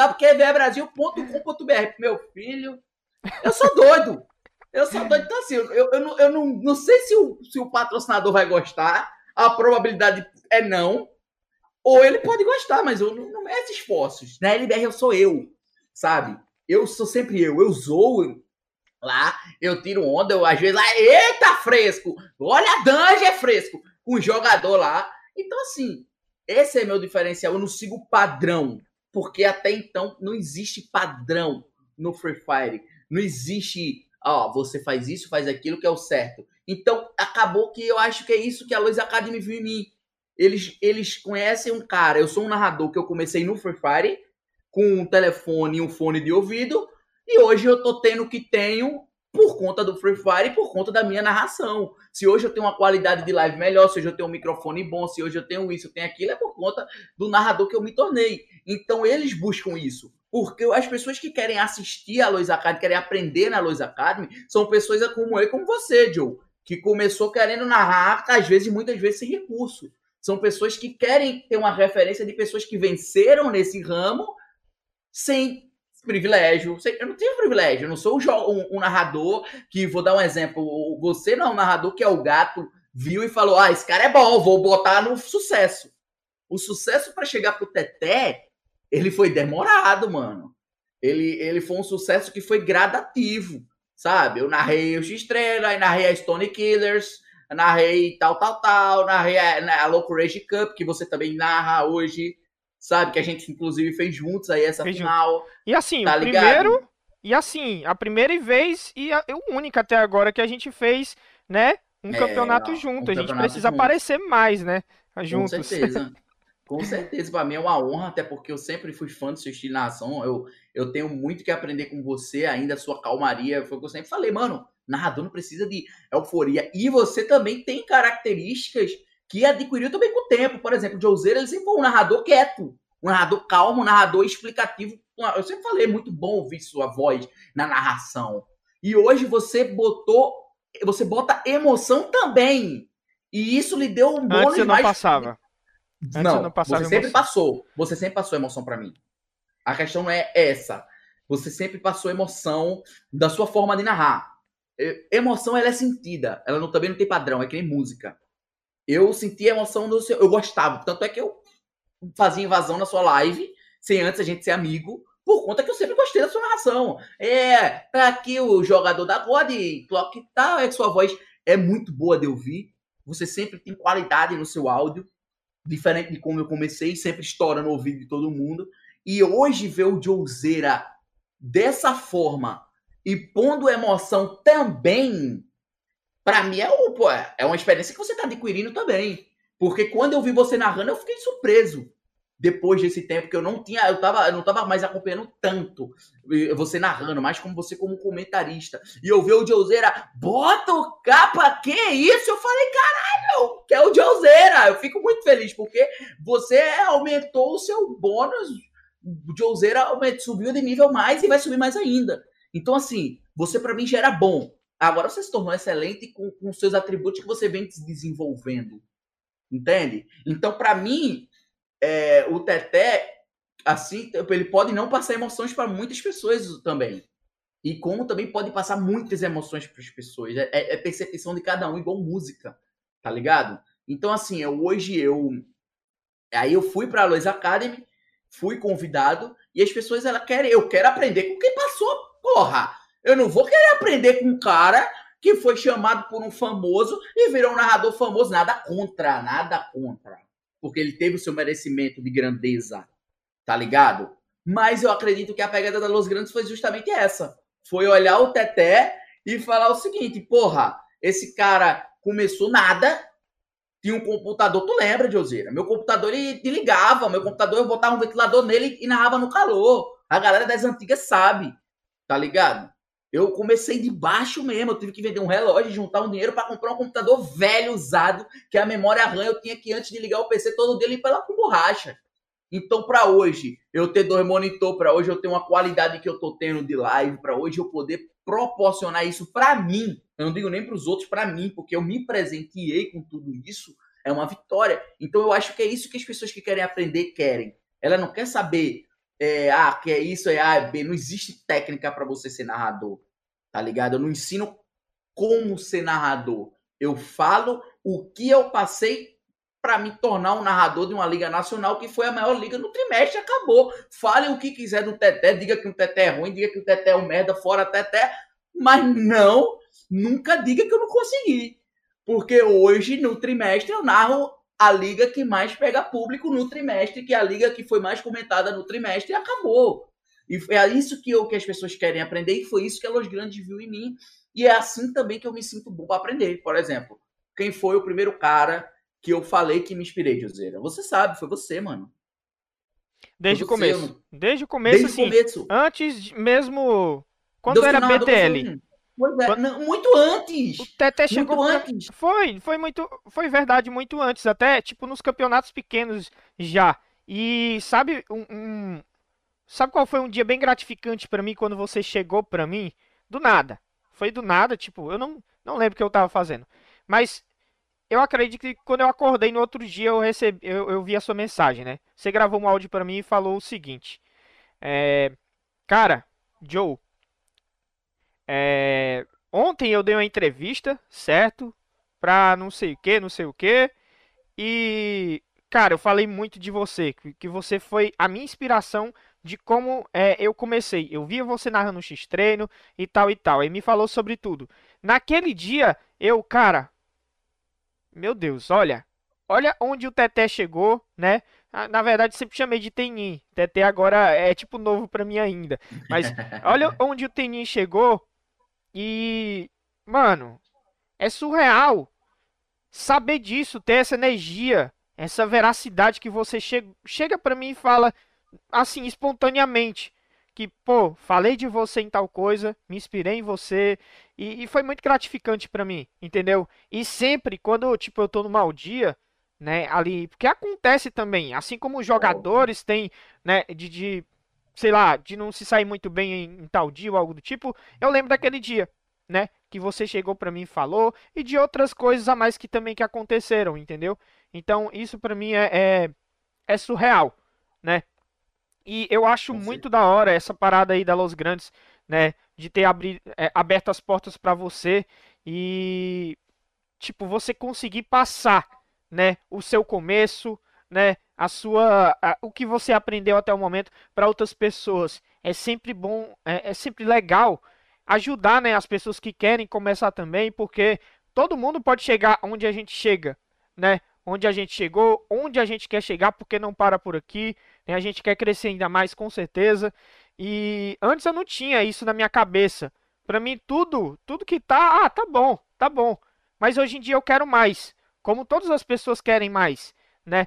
www.qvebrasil.com.br. Meu filho, eu sou doido. Eu sou doido. Então, assim, eu não sei se o patrocinador vai gostar, a probabilidade é não, ou ele pode gostar, mas eu não meço esforços. Na LBR eu sou eu, sabe? Eu sou sempre eu zoo lá, eu tiro onda, eu às vezes lá, eita, fresco! Olha, a Danja é fresco! Com o jogador lá. Então, assim, esse é meu diferencial. Eu não sigo padrão, porque até então não existe padrão no Free Fire. Não existe, ó, você faz isso, faz aquilo que é o certo. Então, acabou que eu acho que é isso que a Lois Academy viu em mim. Eles conhecem um cara. Eu sou um narrador que eu comecei no Free Fire com um telefone e um fone de ouvido, e hoje eu tô tendo o que tenho por conta do Free Fire e por conta da minha narração. Se hoje eu tenho uma qualidade de live melhor, se hoje eu tenho um microfone bom, se hoje eu tenho isso, eu tenho aquilo, é por conta do narrador que eu me tornei. Então eles buscam isso. Porque as pessoas que querem assistir a Lois Academy, querem aprender na Lois Academy, são pessoas como eu e como você, Joe, que começou querendo narrar, às vezes, muitas vezes, sem recurso. São pessoas que querem ter uma referência de pessoas que venceram nesse ramo sem privilégio. Eu não tenho privilégio, eu não sou um narrador que, vou dar um exemplo, você não é um narrador que é o gato, viu e falou: ah, esse cara é bom, vou botar no sucesso. O sucesso para chegar pro Teté, ele foi demorado, mano. Ele foi um sucesso que foi gradativo, sabe? Eu narrei o X-Estrela, aí narrei a Stone Killers, narrei tal, narrei a Loco Rage Cup, que você também narra hoje, sabe? Que a gente, inclusive, fez juntos aí essa Fez final. Junto. E assim, Tá o ligado? primeiro. E assim, a primeira vez e a única até agora que a gente fez, né? Um campeonato junto. Um A gente campeonato precisa junto. aparecer mais, né? Com Juntos. certeza. Com certeza. Para mim é uma honra, até porque eu sempre fui fã do seu estilo de narração. Eu tenho muito que aprender com você ainda, a sua calmaria. Foi o que eu sempre falei, mano. Narrador não precisa de euforia. E você também tem características que adquiriu também com o tempo. Por exemplo, o Joseira, ele sempre foi um narrador quieto, um narrador calmo, um narrador explicativo. Eu sempre falei, é muito bom ouvir sua voz na narração. E hoje você bota emoção também. E isso lhe deu um Antes bônus eu não mais. passava. Antes eu não Não, passava você sempre emoção. passou. Você sempre passou emoção para mim. A questão não é essa. Você sempre passou emoção da sua forma de narrar. Emoção, ela é sentida. Ela também não tem padrão, é que nem música. Eu senti a emoção do seu. Eu gostava. Tanto é que eu fazia invasão na sua live, sem antes a gente ser amigo, por conta que eu sempre gostei da sua narração. Tá aqui o jogador da God, Clock e tal, é que sua voz é muito boa de ouvir. Você sempre tem qualidade no seu áudio, diferente de como eu comecei, sempre estoura no ouvido de todo mundo. E hoje ver o Joezeira dessa forma e pondo emoção também, pra mim é uma experiência que você tá adquirindo também. Porque quando eu vi você narrando, eu fiquei surpreso. Depois desse tempo que eu não não tava mais acompanhando tanto você narrando, mais como você como comentarista. E eu vi o Joezeira, bota o capa, que isso? Eu falei, caralho, que é o Joezeira. Eu fico muito feliz, porque você aumentou o seu bônus. O Joezeira subiu de nível mais e vai subir mais ainda. Então, assim, você pra mim já era bom. Agora você se tornou excelente com seus atributos que você vem se desenvolvendo. Entende? Então, pra mim, o Teté, assim, ele pode não passar emoções para muitas pessoas também. E como também pode passar muitas emoções para as pessoas. É percepção de cada um, igual música, tá ligado? Então, assim, Aí eu fui pra Lois Academy, fui convidado, e as pessoas, eu quero aprender com quem passou, porra! Eu não vou querer aprender com um cara que foi chamado por um famoso e virou um narrador famoso. Nada contra, nada contra. Porque ele teve o seu merecimento de grandeza, tá ligado? Mas eu acredito que a pegada da Los Grandes foi justamente essa. Foi olhar o Teté e falar o seguinte, porra, esse cara começou nada, tinha um computador, tu lembra, Joseira? Meu computador, ele ligava, meu computador, eu botava um ventilador nele e narrava no calor. A galera das antigas sabe, tá ligado? Eu comecei de baixo mesmo, eu tive que vender um relógio, juntar um dinheiro para comprar um computador velho, usado, que a memória RAM eu tinha que, antes de ligar o PC, todo dia limpar ela com borracha. Então, para hoje, eu ter 2 monitor, para hoje eu ter uma qualidade que eu tô tendo de live, para hoje eu poder proporcionar isso para mim, eu não digo nem para os outros, para mim, porque eu me presenteei com tudo isso, é uma vitória. Então, eu acho que é isso que as pessoas que querem aprender querem. Ela não quer saber, que é isso, B. Não existe técnica para você ser narrador, tá ligado? Eu não ensino como ser narrador. Eu falo o que eu passei para me tornar um narrador de uma liga nacional que foi a maior liga no trimestre, acabou. Fale o que quiser do Teté, diga que o Teté é ruim, diga que o Teté é um merda, fora Teté, mas não, nunca diga que eu não consegui. Porque hoje, no trimestre, eu narro a liga que mais pega público no trimestre, que é a liga que foi mais comentada no trimestre, e acabou. E é isso que as pessoas querem aprender, e foi isso que a Los Grandes viu em mim. E é assim também que eu me sinto bom para aprender. Por exemplo, quem foi o primeiro cara que eu falei que me inspirei, Joseira? Você sabe, foi você, mano. Foi Desde o você. começo. Desde o começo, Desde o assim, começo. mesmo quando Deus que era o narrador foi BTL. sozinho. Pois é. Quando Não, muito o antes. Teté chegou Muito pra. antes. Foi verdade, muito antes, até tipo nos campeonatos pequenos já. E sabe qual foi um dia bem gratificante pra mim quando você chegou pra mim? Do nada. Foi do nada, tipo, eu não lembro o que eu tava fazendo. Mas eu acredito que quando eu acordei no outro dia eu vi a sua mensagem, né? Você gravou um áudio pra mim e falou o seguinte: Cara, Joe, ontem eu dei uma entrevista, certo? Pra não sei o que, não sei o que. E, cara, eu falei muito de você, que você foi a minha inspiração de como eu comecei. Eu via você narrando no X-Treino e tal e tal. E me falou sobre tudo. Naquele dia, cara, meu Deus, olha onde o Teté chegou, né? Na verdade, sempre chamei de Tenin. Teté agora é tipo novo pra mim ainda. Mas olha onde o Tenin chegou e, mano, é surreal saber disso, ter essa energia, essa veracidade que você chega para mim e fala assim espontaneamente que, pô, falei de você em tal coisa, me inspirei em você e foi muito gratificante para mim, entendeu? E sempre quando tipo eu tô no mau dia, né, ali, porque acontece também, assim como os Óbvio. jogadores têm, né, sei lá, de não se sair muito bem em tal dia ou algo do tipo, eu lembro daquele dia, né, que você chegou pra mim e falou, e de outras coisas a mais que também que aconteceram, entendeu? Então isso pra mim é surreal, né? E eu acho Com muito da certeza. hora essa parada aí da Los Grandes, né, de ter aberto as portas pra você e tipo, você conseguir passar, né, o seu começo, né, o que você aprendeu até o momento para outras pessoas. é sempre bom, é sempre legal ajudar, né, as pessoas que querem começar também, porque todo mundo pode chegar onde a gente chega, né? Onde a gente chegou, onde a gente quer chegar, porque não para por aqui, né? A gente quer crescer ainda mais, com certeza. E antes eu não tinha isso na minha cabeça. Pra mim, tudo que tá, tá bom, tá bom. Mas hoje em dia eu quero mais, como todas as pessoas querem mais, né?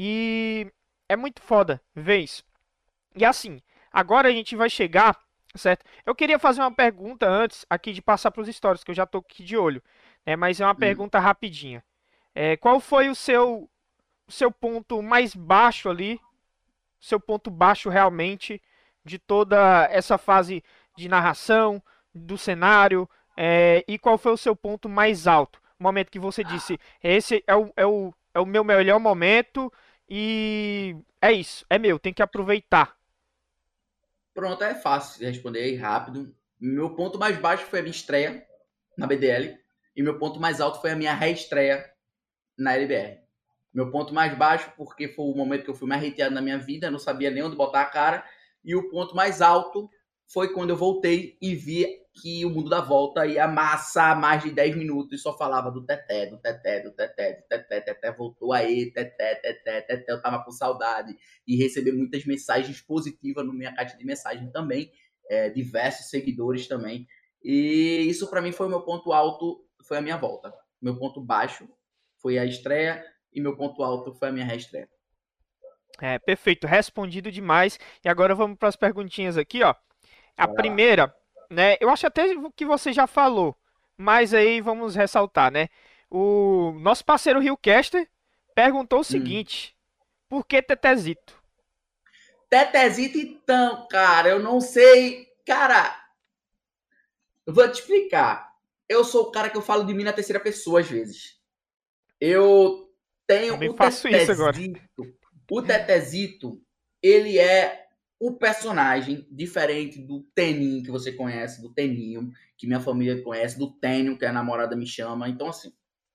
E é muito foda ver isso. E assim, agora a gente vai chegar, certo? Eu queria fazer uma pergunta antes aqui de passar para os stories, que eu já tô aqui de olho, né? Mas é uma Hum. pergunta rapidinha. Qual foi o seu ponto mais baixo ali, o seu ponto baixo realmente de toda essa fase de narração, do cenário, e qual foi o seu ponto mais alto? O momento que você disse, esse é o meu melhor momento e é isso, é meu, tem que aproveitar. Pronto, é fácil de responder aí, rápido. Meu ponto mais baixo foi a minha estreia na BDL e meu ponto mais alto foi a minha reestreia na LBR. Meu ponto mais baixo porque foi o momento que eu fui mais hateado na minha vida, não sabia nem onde botar a cara. E o ponto mais alto foi quando eu voltei e vi que o mundo da volta ia amassar mais de 10 minutos e só falava do Teté, do Teté, do Teté, do Teté, Teté voltou aí, Teté, Teté, Teté, eu tava com saudade. E receber muitas mensagens positivas na minha caixa de mensagem também, diversos seguidores também. E isso para mim foi o meu ponto alto, foi a minha volta. Meu ponto baixo foi a estreia e meu ponto alto foi a minha reestreia. Perfeito, respondido demais. E agora vamos para as perguntinhas aqui, ó. A Bora lá. primeira, né? Eu acho até que você já falou, mas aí vamos ressaltar, né? O nosso parceiro Riocaster perguntou o Hum. seguinte: por que Tetezito? Tetezito, então, cara, eu não sei. Cara, eu vou te explicar. Eu sou o cara que eu falo de mim na terceira pessoa às vezes. Eu tenho Também faço isso agora. O Tetezito, ele é o personagem diferente do Teninho que você conhece, do Teninho, que minha família conhece, do Tênio, que a namorada me chama. Então, assim,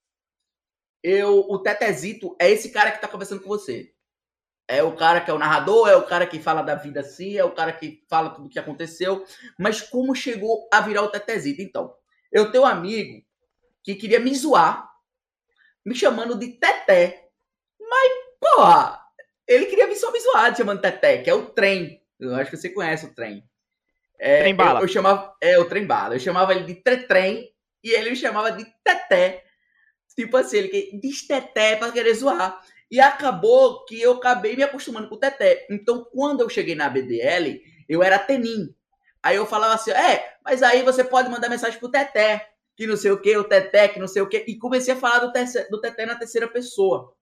o Tetezito é esse cara que tá conversando com você. É o cara que é o narrador, é o cara que fala da vida assim, é o cara que fala tudo o que aconteceu. Mas como chegou a virar o Tetezito? Então, eu tenho um amigo que queria me zoar, me chamando de Teté. Porra, ele queria só me zoar, chamando Teté, que é o trem. Eu acho que você conhece o trem. Trem Eu bala. chamava. É o trem bala. Eu chamava ele de Tretrem e ele me chamava de Teté. Tipo assim, ele diz Teté pra querer zoar. E acabou que eu acabei me acostumando com o Teté. Então, quando eu cheguei na BDL, eu era Tenim. Aí eu falava assim, mas aí você pode mandar mensagem pro Teté, que não sei o que, o Teté, que não sei o que. E comecei a falar do Teté na terceira pessoa.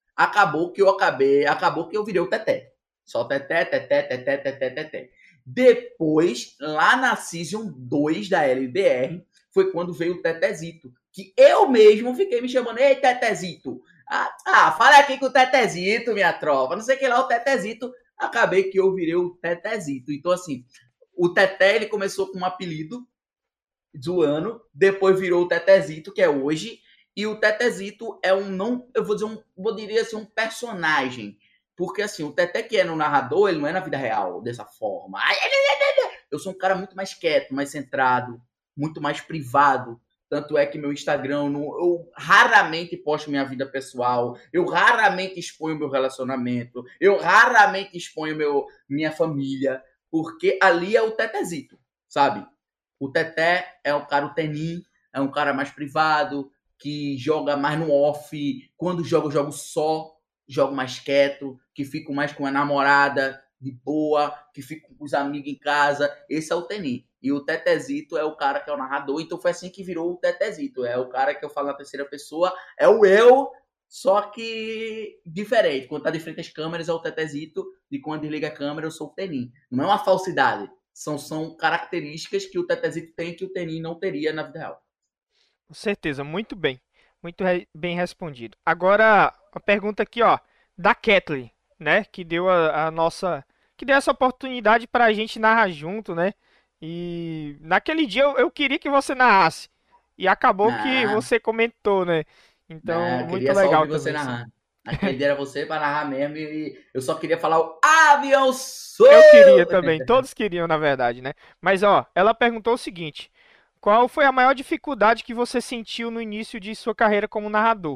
Acabou que eu virei o Teté. Só Teté, Teté, Teté, Teté, Teté. Depois, lá na Season 2 da LBR, foi quando veio o Tetezito. Que eu mesmo fiquei me chamando, ei, Tetezito. Fala aqui com o Tetezito, minha tropa. Não sei o que lá, o Tetezito. Acabei que eu virei o Tetezito. Então, assim, o Teté, ele começou com um apelido zoando, depois virou o Tetezito, que é hoje, e o Tetezito é um, não, eu vou dizer vou dizer assim, um personagem, porque assim, o Teté que é no narrador, ele não é na vida real, dessa forma. Eu sou um cara muito mais quieto, mais centrado, muito mais privado, tanto é que meu Instagram, eu raramente posto minha vida pessoal, eu raramente exponho meu relacionamento, eu raramente exponho minha família, porque ali é o Tetezito, sabe? O Teté é um cara, o Tenin, é um cara mais privado, que joga mais no off. Quando jogo, eu jogo só, jogo mais quieto, que fico mais com a namorada, de boa, que fico com os amigos em casa. Esse é o Tenin. E o Tetezito é o cara que é o narrador. Então foi assim que virou o Tetezito. É o cara que eu falo na terceira pessoa. É o eu, só que diferente. Quando tá de frente às câmeras é o Tetezito. E quando desliga a câmera eu sou o Tenin. Não é uma falsidade. São características que o Tetezito tem que o Tenin não teria na vida real. Com certeza, muito bem. Muito bem respondido. Agora, a pergunta aqui, ó, da Kathleen, né? Que deu a nossa. Que deu essa oportunidade para a gente narrar junto, né? E naquele dia eu queria que você narrasse. E acabou que Ah, você comentou, né? Então, eu muito queria só legal ouvir você também isso aí. narrar. Aquele dia era você pra narrar mesmo e eu só queria falar o avião Eu queria sul! também, todos queriam, na verdade, né? Mas ó, ela perguntou o seguinte: qual foi a maior dificuldade que você sentiu no início de sua carreira como narrador?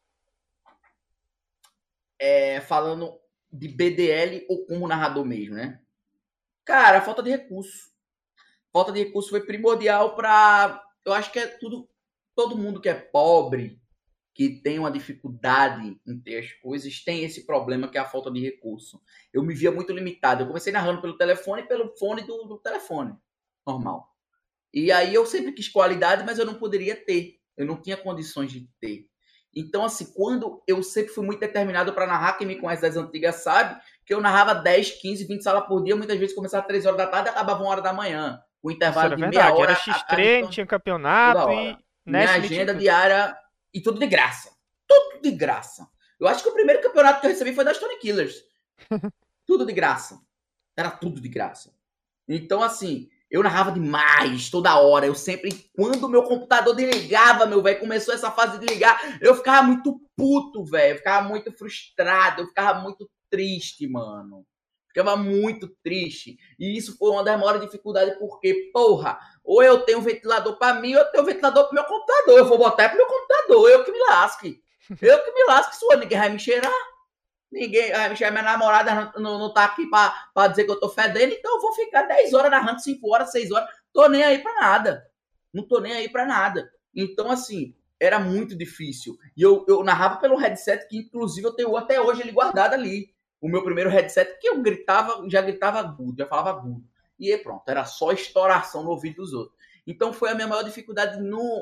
Falando de BDL ou como narrador mesmo, né? Cara, falta de recurso. Falta de recurso foi primordial para. Eu acho que é tudo. Todo mundo que é pobre, que tem uma dificuldade em ter as coisas, tem esse problema que é a falta de recurso. Eu me via muito limitado. Eu comecei narrando pelo telefone e pelo fone do telefone. Normal. E aí eu sempre quis qualidade, mas eu não poderia ter. Eu não tinha condições de ter. Então, assim, quando eu sempre fui muito determinado para narrar, quem me conhece das antigas sabe que eu narrava 10, 15, 20 salas por dia, muitas vezes começava às 3 horas da tarde e acabava 1 hora da manhã. Com Isso intervalo era de meia verdade. hora Era a cada X3, não então, tinha toda campeonato hora. e Minha nessa metia agenda tudo. diária e tudo de graça. Tudo de graça. Eu acho que o primeiro campeonato que eu recebi foi da Stone Killers. Tudo de graça. Era tudo de graça. Então, assim, eu narrava demais, toda hora. Eu sempre, quando o meu computador desligava, meu velho, começou essa fase de ligar, eu ficava muito puto, velho. Eu ficava muito frustrado, eu ficava muito triste, mano. Ficava muito triste. E isso foi uma das maiores dificuldades, porque, porra, ou eu tenho um ventilador pra mim, ou eu tenho um ventilador pro meu computador. Eu vou botar pro meu computador, eu que me lasque. Eu que me lasque, sua, ninguém vai me cheirar. Ninguém, minha namorada não tá aqui pra dizer que eu tô fedendo, então eu vou ficar 10 horas narrando, 5 horas, 6 horas. Tô nem aí pra nada. Não tô nem aí pra nada. Então, assim, era muito difícil. E eu narrava pelo headset, que inclusive eu tenho até hoje ele guardado ali. O meu primeiro headset, que eu gritava, já gritava agudo, já falava agudo. E aí pronto, era só estouração no ouvido dos outros. Então foi a minha maior dificuldade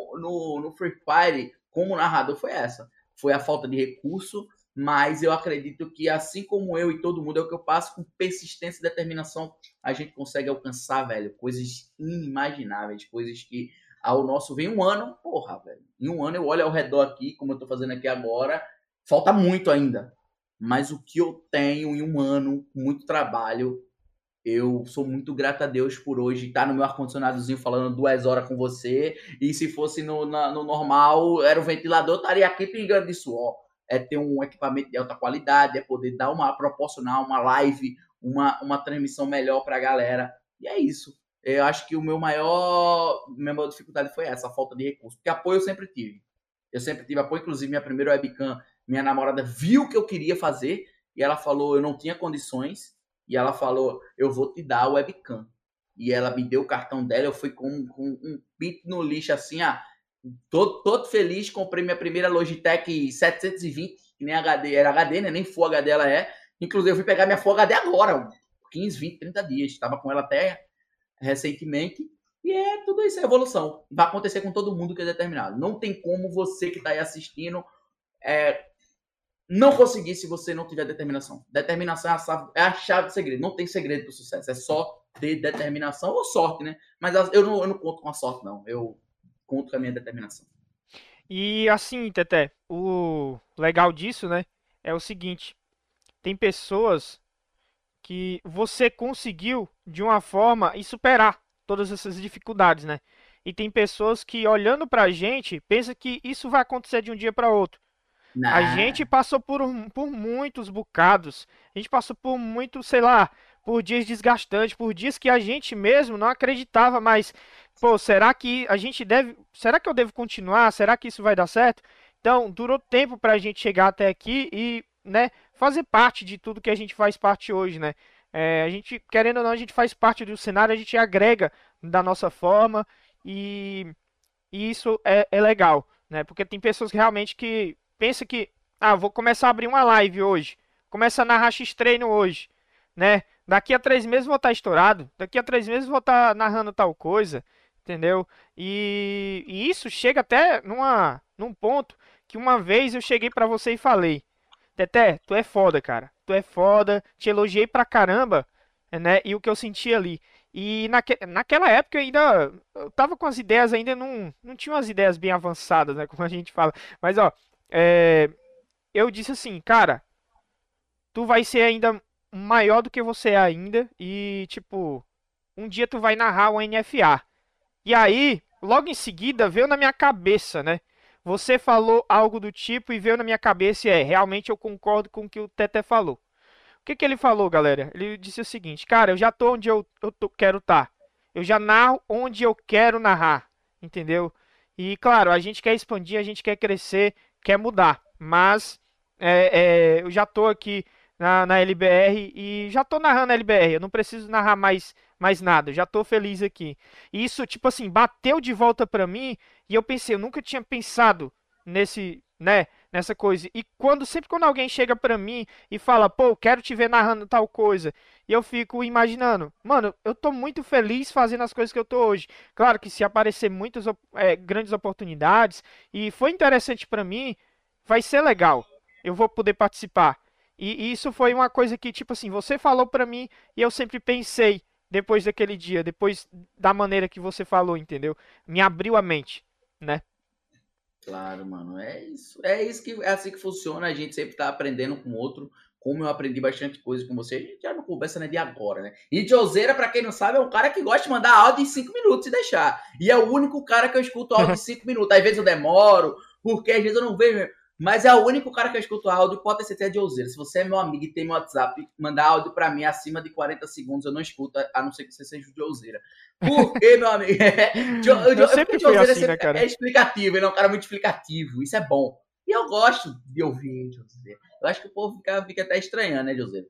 no Free Fire como narrador, foi essa. Foi a falta de recurso, mas eu acredito que, assim como eu e todo mundo, é o que eu passo, com persistência e determinação, a gente consegue alcançar, velho, coisas inimagináveis, coisas que ao nosso vem um ano, porra, velho. Em um ano eu olho ao redor aqui, como eu tô fazendo aqui agora, falta muito ainda. Mas o que eu tenho em um ano, com muito trabalho, eu sou muito grato a Deus por hoje estar no meu ar-condicionadozinho falando 2 horas com você. E se fosse no normal, era o ventilador, eu estaria aqui pingando de suor. É ter um equipamento de alta qualidade, é poder dar proporcionar uma live, uma transmissão melhor para a galera. E é isso. Eu acho que minha maior dificuldade foi essa, a falta de recurso. Porque apoio eu sempre tive. Eu sempre tive apoio, inclusive minha primeira webcam, minha namorada viu o que eu queria fazer e ela falou, eu não tinha condições, e ela falou, eu vou te dar a webcam. E ela me deu o cartão dela, eu fui com um pito no lixo assim, todo feliz, comprei minha primeira Logitech 720, que nem HD, era HD, né? Nem Full HD ela é. Inclusive eu fui pegar minha Full HD agora, 15, 20, 30 dias. Estava com ela até recentemente. E é tudo isso, é evolução. Vai acontecer com todo mundo que é determinado. Não tem como você que está aí assistindo não conseguir se você não tiver determinação. Determinação é a chave do segredo. Não tem segredo do sucesso. É só ter determinação ou sorte, né? Mas eu não conto com a sorte, não. Eu conto com a minha determinação. E assim, Teté, o legal disso, né, é o seguinte: tem pessoas que você conseguiu de uma forma e superar todas essas dificuldades, né? E tem pessoas que olhando pra gente pensa que isso vai acontecer de um dia para outro. A gente Nah. passou por muitos bocados. A gente passou por muito, sei lá, por dias desgastantes, por dias que a gente mesmo não acreditava, mas, pô, será que a gente deve, será que eu devo continuar? Será que isso vai dar certo? Então, durou tempo para a gente chegar até aqui e, né, fazer parte de tudo que a gente faz parte hoje, né? A gente, querendo ou não, a gente faz parte do cenário, a gente agrega da nossa forma e, e isso é legal, né? Porque tem pessoas que realmente que pensa que, vou começar a abrir uma live hoje, começa a narrar X-treino hoje, né? Daqui a 3 meses vou estar estourado, daqui a 3 meses vou estar narrando tal coisa, entendeu? E isso chega até num ponto que uma vez eu cheguei pra você e falei, Teté, tu é foda, cara, tu é foda, te elogiei pra caramba, né? E o que eu senti ali. E naquela época eu ainda eu tava com as ideias, ainda não tinha umas ideias bem avançadas, né? Como a gente fala. Mas ó, é, eu disse assim, cara, tu vai ser ainda maior do que você é ainda. E tipo, um dia tu vai narrar o NFA. E aí, logo em seguida, veio na minha cabeça, né? você falou algo do tipo e veio na minha cabeça e realmente eu concordo com o que o Teté falou. O que que ele falou, galera? Ele disse o seguinte, cara, eu já tô onde quero estar. Eu já narro onde eu quero narrar, entendeu? E claro, a gente quer expandir, a gente quer crescer, quer mudar, mas eu já tô aqui na LBR e já tô narrando a LBR, eu não preciso narrar mais nada, eu já tô feliz aqui. E isso, tipo assim, bateu de volta pra mim e eu pensei, eu nunca tinha pensado nessa coisa. E sempre quando alguém chega pra mim e fala, pô, quero te ver narrando tal coisa, e eu fico imaginando, mano, eu tô muito feliz fazendo as coisas que eu tô hoje. Claro que se aparecer muitas grandes oportunidades e foi interessante pra mim, vai ser legal. Eu vou poder participar. E isso foi uma coisa que, tipo assim, você falou pra mim e eu sempre pensei depois daquele dia, depois da maneira que você falou, entendeu? Me abriu a mente, né? Claro, mano, é isso. É isso que é assim que funciona. A gente sempre tá aprendendo com o outro. Como eu aprendi bastante coisa com você, a gente já não conversa né, de agora, né? E Joseira, pra quem não sabe, é um cara que gosta de mandar áudio em 5 minutos e deixar. E é o único cara que eu escuto áudio de 5 minutos. Às vezes eu demoro, porque às vezes eu não vejo. Mas é o único cara que eu escuto áudio, pode ter certeza de Joseira. Se você é meu amigo e tem meu WhatsApp, mandar áudio pra mim acima de 40 segundos, eu não escuto, a não ser que você seja o Joseira. Por quê, meu amigo? Eu Porque sempre o fui Joseira assim, né, é cara? explicativo, ele é um cara muito explicativo, isso é bom. E eu gosto de ouvir Joseira. Eu acho que o povo fica até estranhando, né, Joseira?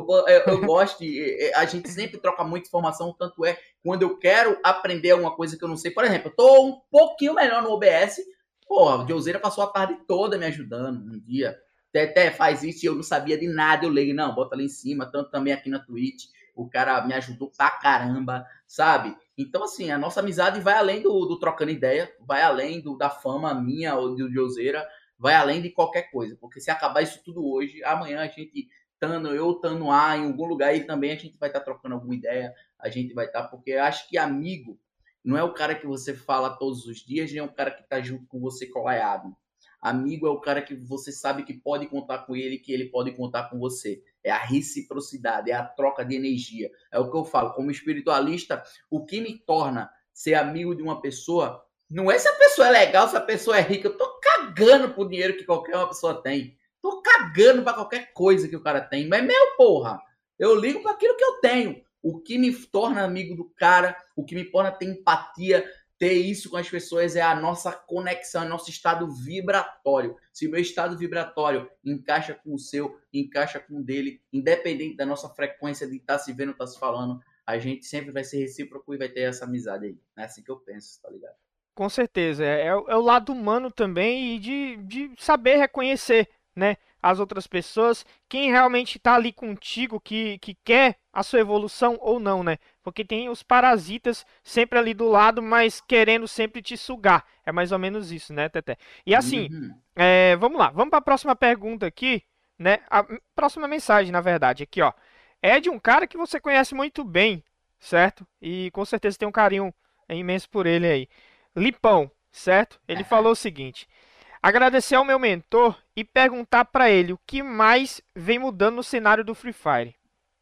Eu gosto de. A gente sempre troca muita informação, tanto é quando eu quero aprender alguma coisa que eu não sei. Por exemplo, eu tô um pouquinho melhor no OBS. Porra, o Joseira passou a tarde toda me ajudando um dia. Até faz isso e eu não sabia de nada. Eu leio, não, bota ali em cima, tanto também aqui na Twitch. O cara me ajudou pra caramba, sabe? Então, assim, a nossa amizade vai além do trocando ideia, vai além da fama minha ou do Joseira, vai além de qualquer coisa. Porque se acabar isso tudo hoje, amanhã a gente, estando lá em algum lugar e também a gente vai estar trocando alguma ideia, a gente vai estar, porque eu acho que amigo não é o cara que você fala todos os dias, nem é o cara que tá junto com você colaiado. Amigo é o cara que você sabe que pode contar com ele, que ele pode contar com você. É a reciprocidade, é a troca de energia. É o que eu falo. Como espiritualista, o que me torna ser amigo de uma pessoa não é se a pessoa é legal, se a pessoa é rica. Eu tô cagando pro dinheiro que qualquer uma pessoa tem. Tô cagando pra qualquer coisa que o cara tem. Mas, meu porra, eu ligo para aquilo que eu tenho. O que me torna amigo do cara, o que me torna ter empatia, ter isso com as pessoas é a nossa conexão, é nosso estado vibratório. Se o meu estado vibratório encaixa com o seu, encaixa com o dele, independente da nossa frequência de estar se vendo, estar se falando, a gente sempre vai ser recíproco e vai ter essa amizade aí. É assim que eu penso, tá ligado? Com certeza. É o lado humano também e de saber reconhecer, né, as outras pessoas, quem realmente está ali contigo, que quer a sua evolução ou não, né? Porque tem os parasitas sempre ali do lado, mas querendo sempre te sugar. É mais ou menos isso, né, Teté? E assim, Uhum. vamos lá. Vamos para a próxima pergunta aqui, né? A próxima mensagem, na verdade, aqui, ó. É de um cara que você conhece muito bem, certo? E com certeza tem um carinho imenso por ele aí. Lipão, certo? Ele falou o seguinte: agradecer ao meu mentor e perguntar pra ele o que mais vem mudando no cenário do Free Fire.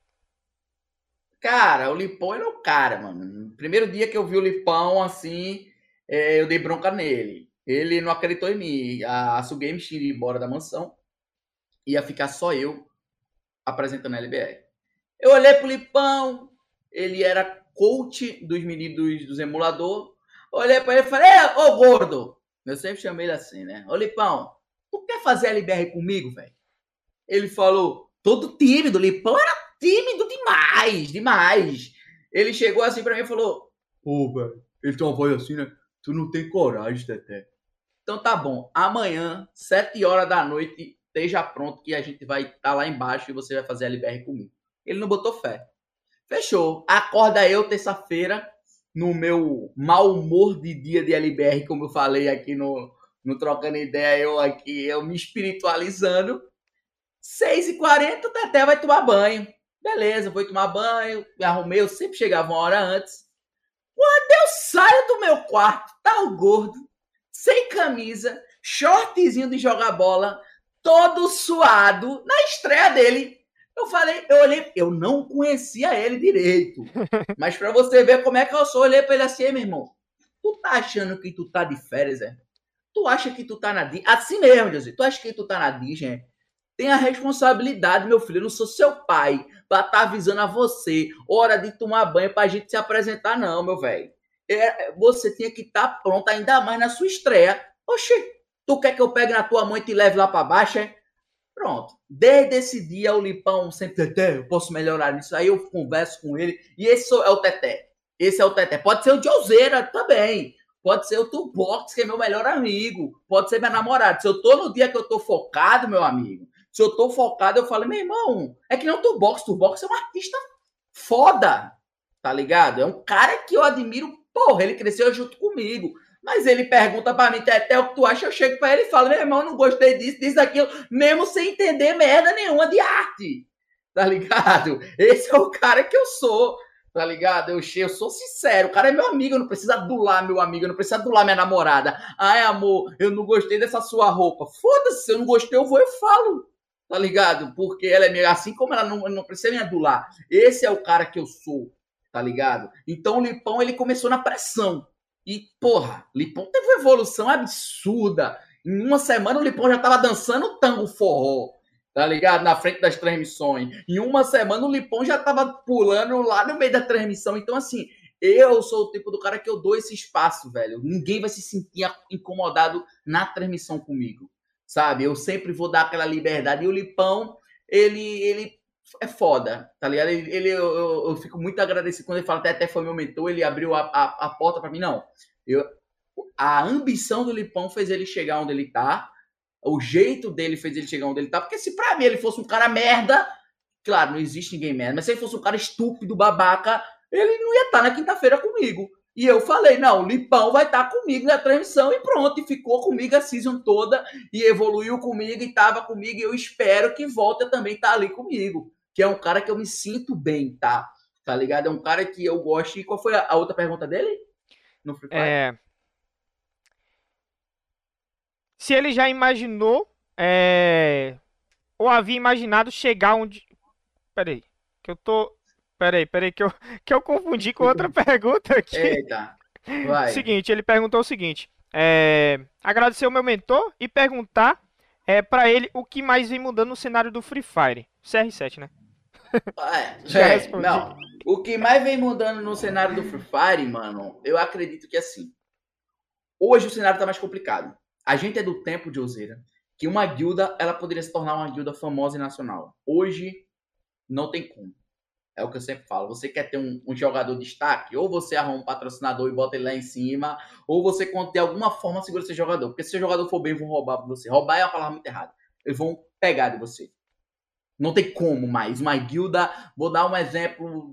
Cara, o Lipão era o cara, mano. No primeiro dia que eu vi o Lipão, assim, eu dei bronca nele. Ele não acreditou em mim. A Sugame tinha ido embora da mansão. Ia ficar só eu apresentando a LBR. Eu olhei pro Lipão, ele era coach dos meninos dos emulador. Olhei pra ele e falei, ô gordo! Eu sempre chamei ele assim, né? Ô Lipão, tu quer fazer LBR comigo, velho? Ele falou, todo tímido, o Lipão era tímido demais, demais. Ele chegou assim pra mim e falou, pô, velho, ele tem uma voz assim, né? Tu não tem coragem, Teté. Então tá bom, amanhã, 7 horas da noite, esteja pronto que a gente vai estar lá embaixo e você vai fazer a LBR comigo. Ele não botou fé. Fechou. Acorda eu terça-feira, no meu mau humor de dia de LBR, como eu falei aqui no Trocando Ideia, eu me espiritualizando. 6h40, o Teté vai tomar banho. Beleza, vou tomar banho, me arrumei, eu sempre chegava uma hora antes. Quando eu saio do meu quarto, tá o gordo, sem camisa, shortzinho de jogar bola, todo suado, na estreia dele. Eu olhei, eu não conhecia ele direito. Mas pra você ver como é que eu sou, eu olhei pra ele assim, meu irmão, tu tá achando que tu tá de férias, é? Tu acha que tu tá na Disney? Assim mesmo, José. Tu acha que tu tá na Disney? Tem a responsabilidade, meu filho. Eu não sou seu pai pra estar avisando a você. Hora de tomar banho pra gente se apresentar, não, meu velho. Você tinha que estar pronto, ainda mais na sua estreia. Oxê, tu quer que eu pegue na tua mãe e te leve lá pra baixo, é? Pronto. Desde esse dia, o Lipão sempre, Teté, eu posso melhorar nisso. Aí eu converso com ele. E esse é o Teté. Esse é o Teté. Pode ser o Joseira também. Pode ser o Tubox, que é meu melhor amigo. Pode ser minha namorada. Se eu tô no dia que eu tô focado, meu amigo. Se eu tô focado, eu falo, meu irmão, é que não o Tubox. Tubox é um artista foda. Tá ligado? É um cara que eu admiro. Porra, ele cresceu junto comigo. Mas ele pergunta pra mim, até o que tu acha, eu chego pra ele e falo, meu irmão, não gostei disso, daquilo, mesmo sem entender merda nenhuma de arte, tá ligado? Esse é o cara que eu sou, tá ligado? Eu sou sincero, o cara é meu amigo, eu não preciso adular meu amigo, eu não preciso adular minha namorada. Ai, amor, eu não gostei dessa sua roupa. Foda-se, se eu não gostei, eu vou e falo, tá ligado? Porque ela é minha, assim como ela não precisa me adular. Esse é o cara que eu sou, tá ligado? Então o Lipão, ele começou na pressão. E, porra, Lipão teve uma evolução absurda. Em uma semana, o Lipão já tava dançando tango forró, tá ligado? Na frente das transmissões. Em uma semana, o Lipão já tava pulando lá no meio da transmissão. Então, assim, eu sou o tipo do cara que eu dou esse espaço, velho. Ninguém vai se sentir incomodado na transmissão comigo, sabe? Eu sempre vou dar aquela liberdade. E o Lipão, ele é foda, tá ligado? Eu fico muito agradecido quando ele fala, até foi meu mentor, ele abriu a porta pra mim. Não, a ambição do Lipão fez ele chegar onde ele tá, o jeito dele fez ele chegar onde ele tá, porque se pra mim ele fosse um cara merda, claro, não existe ninguém merda, mas se ele fosse um cara estúpido, babaca, ele não ia estar na quinta-feira comigo. E eu falei, não, o Lipão vai estar comigo na transmissão e pronto, e ficou comigo a season toda, e evoluiu comigo, e tava comigo, e eu espero que volte a também estar ali comigo, que é um cara que eu me sinto bem, tá? Tá ligado? É um cara que eu gosto. E qual foi a outra pergunta dele? No Free Fire? Se ele já imaginou, ou havia imaginado chegar onde. Peraí, que eu tô. Peraí, que eu confundi com outra pergunta aqui. Eita, vai. Seguinte, ele perguntou o seguinte: agradecer o meu mentor e perguntar para ele o que mais vem mudando no cenário do Free Fire. CR7, né? Já respondi. Não. O que mais vem mudando no cenário do Free Fire, mano, eu acredito que assim. Hoje o cenário tá mais complicado. A gente é do tempo de Ozeira que uma guilda ela poderia se tornar uma guilda famosa e nacional. Hoje não tem como. É o que eu sempre falo. Você quer ter um jogador de destaque? Ou você arruma um patrocinador e bota ele lá em cima, ou você, de alguma forma, segura esse jogador. Porque se o jogador for bem, vão roubar você. Roubar é uma palavra muito errada. Eles vão pegar de você. Não tem como mais. Uma guilda. Vou dar um exemplo.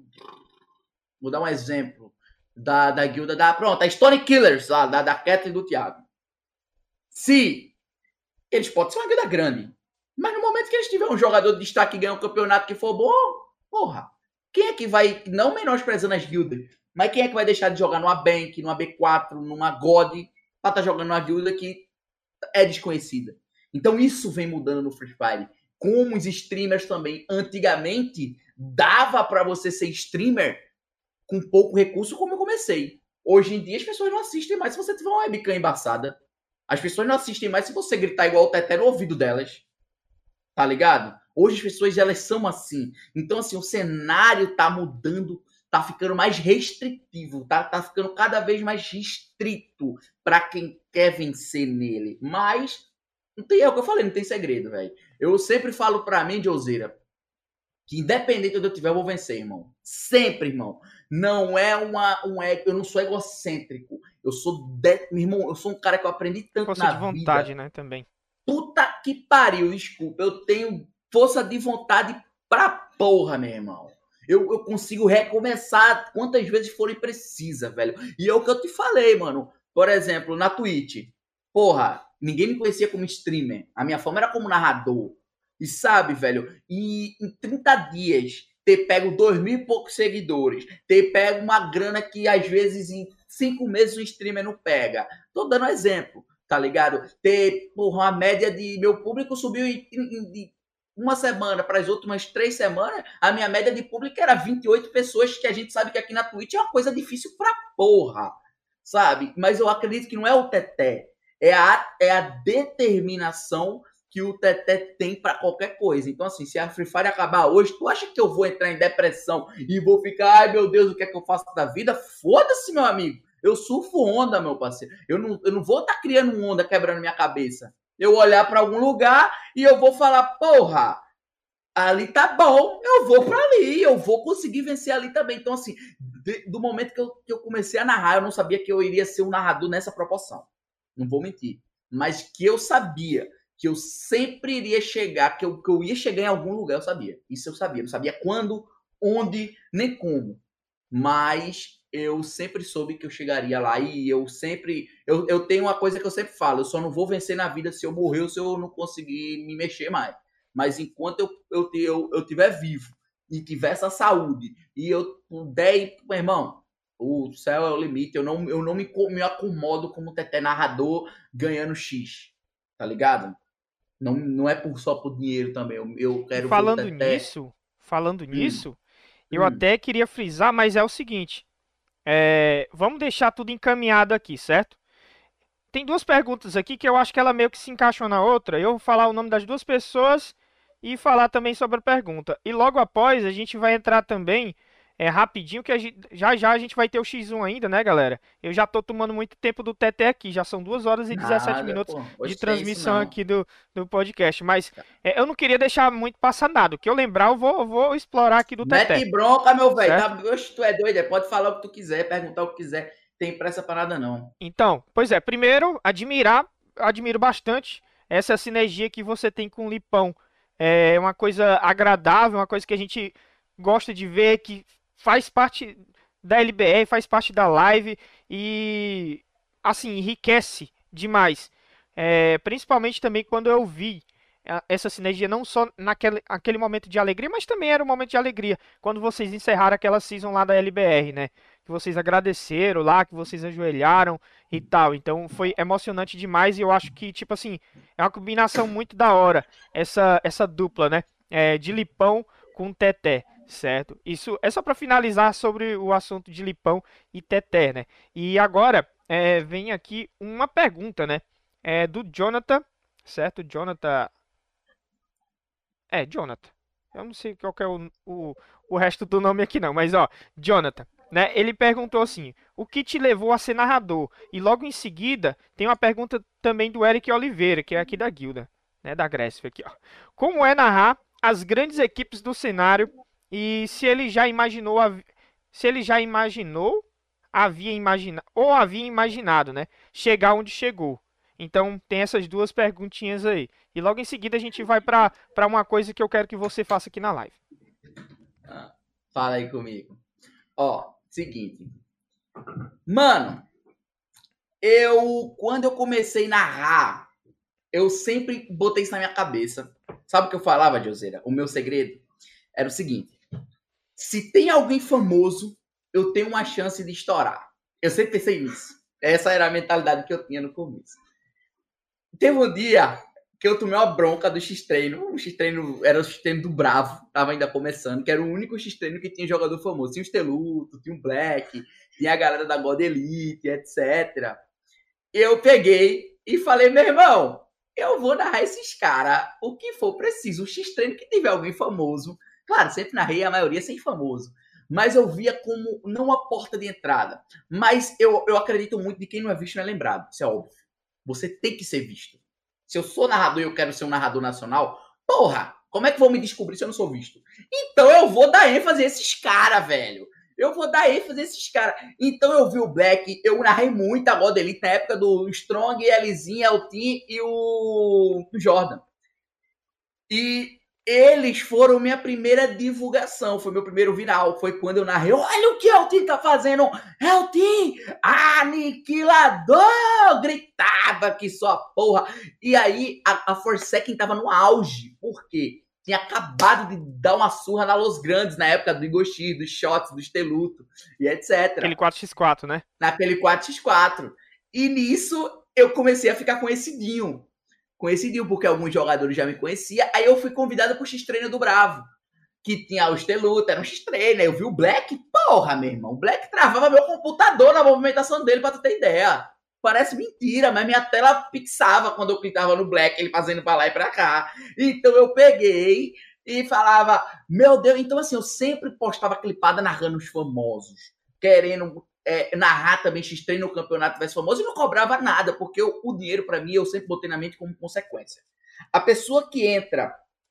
Da guilda da. Pronto, a Stone Killers, lá, da Kathleen e do Thiago. Se eles podem ser uma guilda grande. Mas no momento que eles tiverem um jogador de destaque e ganhar um campeonato que for bom, porra. Quem é que vai, não menosprezando as guildas, mas quem é que vai deixar de jogar numa Bank, numa B4, numa God, pra estar jogando numa guilda que é desconhecida? Então isso vem mudando no Free Fire. Como os streamers também, antigamente, dava para você ser streamer com pouco recurso, como eu comecei. Hoje em dia as pessoas não assistem mais se você tiver uma webcam embaçada. As pessoas não assistem mais se você gritar igual o Teté no ouvido delas. Tá ligado? Hoje as pessoas, elas são assim. Então, assim, o cenário tá mudando, tá ficando mais restritivo, tá ficando cada vez mais restrito para quem quer vencer nele. Mas, não tem, é o que eu falei, não tem segredo, velho. Eu sempre falo pra mim, Joseira, que independente de onde eu tiver, eu vou vencer, irmão. Sempre, irmão. Não é eu não sou egocêntrico. Meu irmão, eu sou um cara que eu aprendi tanto Força na de vontade, vida. né, também. Puta que pariu, desculpa. Eu tenho força de vontade pra porra, meu irmão. Eu consigo recomeçar quantas vezes forem precisa, velho. E é o que eu te falei, mano. Por exemplo, na Twitch. Porra, ninguém me conhecia como streamer. A minha fama era como narrador. E sabe, velho, e em 30 dias ter pego 2.000 e poucos seguidores, ter pego uma grana que às vezes em 5 meses o streamer não pega. Tô dando exemplo, tá ligado? Ter, porra, a média de meu público subiu de uma semana para as últimas 3 semanas, a minha média de público era 28 pessoas, que a gente sabe que aqui na Twitch é uma coisa difícil pra porra, sabe? Mas eu acredito que não é o Teté. É a determinação que o Teté tem para qualquer coisa. Então, assim, se a Free Fire acabar hoje, tu acha que eu vou entrar em depressão e vou ficar, ai meu Deus, o que é que eu faço da vida? Foda-se, meu amigo. Eu surfo onda, meu parceiro. Eu não vou estar criando onda, quebrando minha cabeça. Eu olhar para algum lugar e eu vou falar, porra, ali tá bom, eu vou para ali, eu vou conseguir vencer ali também. Então, assim, do momento que eu comecei a narrar, eu não sabia que eu iria ser um narrador nessa proporção. Não vou mentir. Mas que eu sabia que eu sempre iria chegar, que eu ia chegar em algum lugar, eu sabia. Isso eu sabia. Não sabia quando, onde, nem como. Mas eu sempre soube que eu chegaria lá e eu sempre. Eu tenho uma coisa que eu sempre falo: eu só não vou vencer na vida se eu morrer ou se eu não conseguir me mexer mais. Mas enquanto eu tiver vivo e tiver essa saúde e eu puder ir, meu irmão, o céu é o limite. Eu não me acomodo como Teté narrador ganhando X. Tá ligado? Não é só por dinheiro também. Eu E quero ver o Teté. falando Hum, nisso, eu hum. até queria frisar, mas é o seguinte, vamos deixar tudo encaminhado aqui, certo? Tem duas perguntas aqui que eu acho que ela meio que se encaixam na outra. Eu vou falar o nome das duas pessoas e falar também sobre a pergunta. E logo após a gente vai entrar também rapidinho que já já a gente vai ter o X1 ainda, né, galera? Eu já tô tomando muito tempo do TT aqui, já são 2 horas e 17 Nada, minutos pô. de Hoje tem isso transmissão não. aqui do podcast, mas eu não queria deixar muito passar nada. O que eu lembrar, eu vou explorar aqui do TT, Mete bronca, meu velho. certo? Tá, oxe, tu é doido, pode falar o que tu quiser, perguntar o que quiser. Tem pressa pra nada, não. Então, pois é, primeiro, admiro bastante essa sinergia que você tem com o Lipão. É uma coisa agradável, uma coisa que a gente gosta de ver, que faz parte da LBR, faz parte da live e, assim, enriquece demais. Principalmente também quando eu vi essa sinergia, não só aquele momento de alegria, mas também era um momento de alegria, quando vocês encerraram aquela season lá da LBR, né? Que vocês agradeceram lá, que vocês ajoelharam e tal. Então foi emocionante demais e eu acho que, tipo assim, é uma combinação muito da hora essa dupla, né? De Lipão com Teté, certo? Isso é só para finalizar sobre o assunto de Lipão e Teté, né? E agora vem aqui uma pergunta, né? Do Jonathan, certo? Jonathan. Eu não sei qual que é o resto do nome aqui não, mas ó, Jonathan, né? Ele perguntou assim: o que te levou a ser narrador? E logo em seguida tem uma pergunta também do Eric Oliveira, que é aqui da guilda, né? Da Grécia aqui, ó. Como é narrar as grandes equipes do cenário e se ele já imaginou, havia imaginado, né? Chegar onde chegou. Então tem essas duas perguntinhas aí. E logo em seguida a gente vai para uma coisa que eu quero que você faça aqui na live. Ah, fala aí comigo. Ó, seguinte. Mano, quando eu comecei a narrar, eu sempre botei isso na minha cabeça. Sabe o que eu falava, Joseira? O meu segredo era o seguinte: se tem alguém famoso, eu tenho uma chance de estourar. Eu sempre pensei nisso. Essa era a mentalidade que eu tinha no começo. Teve um dia que eu tomei uma bronca do X-Treino. O X-Treino era o X-Treino do Bravo, tava ainda começando, que era o único X-Treino que tinha jogador famoso. Tinha o Steluto, tinha o Black, tinha a galera da God Elite, etc. Eu peguei e falei, meu irmão, eu vou narrar esses caras o que for preciso. O X-Treino que tiver alguém famoso. Claro, sempre narrei a maioria sem famoso. Mas eu via como não uma porta de entrada. Mas eu acredito muito de quem não é visto não é lembrado. Isso é óbvio. Você tem que ser visto. Se eu sou narrador e eu quero ser um narrador nacional, porra, como é que vão me descobrir se eu não sou visto? Então eu vou dar ênfase a esses caras, velho. Eu vou dar ênfase a esses caras. Então eu vi o Black, eu narrei muito a God Elite na época do Strong, Elizinha, o Tim e o Jordan. E eles foram minha primeira divulgação, foi meu primeiro viral. Foi quando eu narrei: olha o que o Tim tá fazendo! É o Tim! Aniquilador! Gritava que só porra. E aí a Forsaken tava no auge. Por quê? Tinha acabado de dar uma surra na Los Grandes na época do Igoshi, dos Shots, do Esteluto e etc. Aquele 4x4, né? Naquele 4x4. E nisso eu comecei a ficar conhecidinho, porque alguns jogadores já me conheciam. Aí eu fui convidado pro X-Treino do Bravo, que tinha o Steluta, era um X-Treino. Aí eu vi o Black, porra, meu irmão. O Black travava meu computador na movimentação dele, pra tu ter ideia. Parece mentira, mas minha tela pixava quando eu clicava no Black, ele fazendo pra lá e pra cá. Então eu peguei e falava, meu Deus, então assim, eu sempre postava clipada narrando os famosos, querendo narrar também X3 no campeonato tivesse famoso e não cobrava nada, porque o dinheiro para mim eu sempre botei na mente como consequência. A pessoa que entra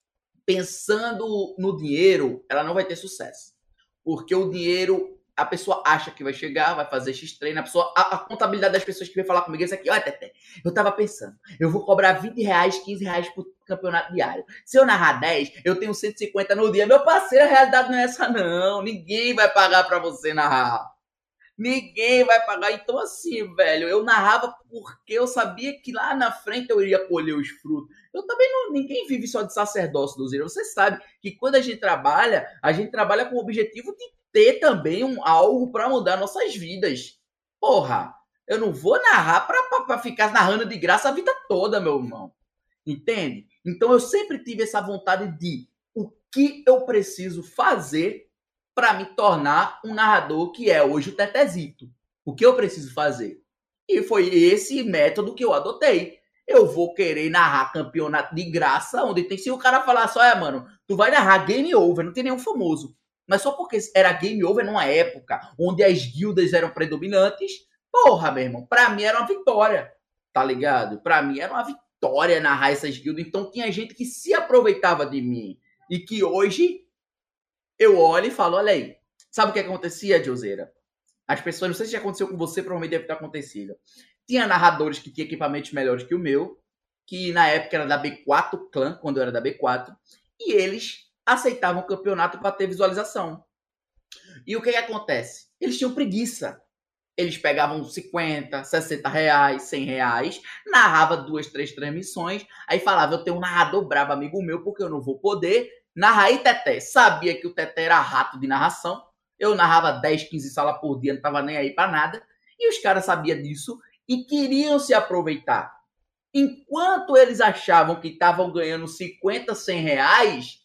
pensando no dinheiro, ela não vai ter sucesso. Porque o dinheiro, a pessoa acha que vai chegar, vai fazer X-treino, a contabilidade das pessoas que vem falar comigo é isso aqui, olha, Tete, eu tava pensando, eu vou cobrar R$20, R$15 por campeonato diário. Se eu narrar 10, eu tenho 150 no dia. Meu parceiro, a realidade não é essa não. Ninguém vai pagar pra você narrar. Ninguém vai pagar. Então, assim, velho, eu narrava porque eu sabia que lá na frente eu iria colher os frutos. Eu também não. Ninguém vive só de sacerdócio do Zero. Você sabe que quando a gente trabalha com o objetivo de ter também algo para mudar nossas vidas. Porra, eu não vou narrar para ficar narrando de graça a vida toda, meu irmão. Entende? Então eu sempre tive essa vontade de o que eu preciso fazer para me tornar um narrador que é hoje o Tetezito. O que eu preciso fazer? E foi esse método que eu adotei. Eu vou querer narrar campeonato de graça, onde tem. Se o cara falar só, mano, tu vai narrar game over, não tem nenhum famoso. Mas só porque era game over numa época onde as guildas eram predominantes, porra, meu irmão, pra mim era uma vitória. Tá ligado? Pra mim era uma vitória narrar essas guildas. Então tinha gente que se aproveitava de mim. E que hoje eu olho e falo, olha aí, sabe o que acontecia, Joseira? As pessoas, não sei se já aconteceu com você, provavelmente deve ter acontecido. Tinha narradores que tinham equipamentos melhores que o meu, que na época era da B4 Clã, quando eu era da B4, e eles aceitavam o campeonato para ter visualização. E o que acontece? Eles tinham preguiça. Eles pegavam 50, 60 reais, 100 reais, narrava 2, 3 transmissões, aí falava, eu tenho um narrador brabo, amigo meu, porque eu não vou poder narrar aí, Teté. Sabia que o Teté era rato de narração, eu narrava 10, 15 salas por dia, não tava nem aí para nada, e os caras sabiam disso e queriam se aproveitar. Enquanto eles achavam que estavam ganhando 50, 100 reais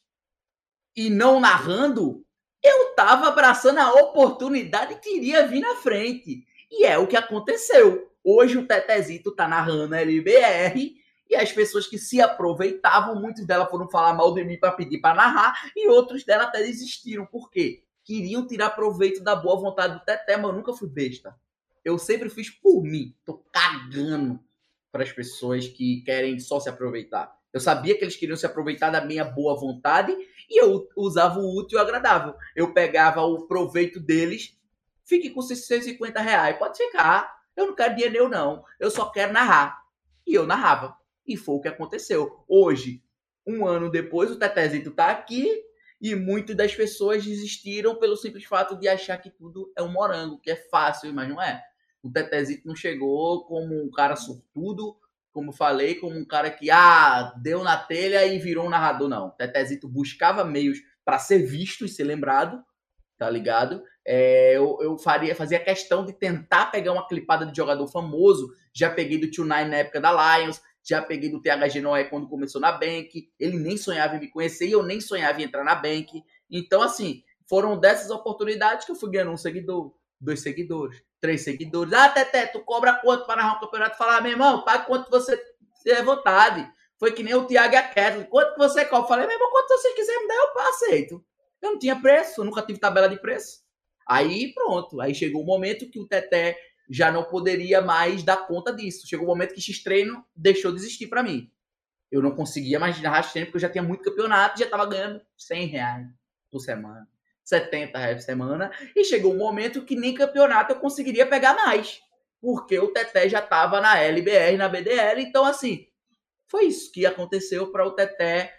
e não narrando, eu tava abraçando a oportunidade que iria vir na frente. E é o que aconteceu. Hoje o Tetezito tá narrando a LBR e as pessoas que se aproveitavam, muitos delas foram falar mal de mim para pedir para narrar e outros delas até desistiram. Por quê? Queriam tirar proveito da boa vontade do Teté, mas eu nunca fui besta. Eu sempre fiz por mim. Tô cagando para as pessoas que querem só se aproveitar. Eu sabia que eles queriam se aproveitar da minha boa vontade e eu usava o útil e o agradável. Eu pegava o proveito deles, fique com 650 reais, pode ficar. Eu não quero dinheiro não, eu só quero narrar. E eu narrava. E foi o que aconteceu. Hoje, um ano depois, o Tetezito tá aqui e muitas das pessoas desistiram pelo simples fato de achar que tudo é um morango, que é fácil, mas não é. O Tetezito não chegou como um cara sortudo, como falei, como um cara que deu na telha e virou um narrador, não. O Tetezito buscava meios para ser visto e ser lembrado, tá ligado? Eu fazia questão de tentar pegar uma clipada de jogador famoso. Já peguei do Tio Nine na época da Lions, já peguei do THG Noé quando começou na Bank. Ele nem sonhava em me conhecer e eu nem sonhava em entrar na Bank. Então, assim, foram dessas oportunidades que eu fui ganhando um seguidor, 2 seguidores, 3 seguidores. Teté, tu cobra quanto para narrar um campeonato? Falar, meu irmão, paga quanto você tiver vontade. Foi que nem o Thiago e a Kathleen. Quanto que você cobra? Falei, meu irmão, quanto você quiser me dar, eu aceito. Eu não tinha preço, eu nunca tive tabela de preço. Aí pronto, aí chegou o momento que o Teté já não poderia mais dar conta disso. Chegou o momento que X-Treino deixou de existir para mim. Eu não conseguia mais narrar X-Treino porque eu já tinha muito campeonato e já estava ganhando 100 reais por semana, 70 reais por semana. E chegou um momento que nem campeonato eu conseguiria pegar mais. Porque o Teté já estava na LBR, na BDL. Então, assim, foi isso que aconteceu para o Teté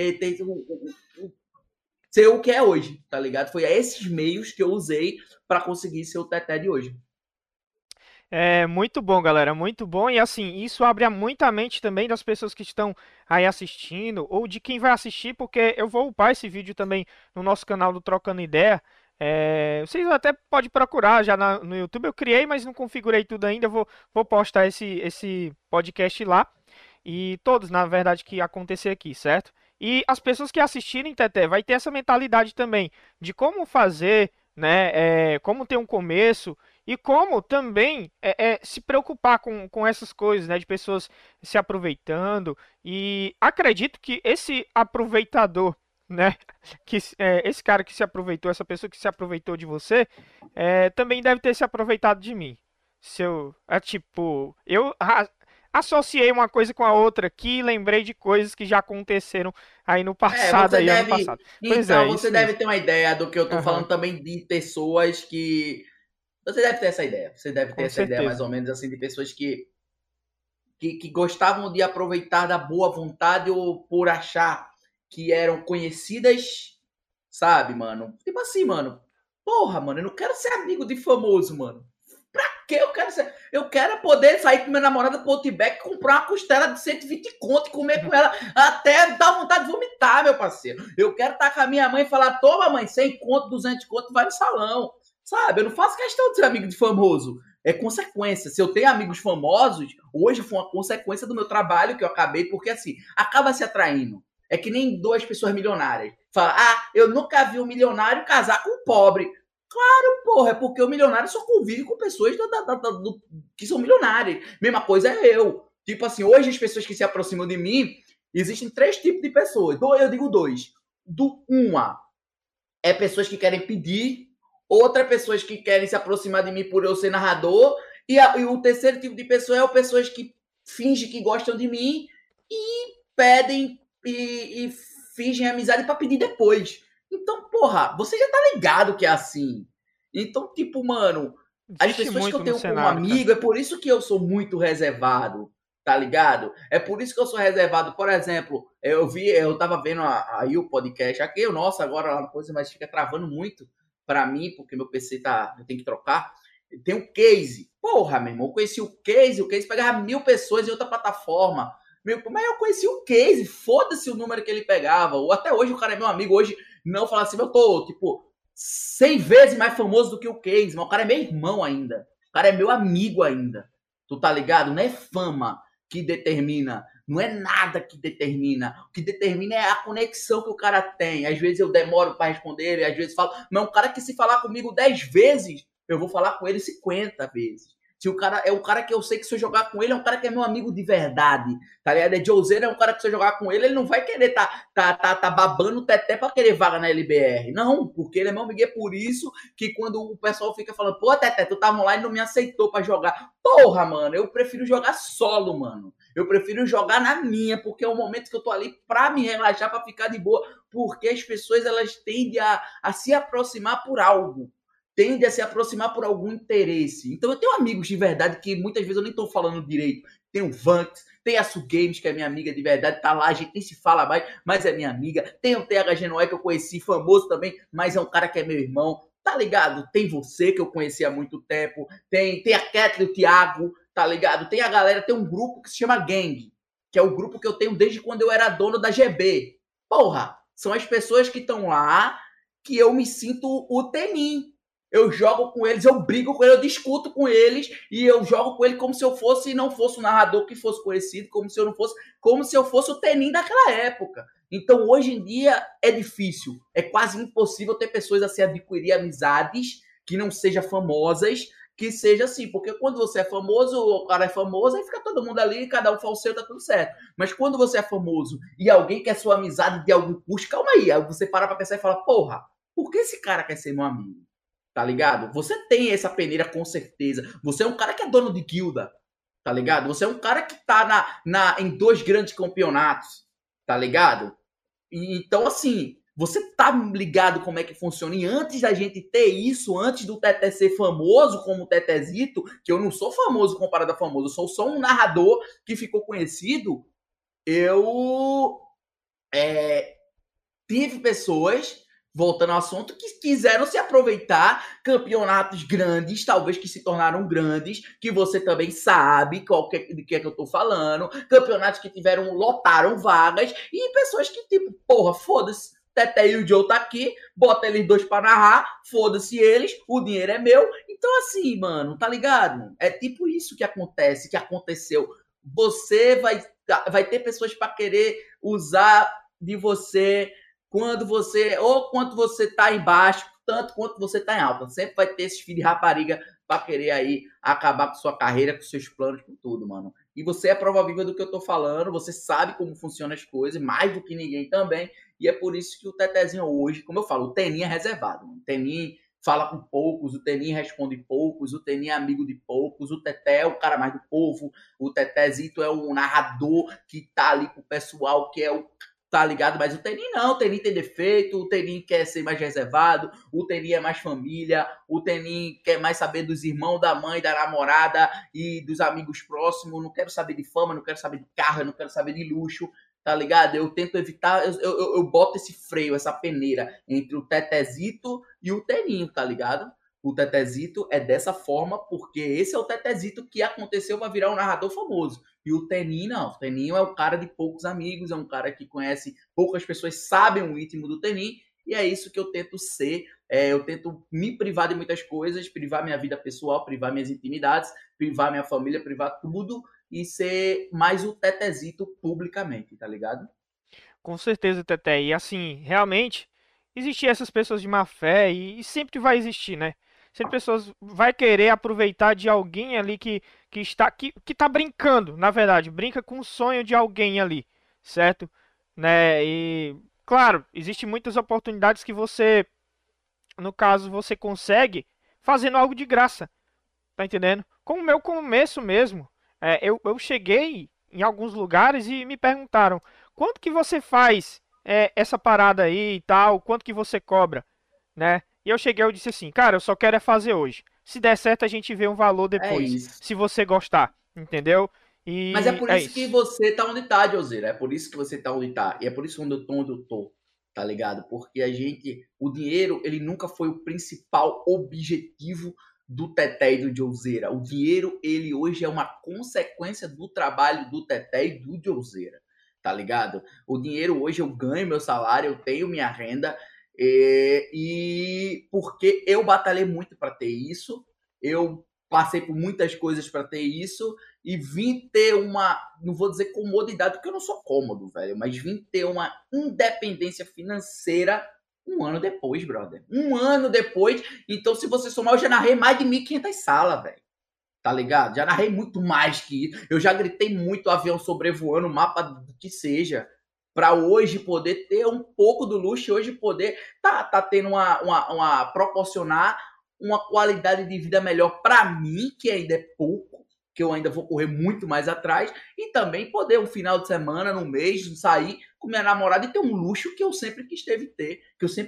ser o que é hoje, tá ligado? Foi esses meios que eu usei para conseguir ser o Teté de hoje. É muito bom, galera, muito bom. E assim, isso abre muita mente também das pessoas que estão aí assistindo, ou de quem vai assistir, porque eu vou upar esse vídeo também no nosso canal do Trocando Ideia. Vocês até podem procurar já no YouTube. Eu criei, mas não configurei tudo ainda. Vou postar esse podcast lá. E todos, na verdade, que acontecer aqui, certo? E as pessoas que assistirem, Teté, vai ter essa mentalidade também de como fazer, né? Como ter um começo E como também se preocupar com essas coisas, né? De pessoas se aproveitando. E acredito que esse aproveitador, né? Esse cara que se aproveitou, essa pessoa que se aproveitou de você, também deve ter se aproveitado de mim. Se eu, tipo, associei uma coisa com a outra aqui, lembrei de coisas que já aconteceram aí no passado, Você aí ano deve. passado. Pois Então, é, você isso deve mesmo. ter uma ideia do que eu tô Aham, falando também de pessoas que. Você deve ter essa ideia. Você deve ter com essa ideia mais certeza. ou menos assim de pessoas que gostavam de aproveitar da boa vontade ou por achar que eram conhecidas, sabe, mano? Tipo assim, mano. Porra, mano, eu não quero ser amigo de famoso, mano. Pra que eu quero ser? Eu quero poder sair com minha namorada pro Outback, comprar uma costela de 120 conto e comer com ela até dar vontade de vomitar, meu parceiro. Eu quero estar com a minha mãe e falar: toma, mãe, 100 conto, 200 conto, vai no salão. Sabe? Eu não faço questão de ser amigo de famoso. É consequência. Se eu tenho amigos famosos, hoje foi uma consequência do meu trabalho que eu acabei, porque assim, acaba se atraindo. É que nem duas pessoas milionárias. Fala, eu nunca vi um milionário casar com um pobre. Porra, é porque o milionário só convive com pessoas que são milionárias. Mesma coisa é eu. Tipo assim, hoje as pessoas que se aproximam de mim, existem três tipos de pessoas. Eu digo dois. Uma é pessoas que querem pedir, outra é pessoas que querem se aproximar de mim por eu ser narrador, e o terceiro tipo de pessoa é pessoas que fingem que gostam de mim e pedem e fingem amizade para pedir depois. Então, porra, você já tá ligado que é assim. Então, tipo, mano, as Existe pessoas que eu muito no tenho como cenário, cara. amigo, é por isso que eu sou muito reservado, tá ligado? É por isso que eu sou reservado. Por exemplo, eu tava vendo aí o podcast aqui, nossa, agora lá coisa, mas fica travando muito pra mim, porque meu PC eu tenho que trocar. Tem o Case. Porra, meu irmão, eu conheci o Case pegava 1.000 pessoas em outra plataforma. Mas eu conheci o Case, foda-se o número que ele pegava. Ou até hoje o cara é meu amigo, hoje não fala assim, eu tô, tipo, 100 vezes mais famoso do que o Case, mas o cara é meu irmão ainda. O cara é meu amigo ainda. Tu tá ligado? Não é fama que determina, não é nada que determina. O que determina é a conexão que o cara tem. Às vezes eu demoro para responder ele, às vezes falo, mas um cara que se falar comigo 10 vezes, eu vou falar com ele 50 vezes. Se o cara é um cara que eu sei que se eu jogar com ele, é um cara que é meu amigo de verdade, tá ligado? É Joezeiro, é um cara que se eu jogar com ele, ele não vai querer tá babando o teté pra querer vaga na LBR. Não, porque ele é meu amigo, é por isso que quando o pessoal fica falando, pô, Teté, tu tava online e não me aceitou pra jogar. Porra, mano, eu prefiro jogar solo, mano. Eu prefiro jogar na minha, porque é o momento que eu tô ali pra me relaxar, pra ficar de boa, porque as pessoas, elas tendem a se aproximar por algo, tende a se aproximar por algum interesse. Então eu tenho amigos de verdade que muitas vezes eu nem tô falando direito. Tem o Vanks, tem a Su Games, que é minha amiga de verdade, tá lá, a gente nem se fala mais, mas é minha amiga. Tem o THG Noé, que eu conheci, famoso também, mas é um cara que é meu irmão. Tá ligado? Tem você, que eu conheci há muito tempo. Tem a Kathleen, o Thiago, tá ligado? Tem a galera, tem um grupo que se chama Gang, que é o grupo que eu tenho desde quando eu era dono da GB. Porra, são as pessoas que estão lá que eu me sinto o Tenin. Eu jogo com eles, eu brigo com eles, eu discuto com eles e eu jogo com ele como se eu fosse não fosse o narrador que fosse conhecido, como se eu não fosse, como se eu fosse o Tenin daquela época. Então hoje em dia é difícil, é quase impossível ter pessoas assim adquirir amizades que não sejam famosas, que seja assim, porque quando você é famoso, o cara é famoso, aí fica todo mundo ali, cada um faz o seu, tá tudo certo. Mas quando você é famoso e alguém quer sua amizade de algum custo, calma aí você para pra pensar e fala, porra, por que esse cara quer ser meu amigo? Tá ligado? Você tem essa peneira com certeza. Você é um cara que é dono de guilda, tá ligado? Você é um cara que tá em dois grandes campeonatos, tá ligado? Então, assim, você tá ligado como é que funciona. E antes da gente ter isso, antes do Teté ser famoso como o Tetezito, que eu não sou famoso comparado a famoso, eu sou só um narrador que ficou conhecido, eu tive pessoas, voltando ao assunto, que quiseram se aproveitar, campeonatos grandes, talvez que se tornaram grandes, que você também sabe de que é que eu tô falando, campeonatos que lotaram vagas, e pessoas que, tipo, porra, foda-se, Tete e o Joe tá aqui, bota eles dois pra narrar, foda-se eles, o dinheiro é meu. Então, assim, mano, tá ligado? É tipo isso que acontece, que aconteceu. Você vai ter pessoas pra querer usar de você quando você tá embaixo, tanto quanto você tá em alta. Sempre vai ter esses filhos de rapariga pra querer aí acabar com sua carreira, com seus planos, com tudo, mano. E você é prova viva do que eu tô falando, você sabe como funcionam as coisas, mais do que ninguém também. E é por isso que o Tetezinho hoje, como eu falo, o Teninho é reservado, mano. O Teninho fala com poucos, o Teninho responde poucos, o Teninho é amigo de poucos, o Teté é o cara mais do povo, o Tetézito é o narrador que tá ali com o pessoal, que é o tá ligado? Mas o Teninho não, o Teninho tem defeito, o Teninho quer ser mais reservado, o Teninho é mais família, o Teninho quer mais saber dos irmãos, da mãe, da namorada e dos amigos próximos, não quero saber de fama, não quero saber de carro, não quero saber de luxo, tá ligado? Eu tento evitar, eu boto esse freio, essa peneira entre o Tetezito e o Teninho, tá ligado? O Tetezito é dessa forma porque esse é o Tetezito que aconteceu para virar um narrador famoso. E o Teninho não. O Teninho é um cara de poucos amigos, é um cara que conhece, poucas pessoas sabem o íntimo do Teninho, e é isso que eu tento ser. Eu tento me privar de muitas coisas, privar minha vida pessoal, privar minhas intimidades, privar minha família, privar tudo e ser mais o Tetezito publicamente, tá ligado? Com certeza, Teté. E assim, realmente, existem essas pessoas de má fé e sempre vai existir, né? Sempre pessoas vai querer aproveitar de alguém ali que tá brincando, na verdade, brinca com o sonho de alguém ali, certo? Né? E claro, existem muitas oportunidades que você, no caso, você consegue fazendo algo de graça, tá entendendo? Com o meu começo mesmo, eu cheguei em alguns lugares e me perguntaram quanto que você faz essa parada aí e tal, quanto que você cobra, né? E eu cheguei e disse assim, cara, eu só quero é fazer hoje. Se der certo, a gente vê um valor É depois, isso. se você gostar, entendeu? Mas é E por é isso que isso. você tá onde tá, Joseira. É por isso que você tá onde tá. E é por isso onde eu tô, tá ligado? Porque o dinheiro, ele nunca foi o principal objetivo do Teté e do Joseira. O dinheiro, ele hoje é uma consequência do trabalho do Teté e do Joseira, tá ligado? O dinheiro hoje eu ganho meu salário, eu tenho minha renda, e porque eu batalhei muito para ter isso, eu passei por muitas coisas para ter isso, e vim ter uma, não vou dizer comodidade, porque eu não sou cômodo, velho, mas vim ter uma independência financeira um ano depois, brother. Um ano depois. Então, se você somar, eu já narrei mais de 1.500 salas, velho. Tá ligado? Já narrei muito mais que isso. Eu já gritei muito avião sobrevoando, mapa do que seja. Pra hoje poder ter um pouco do luxo, hoje poder tá tendo proporcionar uma qualidade de vida melhor pra mim, que ainda é pouco, que eu ainda vou correr muito mais atrás, e também poder um final de semana, no mês, sair com minha namorada e ter um luxo que eu sempre quis ter, que eu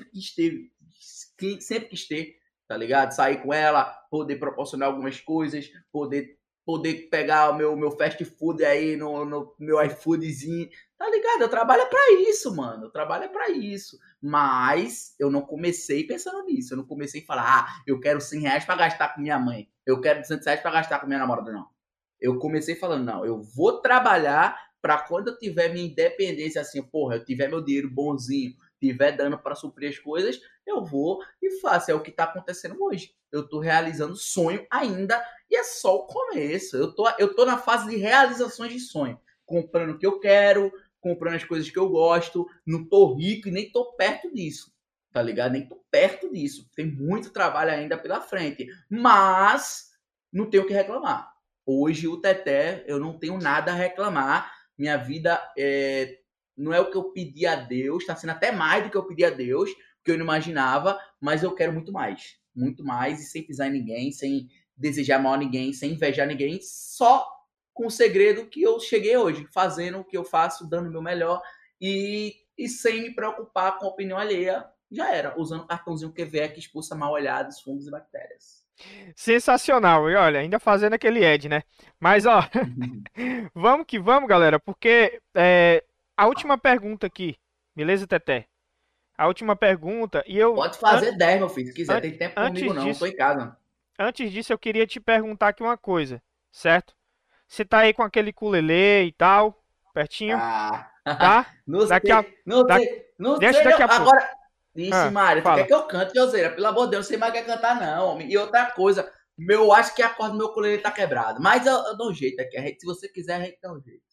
sempre quis ter, tá ligado? Sair com ela, poder proporcionar algumas coisas, poder pegar o meu fast food aí no meu iFoodzinho, tá ligado? Eu trabalho pra isso, mano. Eu trabalho pra isso. Mas eu não comecei pensando nisso. Eu não comecei a falar, eu quero R$ 100 pra gastar com minha mãe. Eu quero R$ 200 pra gastar com minha namorada. Não. Eu comecei falando, não, eu vou trabalhar pra quando eu tiver minha independência, assim, porra, eu tiver meu dinheiro bonzinho, tiver dando pra suprir as coisas, eu vou e faço. É o que tá acontecendo hoje. Eu tô realizando sonho ainda e é só o começo. Eu tô na fase de realizações de sonho. Comprando o que eu quero, comprando as coisas que eu gosto. Não tô rico e nem tô perto disso. Tá ligado? Nem tô perto disso. Tem muito trabalho ainda pela frente. Mas não tenho o que reclamar. Hoje o Teté, eu não tenho nada a reclamar. Minha vida não é o que eu pedi a Deus, está sendo até mais do que eu pedi a Deus, que eu não imaginava, mas eu quero muito mais, e sem pisar em ninguém, sem desejar mal a ninguém, sem invejar ninguém, só com o segredo que eu cheguei hoje, fazendo o que eu faço, dando o meu melhor, e sem me preocupar com a opinião alheia, já era, usando o cartãozinho QVE que expulsa mal olhados, fungos e bactérias. Sensacional. E olha, ainda fazendo aquele Ed, né? Mas ó, vamos que vamos, galera, porque a última pergunta aqui, beleza, Teté? A última pergunta, e eu Pode fazer 10, meu filho, se quiser. an- Tem tempo comigo antes não, tô disso, em casa. antes disso eu queria te perguntar aqui uma coisa, certo? Você tá aí com aquele ukulele e tal, pertinho, Ah, tá? não Daqui a sei, não da, sei, não deixa sei não. daqui a pouco. Agora, vixe, Ah, Mário, tu quer fala. que eu cante, Joseira? Pelo amor de Deus, não sei mais quer cantar não, homem. E outra coisa, eu acho que a corda do meu ukulele tá quebrada. Mas eu dou um jeito aqui. Se você quiser, a gente dá um jeito.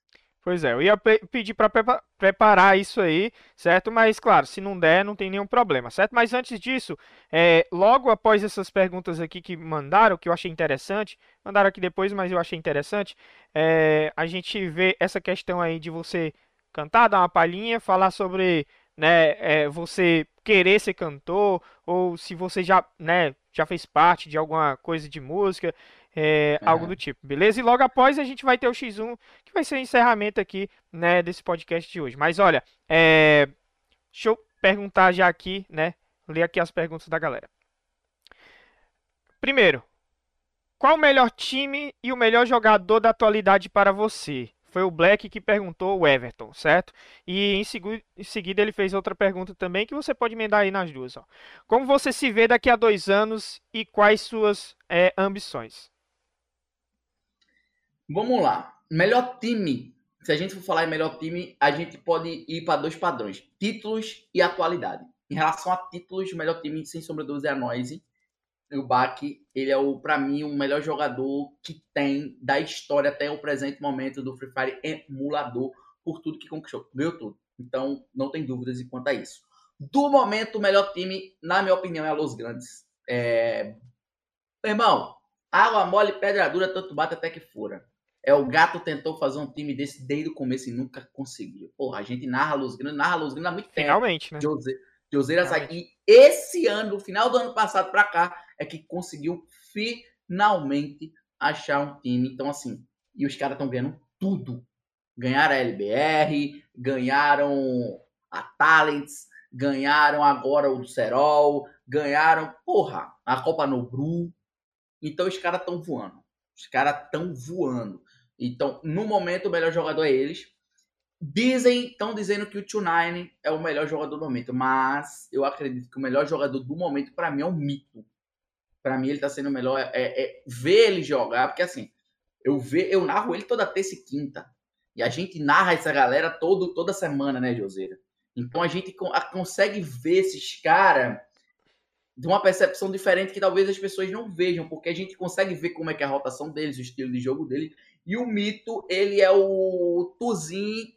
Pois é, eu ia pedir para preparar isso aí, certo? Mas, claro, se não der, não tem nenhum problema, certo? Mas antes disso, logo após essas perguntas aqui que mandaram, que eu achei interessante, mandaram aqui depois, mas eu achei interessante, a gente vê essa questão aí de você cantar, dar uma palhinha, falar sobre, né, você querer ser cantor, ou se você já, né, já fez parte de alguma coisa de música, algo do Aham. tipo, beleza? E logo após a gente vai ter o X1 que vai ser o encerramento aqui, né, desse podcast de hoje. Mas olha, deixa eu perguntar já aqui, né? Ler aqui as perguntas da galera. Primeiro, qual o melhor time e o melhor jogador da atualidade para você? Foi o Black que perguntou, o Everton, certo? E em seguida ele fez outra pergunta também que você pode emendar aí nas duas. Ó. Como você se vê daqui a 2 anos e quais suas ambições? Vamos lá. Melhor time. Se a gente for falar em melhor time, a gente pode ir para dois padrões: títulos e atualidade. Em relação a títulos, o melhor time, sem sombra de dúvida, é a Noise. O Bach, ele é, para mim, o melhor jogador que tem da história até o presente momento do Free Fire emulador, por tudo que conquistou. Ganhou tudo. Então, não tem dúvidas quanto a isso. Do momento, o melhor time, na minha opinião, é a Los Grandes. Meu irmão, água mole, pedra dura, tanto bate até que fura. O Gato tentou fazer um time desse desde o começo e nunca conseguiu. Porra, a gente narra Los Grandes há muito tempo. Finalmente, né? Joseira sai. Finalmente. E esse ano, no final do ano passado pra cá, é que conseguiu finalmente achar um time. Então, assim, e os caras estão ganhando tudo. Ganharam a LBR, ganharam a Talents, ganharam agora o do Serol, ganharam, porra, a Copa Nobru. Então os caras estão voando. Os caras estão voando. Então, no momento, o melhor jogador é eles. Estão dizendo que o 29 é o melhor jogador do momento, mas eu acredito que o melhor jogador do momento, para mim, é o Mito. Para mim, ele tá sendo o melhor. Ver ele jogar, porque assim, eu narro ele toda terça e quinta. E a gente narra essa galera toda semana, né, Joseira? Então a gente consegue ver esses caras de uma percepção diferente que talvez as pessoas não vejam, porque a gente consegue ver como é que é a rotação deles, o estilo de jogo dele. E o Mito, ele é o Tuzin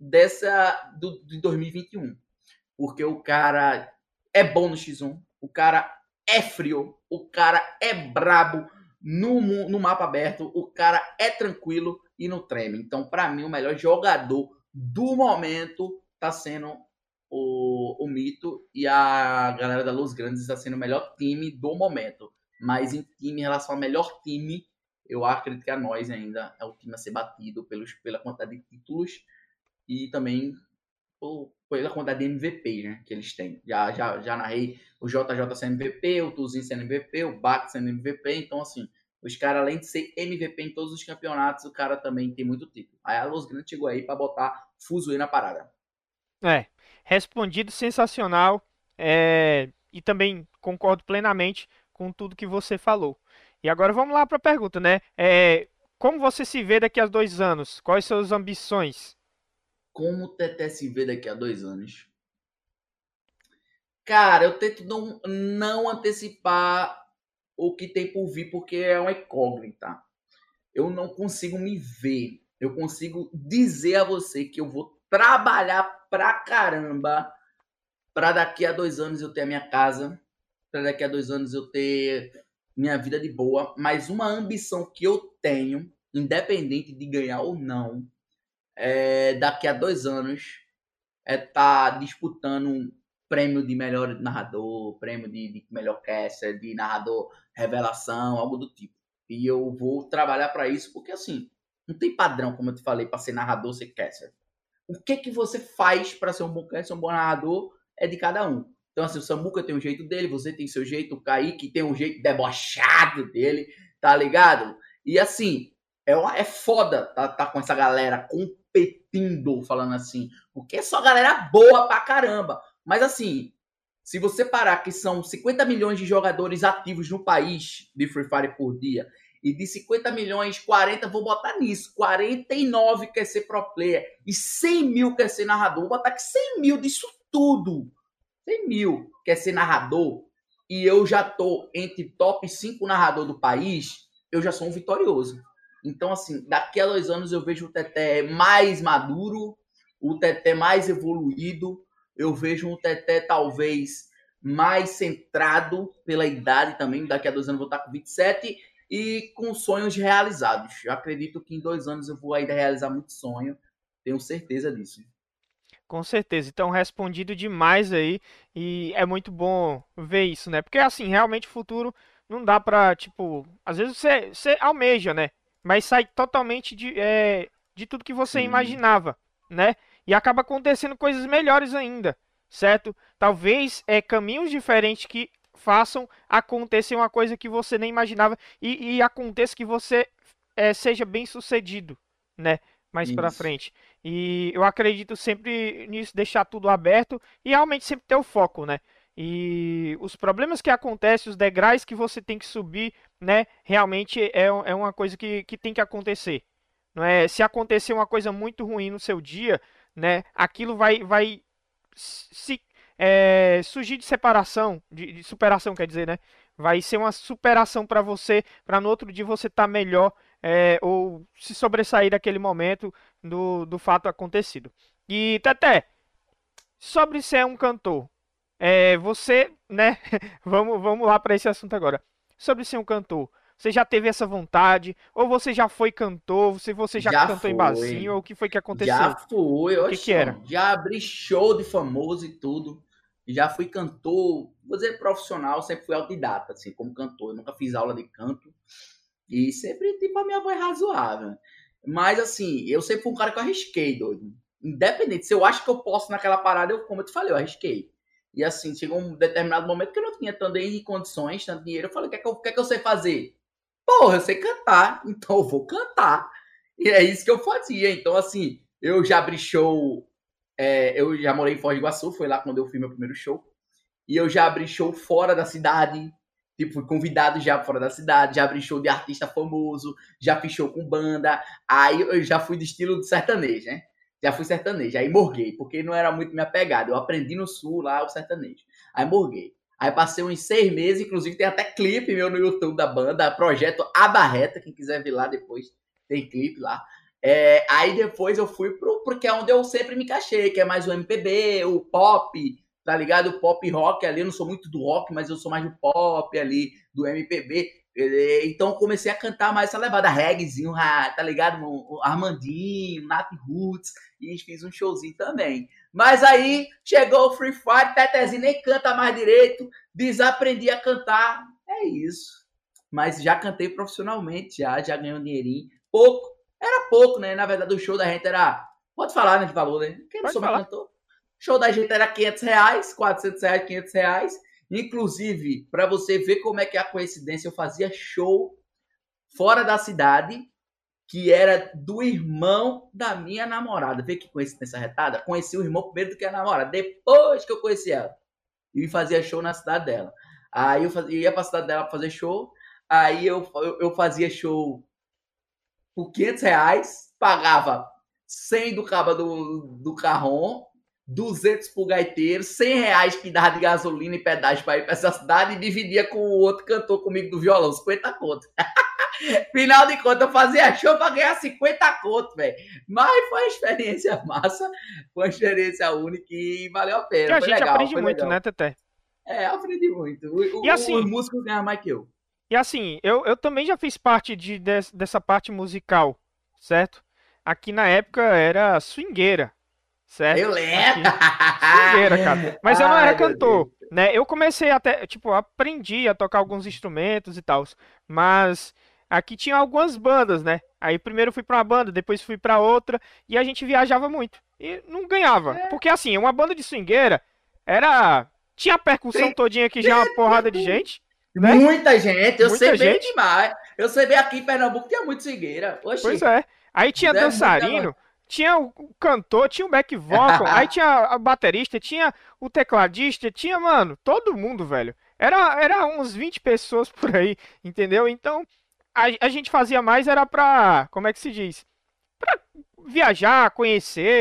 de 2021. Porque o cara é bom no X1, o cara é frio, o cara é brabo no mapa aberto, o cara é tranquilo e não treme. Então, para mim, o melhor jogador do momento tá sendo o Mito, e a galera da Los Grandes está sendo o melhor time do momento. Mas em relação ao melhor time, eu acredito que a nós ainda é o time a ser batido pela quantidade de títulos e também pela quantidade de MVP, né, que eles têm. Já narrei o JJ sendo MVP, o Tuzinho sendo MVP, o Bach sendo MVP, então assim, os caras, além de ser MVP em todos os campeonatos, o cara também tem muito título. Aí a Los Grandes chegou aí para botar fuzuê na parada. É, respondido sensacional, e também concordo plenamente com tudo que você falou. E agora vamos lá para a pergunta, né? Como você se vê daqui a 2 anos? Quais suas ambições? Como o Teté se vê daqui a 2 anos? Cara, eu tento não antecipar o que tem por vir, porque é uma incógnita. Eu não consigo me ver. Eu consigo dizer a você que eu vou trabalhar pra caramba para daqui a 2 anos eu ter a minha casa, para daqui a 2 anos eu ter minha vida de boa. Mas uma ambição que eu tenho, independente de ganhar ou não, daqui a 2 anos estar disputando um prêmio de melhor narrador, prêmio de melhor caster, de narrador revelação, algo do tipo. E eu vou trabalhar para isso, porque assim, não tem padrão, como eu te falei, para ser narrador, ser caster. O que você faz para ser um bom caster, um bom narrador, é de cada um. Então, assim, o Samuca tem um jeito dele, você tem seu jeito, o Kaique tem um jeito debochado dele, tá ligado? E assim, é foda tá com essa galera competindo, falando assim, porque é só galera boa pra caramba. Mas assim, se você parar que são 50 milhões de jogadores ativos no país de Free Fire por dia, e de 50 milhões, 40, vou botar nisso, 49 quer ser pro player e 100 mil quer ser narrador, vou botar que 100 mil disso tudo, 100 mil quer ser narrador, e eu já tô entre top 5 narrador do país, eu já sou um vitorioso. Então, assim, daqui a 2 anos eu vejo o Teté mais maduro, o Teté mais evoluído, eu vejo um Teté talvez mais centrado pela idade também. Daqui a 2 anos eu vou estar com 27 e com sonhos realizados. Eu acredito que em 2 anos eu vou ainda realizar muito sonho, tenho certeza disso. Com certeza. Então, respondido demais aí. E é muito bom ver isso, né? Porque, assim, realmente o futuro não dá pra, tipo. Às vezes você almeja, né? Mas sai totalmente de tudo que você Sim, imaginava, né? E acaba acontecendo coisas melhores ainda, certo? Talvez caminhos diferentes que façam acontecer uma coisa que você nem imaginava e aconteça que você seja bem sucedido, né? Mais pra isso. frente. E eu acredito sempre nisso, deixar tudo aberto e realmente sempre ter o foco, né? E os problemas que acontecem, os degraus que você tem que subir, né? Realmente é uma coisa que tem que acontecer. Não é? Se acontecer uma coisa muito ruim no seu dia, né? Aquilo vai se surgir de separação, de superação, quer dizer, né? Vai ser uma superação para você, para no outro dia você estar melhor, ou se sobressair daquele momento do fato acontecido. E Teté, sobre ser um cantor, você, né? Vamos lá para esse assunto agora. Sobre ser um cantor, você já teve essa vontade? Ou você já foi cantor? Se você já Já cantou em foi. barzinho? Ou o que foi que Já aconteceu? fui, O que que era? oxão. Já abri show de famoso e tudo. Já fui cantor, vou dizer profissional, sempre fui autodidata, assim, como cantor. Eu nunca fiz aula de canto. E sempre, tipo, a minha voz é razoável. Mas, assim, eu sempre fui um cara que eu arrisquei, doido. Independente, se eu acho que eu posso naquela parada, eu, como eu te falei, eu arrisquei. E, assim, chegou um determinado momento que eu não tinha tanto em condições, tanto dinheiro. Eu falei, o que é que eu sei fazer? Porra, eu sei cantar, então eu vou cantar. E é isso que eu fazia. Então, assim, eu já abri show. Eu já morei em Foz do Iguaçu, foi lá quando eu fiz meu primeiro show. E eu já abri show fora da cidade. Tipo, fui convidado já fora da cidade, já abri show de artista famoso, já fiz show com banda. Aí eu já fui de estilo de sertanejo, né? Já fui sertanejo. Aí morguei, porque não era muito minha pegada. Eu aprendi no sul lá o sertanejo. Aí morguei. Aí passei uns 6 meses, inclusive tem até clipe meu no YouTube da banda, projeto A Barreta, quem quiser ver lá depois, tem clipe lá. Aí depois eu fui porque é onde eu sempre me encaixei, que é mais o MPB, o pop, tá ligado? O pop rock ali, eu não sou muito do rock, mas eu sou mais do pop ali, do MPB. Então comecei a cantar mais essa levada, reggaezinho, tá ligado? O Armandinho, Nat Roots, e fiz um showzinho também. Mas aí chegou o Free Fire, Tetezinho nem canta mais direito, desaprendi a cantar, é isso. Mas já cantei profissionalmente, já ganhei um dinheirinho. Pouco, era pouco, né? Na verdade, o show da gente era. Pode falar, né? De valor, né? Porque eu não Pode sou mais falar. cantor. O show da gente era R$ 500, R$ 400, R$ 500. Inclusive, para você ver como é que é a coincidência, eu fazia show fora da cidade, que era do irmão da minha namorada. Vê que coincidência retada? Conheci o irmão primeiro do que a namorada, depois que eu conheci ela. E fazia show na cidade dela. Aí eu ia pra cidade dela pra fazer show. Aí eu fazia show por R$ 500, pagava 100 do cabo do carrão, 200 pro gaiteiro, R$ 100 que dava de gasolina e pedágio para ir para essa cidade e dividia com o outro cantor comigo do violão, 50 conto. Final de contas, eu fazia show para ganhar 50 conto, velho. Mas foi uma experiência massa, foi uma experiência única e valeu a Que pena. a Foi gente legal, aprende foi muito, né, legal. Teté? Eu aprendi muito. E Os assim, músicos ganham mais que eu. eu também já fiz parte dessa parte musical, certo? Aqui na época era swingueira, certo? Eu lembro. Aqui, swingueira, cara. Mas eu não era Ai, meu cantor, Deus. né? Eu comecei até, tipo, aprendi a tocar alguns instrumentos e tal, mas aqui tinha algumas bandas, né? Aí primeiro eu fui pra uma banda, depois fui pra outra e a gente viajava muito e não ganhava, porque assim, uma banda de swingueira era tinha a percussão Tem todinha que já é uma porrada de gente, né? muita gente, eu sei Muita bem gente. demais. Eu sei bem aqui em Pernambuco tinha muito cigueira. Pois Oxi, é. Aí tinha é muito negócio. dançarino, tinha o cantor, tinha o back vocal, aí tinha a baterista, tinha o tecladista, tinha, mano, todo mundo, velho. Era uns 20 pessoas por aí, entendeu? Então, a gente fazia mais era pra, como é que se diz? Pra viajar, conhecer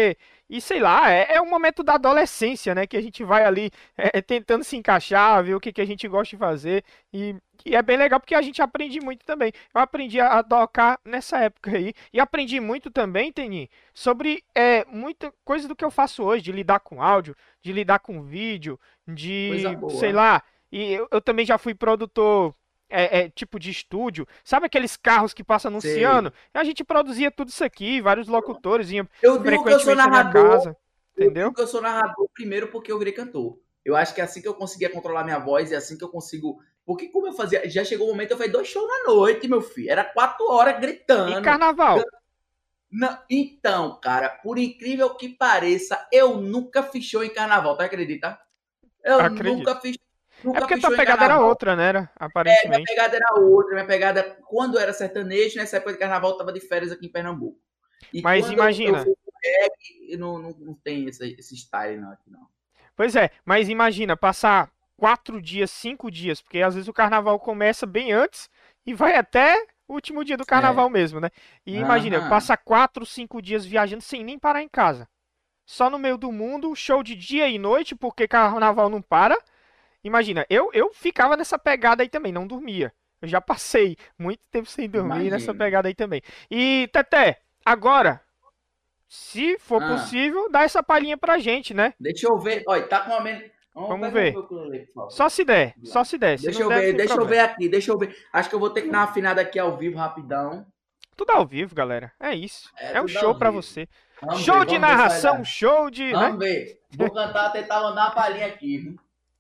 E sei lá, é um momento da adolescência, né? Que a gente vai ali tentando se encaixar, ver o que a gente gosta de fazer. E, e é bem legal porque a gente aprende muito também. Eu aprendi a tocar nessa época aí. E aprendi muito também, Teni, sobre muita coisa do que eu faço hoje, de lidar com áudio, de lidar com vídeo, Coisa de, sei boa. lá. E eu também já fui produtor. Tipo de estúdio, sabe aqueles carros que passam anunciando? Sei. A gente produzia tudo isso aqui, vários locutores iam Eu digo que eu sou frequentemente na minha narrador. casa, Eu digo entendeu? que eu sou narrador primeiro porque eu virei cantor. Eu acho que é assim que eu conseguia controlar minha voz e é assim que eu consigo. Porque como eu fazia. Já chegou o momento, eu fiz 2 shows na noite, meu filho. Era 4 horas E gritando. carnaval? Não, então, cara, por incrível que pareça, eu nunca fiz show em carnaval, tu acredita? Eu Acredito. É nunca porque fiz tua show em pegada era carnaval. outra, né? Minha Aparentemente. pegada era outra, minha pegada, quando eu era sertanejo, nessa época de carnaval, eu tava de férias aqui em Pernambuco. E Mas quando eu imagina. fui pro reggae, não tem esse style não, aqui não. Pois é, mas imagina passar 4 dias, 5 dias, porque às vezes o carnaval começa bem antes e vai até o último dia do carnaval É. mesmo, né? E imagina, Aham. passar 4, 5 dias viajando sem nem parar em casa. Só no meio do mundo, show de dia e noite, porque carnaval não para. Imagina, eu ficava nessa pegada aí também, não dormia. Eu já passei muito tempo sem dormir nessa Imagino. pegada aí também. E, Teté, agora, se for Ah, possível, dá essa palhinha pra gente, né? deixa eu ver. Olha, tá com a mente. Vamos, Vamos pega o ver. meu ukulele, por favor. Só se der, só se der. Se Deixa não eu der, não ver, tem deixa eu ver problema. aqui, deixa eu ver. Acho que eu vou ter que dar uma afinada aqui ao vivo rapidão. Tudo ao vivo, galera. É isso. É É um tudo show ao pra vivo. você. Show de Vamos ver se vai narração, dar. show de, né? Vamos ver. Vou cantar, tentar mandar uma palhinha aqui, viu?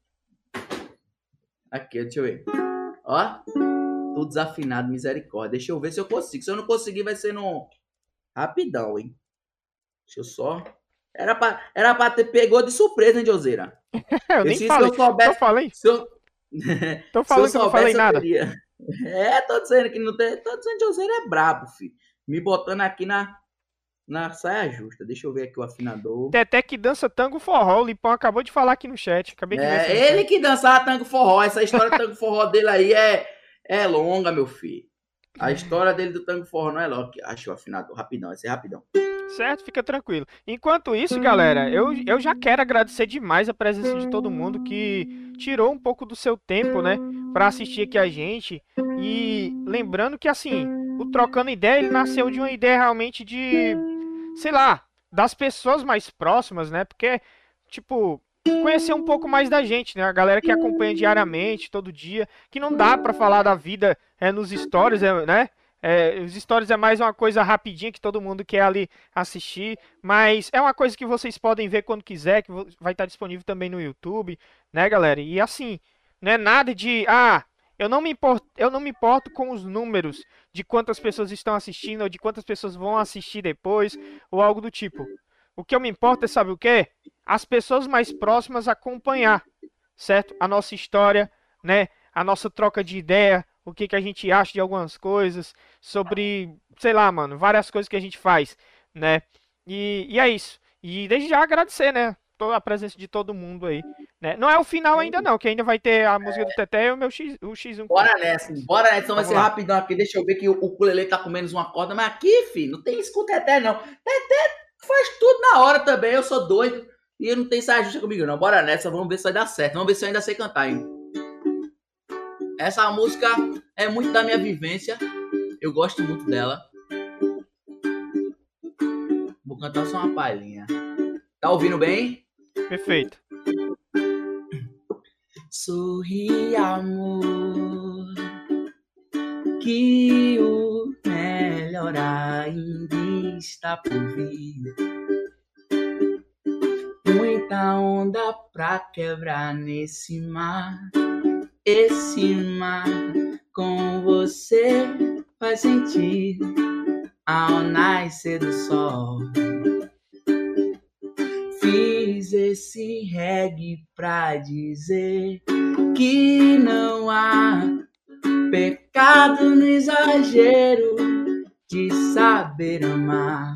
Aqui, deixa eu ver. Ó, tudo desafinado, misericórdia. Deixa eu ver se eu consigo. Se eu não conseguir, vai ser no rapidão, hein? Deixa eu só. Era pra ter pegou de surpresa, hein, Joseira? Eu Eu nem disse se falei. eu Tô soubesse. falei. Se eu, Tô se eu falando que eu não falei soubesse, eu nada. teria. É, tô dizendo que não tem. Tô dizendo que Joseira é brabo, filho. Me botando aqui na saia justa. Deixa eu ver aqui o afinador. Teté que dança tango forró. O Lipão acabou de falar aqui no chat. Acabei de ver essa É ele mensagem. que dançava tango forró. Essa história do tango forró dele aí é longa, meu filho. A história dele do tango forró não é longa. Acho o afinador. Rapidão, vai ser rapidão. Certo? Fica tranquilo. Enquanto isso, galera, eu já quero agradecer demais a presença de todo mundo que tirou um pouco do seu tempo, né, para assistir aqui a gente. E lembrando que, assim, o Trocando Ideia, ele nasceu de uma ideia realmente de, sei lá, das pessoas mais próximas, né? Porque, tipo, conhecer um pouco mais da gente, né? A galera que acompanha diariamente, todo dia, que não dá pra falar da vida nos stories, né? Os stories é mais uma coisa rapidinha que todo mundo quer ali assistir, mas é uma coisa que vocês podem ver quando quiser, que vai estar disponível também no YouTube, né, galera? E assim, não é nada de, eu não me importo com os números de quantas pessoas estão assistindo ou de quantas pessoas vão assistir depois ou algo do tipo. O que eu me importo é, sabe o quê? As pessoas mais próximas acompanhar, certo? A nossa história, né? A nossa troca de ideia, o que a gente acha de algumas coisas, sobre, sei lá, mano, várias coisas que a gente faz, né? E é isso. E desde já agradecer, né? Toda a presença de todo mundo aí, né? Não é o final ainda não, que ainda vai ter a música do Teté e o meu o X1 Bora Clipe. nessa, bora nessa. Então vai Vamos ser lá. rapidão aqui. Deixa eu ver que o ukulele tá com menos uma corda. Mas aqui, filho, não tem isso com o Teté, não. Teté faz tudo na hora também. Eu sou doido. E eu não tenho saia justa comigo, não. Bora nessa. Vamos ver se vai dar certo. Vamos ver se eu ainda sei cantar, hein? Essa música é muito da minha vivência. Eu gosto muito dela. Vou cantar só uma palhinha. Tá ouvindo bem? Perfeito. Sorri, amor, que o melhor ainda está por vir. Muita onda pra quebrar nesse mar. Esse mar com você faz sentir ao nascer do sol. Fiz esse reggae pra dizer que não há pecado no exagero de saber amar.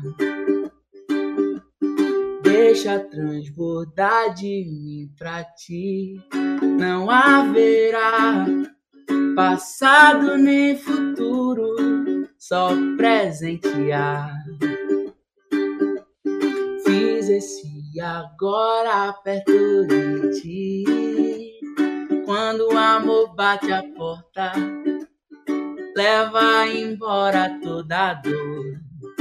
Deixa transbordar de mim pra ti. Não haverá passado nem futuro, só presente há. Fiz Mas esse agora perto de ti, quando o amor bate a porta, leva embora toda a dor.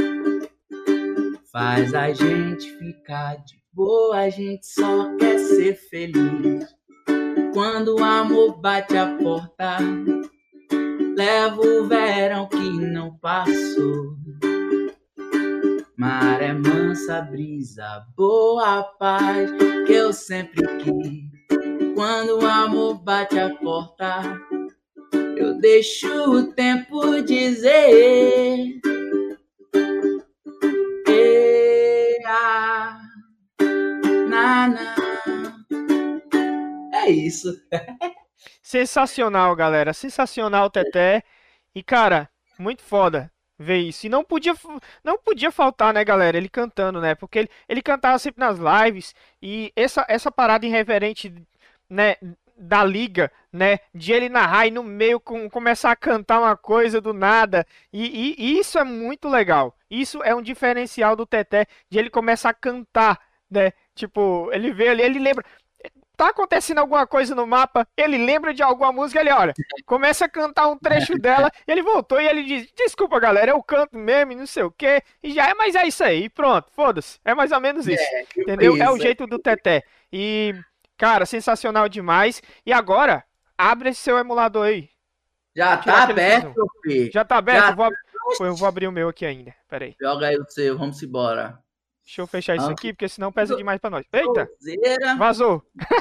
Faz a gente ficar de boa, a gente só quer ser feliz. Quando o amor bate a porta, leva o verão que não passou. Maré mansa, brisa, boa paz, que eu sempre quis. Quando o amor bate a porta, eu deixo o tempo dizer. Na. É isso. Sensacional, galera. Sensacional, Teté. E, cara, muito foda ver isso. E não podia faltar, né, galera? Ele cantando, né? Porque ele cantava sempre nas lives. E essa parada irreverente, né? Da liga, né? De ele narrar e no meio começar a cantar uma coisa do nada. E isso é muito legal. Isso é um diferencial do Teté. De ele começar a cantar, né? Tipo, ele vê ali, ele lembra. Tá acontecendo alguma coisa no mapa, ele lembra de alguma música, ele olha, começa a cantar um trecho dela, ele voltou e ele diz, desculpa galera, eu canto mesmo e não sei o que, e já é, mas é isso aí, pronto, foda-se, é mais ou menos isso, entendeu? É o Isso. jeito do Teté, e, cara, sensacional demais, e agora, abre esse seu emulador aí, Já tirar tá aquele aberto, X1. meu filho. Já tá aberto? Já. Eu vou abrir o meu aqui ainda, pera aí, Joga aí o seu, vamos embora. deixa eu fechar isso aqui, porque senão pesa demais pra nós, eita, Joseira. vazou,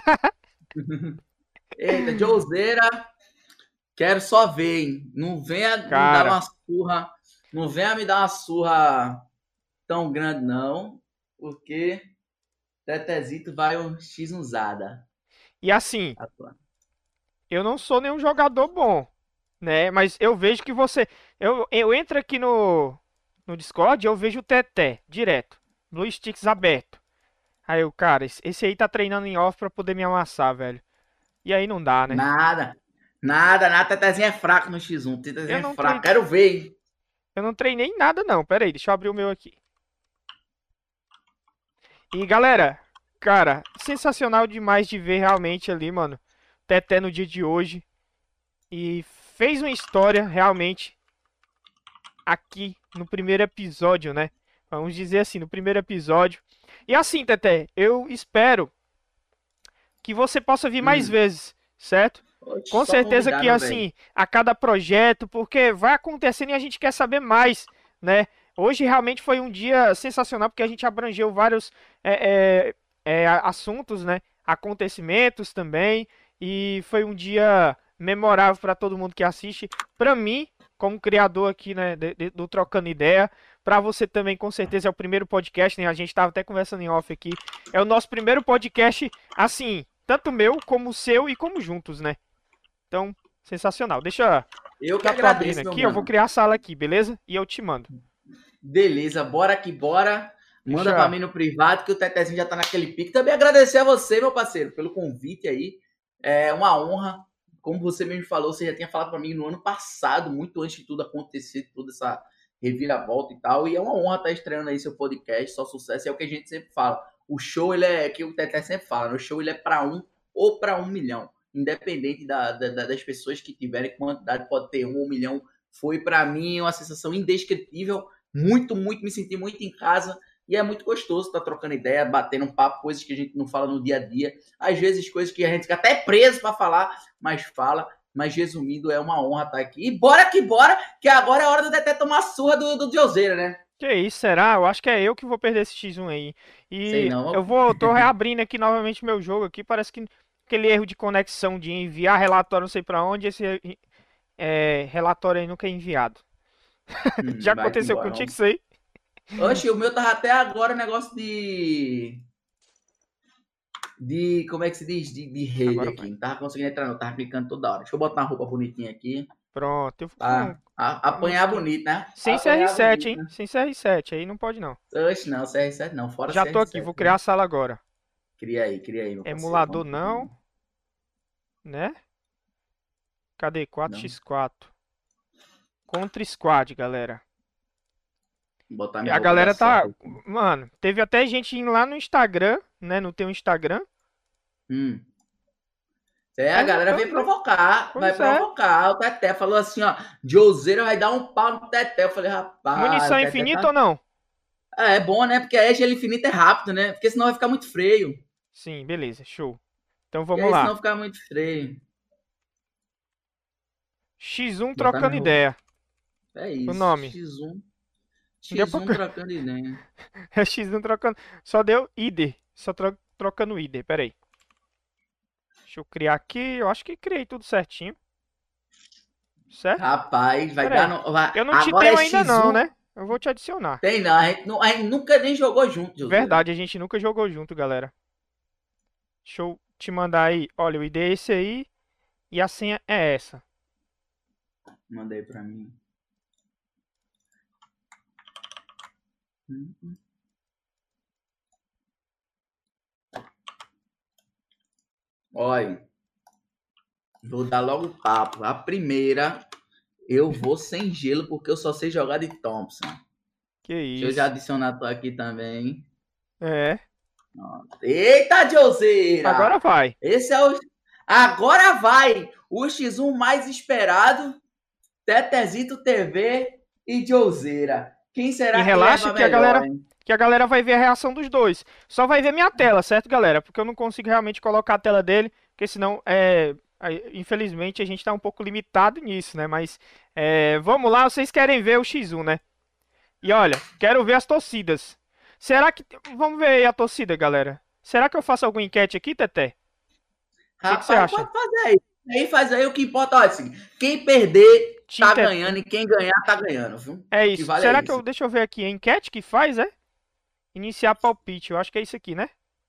Eita, Joseira. Quero só ver, hein? Não venha me dar cara. uma surra. Não venha me dar uma surra tão grande, não. Porque Tetezito vai um X usada. E assim, eu não sou nenhum jogador bom, né? Mas eu vejo que você. Eu entro aqui no Discord e eu vejo o Teté direto. Blue Sticks aberto. Aí eu, cara, esse aí tá treinando em off pra poder me amassar, velho. E aí não dá, né? Nada. Nada. Tetezinho é fraco no X1. Eu Tetezinho é não, fraco. trei... Quero ver, hein? eu não treinei nada, não. Pera aí, deixa eu abrir o meu aqui. E galera, cara, sensacional demais de ver realmente ali, mano. Teté no dia de hoje. E fez uma história realmente aqui no primeiro episódio, né? Vamos dizer assim, no primeiro episódio. E assim, Teté, eu espero que você possa vir mais vezes, certo? Oxe, Com só certeza convidar, que meu velho. assim, a cada projeto, porque vai acontecendo e a gente quer saber mais, né? Hoje realmente foi um dia sensacional porque a gente abrangeu vários assuntos, né? Acontecimentos também e foi um dia memorável para todo mundo que assiste. Para mim, como criador aqui, né, do Trocando Ideia, para você também, com certeza é o primeiro podcast, né? A gente estava até conversando em off aqui. É o nosso primeiro podcast, assim, tanto meu como o seu e como juntos, né? Então, sensacional. Deixa Eu que já tô abrindo agradeço, meu aqui, eu vou mano. criar a sala aqui, beleza? E eu te mando. Beleza, bora que bora. Manda pra Deixa. mim no privado que o Tetezinho já tá naquele pique. Também agradecer a você, meu parceiro, pelo convite aí. É uma honra. Como você mesmo falou, você já tinha falado pra mim no ano passado, muito antes de tudo acontecer, toda essa reviravolta e tal. E é uma honra estar estreando aí seu podcast, só sucesso. É o que a gente sempre fala. O show, ele é, que o Tete sempre fala, no show ele é pra um ou pra 1 milhão. Independente das pessoas que tiverem, quantidade pode ter 1 milhão. Foi pra mim uma sensação indescritível. Muito, me senti muito em casa. E é muito gostoso estar trocando ideia, batendo um papo, coisas que a gente não fala no dia a dia. Às vezes, coisas que a gente fica até preso para falar, mas fala. Mas, resumindo, é uma honra estar aqui. E bora, que agora é hora do Teté tomar surra do Diozeira, né? Que isso, será? Eu acho que é eu que vou perder esse X1 aí. Sei E não. tô reabrindo aqui novamente meu jogo aqui. Parece que aquele erro de conexão de enviar relatório não sei pra onde, esse relatório aí nunca é enviado. Já Vai aconteceu embora. contigo isso aí? Oxe, o meu tava até agora negócio como é que se diz? De rede Agora aqui. vai. Não tava conseguindo entrar, não. Tava clicando toda hora. Deixa eu botar uma roupa bonitinha aqui. Pronto, eu Pra com a apanhar musiquinha. bonito, né? Sem Apanhar CR7, bonito, hein? né? Sem CR7, aí não pode não. Oxe, não, CR7 não. Fora Já tô aqui, CR7, vou criar né? a sala agora. Cria aí, meu parceiro. Emulador Vamos não, né? Cadê? não. 4x4. Contra Squad, galera. Botar E minha a roupa da galera tá. sorte aqui. Mano, teve até gente indo lá no Instagram, né? No teu Instagram. Hum. É, a galera veio Perguntando, né? provocar, vai Pois é. provocar. O Teté falou assim, ó, Joseira vai dar um pau no Teté. Eu falei, rapaz, o Munição Teté infinita tá... ou não? É bom, né? Porque a gelo infinito é rápido, né? Porque senão vai ficar muito freio. Sim, beleza, show. Então E vamos aí lá. senão fica muito freio. X1 Botar minha trocando roupa. ideia. É O isso. nome. X1. Deu pra... X1 trocando ideia. É X1 trocando. Só deu ID. Só trocando ID. Pera aí. Deixa eu criar aqui. Eu acho que criei tudo certinho. Certo? Rapaz, vai Pera dar aí. no. Vai... Eu não te Agora tenho é ainda não, X1. né? Eu vou te adicionar. Tem não. A gente nunca nem jogou junto, Joseira. Verdade, a gente nunca jogou junto, galera. Deixa eu te mandar aí. Olha, o ID é esse aí. E a senha é essa. Manda aí pra mim. Olha, vou dar logo o papo. A primeira, eu vou sem gelo porque eu só sei jogar de Thompson. Que Deixa eu já isso. adicionar tu aqui também. É. Eita, Agora Joseira! vai. Esse é o. Agora vai! O X1 mais esperado. Tetezito TV e Joseira. Quem E será que relaxa leva melhor, hein? que a galera vai ver a reação dos dois. Só vai ver minha tela, certo, galera? Porque eu não consigo realmente colocar a tela dele, porque senão infelizmente a gente tá um pouco limitado nisso, né? Mas vamos lá, vocês querem ver o X1, né? E olha, quero ver as torcidas. Será que vamos ver aí a torcida, galera? Será que eu faço alguma enquete aqui, Teté? O que você Rapaz, acha? pode fazer aí. Aí faz aí o que importa. Olha, assim, quem perder Team tá Teté. ganhando e quem ganhar tá ganhando, viu? É O que isso. vale é Será que isso. deixa eu ver aqui, a enquete que faz, é? Iniciar palpite. Eu acho que é isso aqui, né?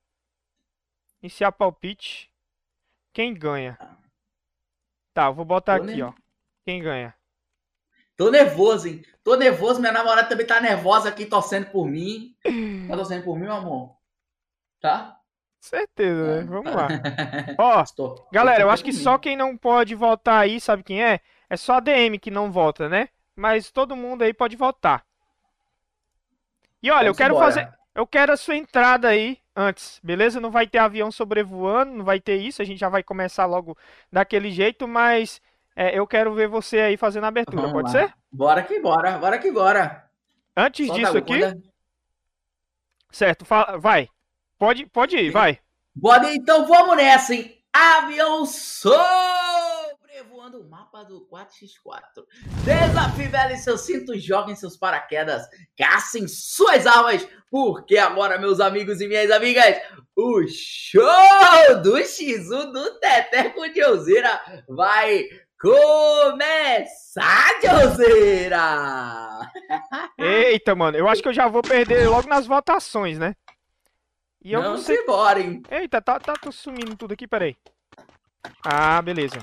Iniciar palpite. Quem ganha? Tá, eu vou botar Tô, aqui, ó. Quem ganha? Tô nervoso, hein? Tô nervoso. Minha namorada também tá nervosa aqui, torcendo por mim. Tá torcendo por mim, meu amor? Tá? Certeza, né? Ah, Vamos lá. tá. Ó, galera, eu Torcida acho que por só mim. quem não pode votar aí, sabe quem é? É só a DM que não vota, né? Mas todo mundo aí pode votar. E olha, Vamos embora. eu quero a sua entrada aí antes, beleza? Não vai ter avião sobrevoando, não vai ter isso, a gente já vai começar logo daquele jeito, mas eu quero ver você aí fazendo a abertura, Vamos pode lá. ser? Bora que bora. Bora que bora. Antes Solta disso a quando aqui, certo, vai. Pode ir, vai. Bora, então vamos nessa, hein? Avião sobrevoando o mapa do 4x4. Desafivele seus cintos, joguem seus paraquedas, caçem suas almas, porque agora, meus amigos e minhas amigas, o show do X1 do Teté com Diozeira vai começar, Diozeira! Eita, mano, eu acho que eu já vou perder logo nas votações, né? E eu não Vamos sei. embora, hein? Eita, tá sumindo tudo aqui, peraí. Ah, beleza.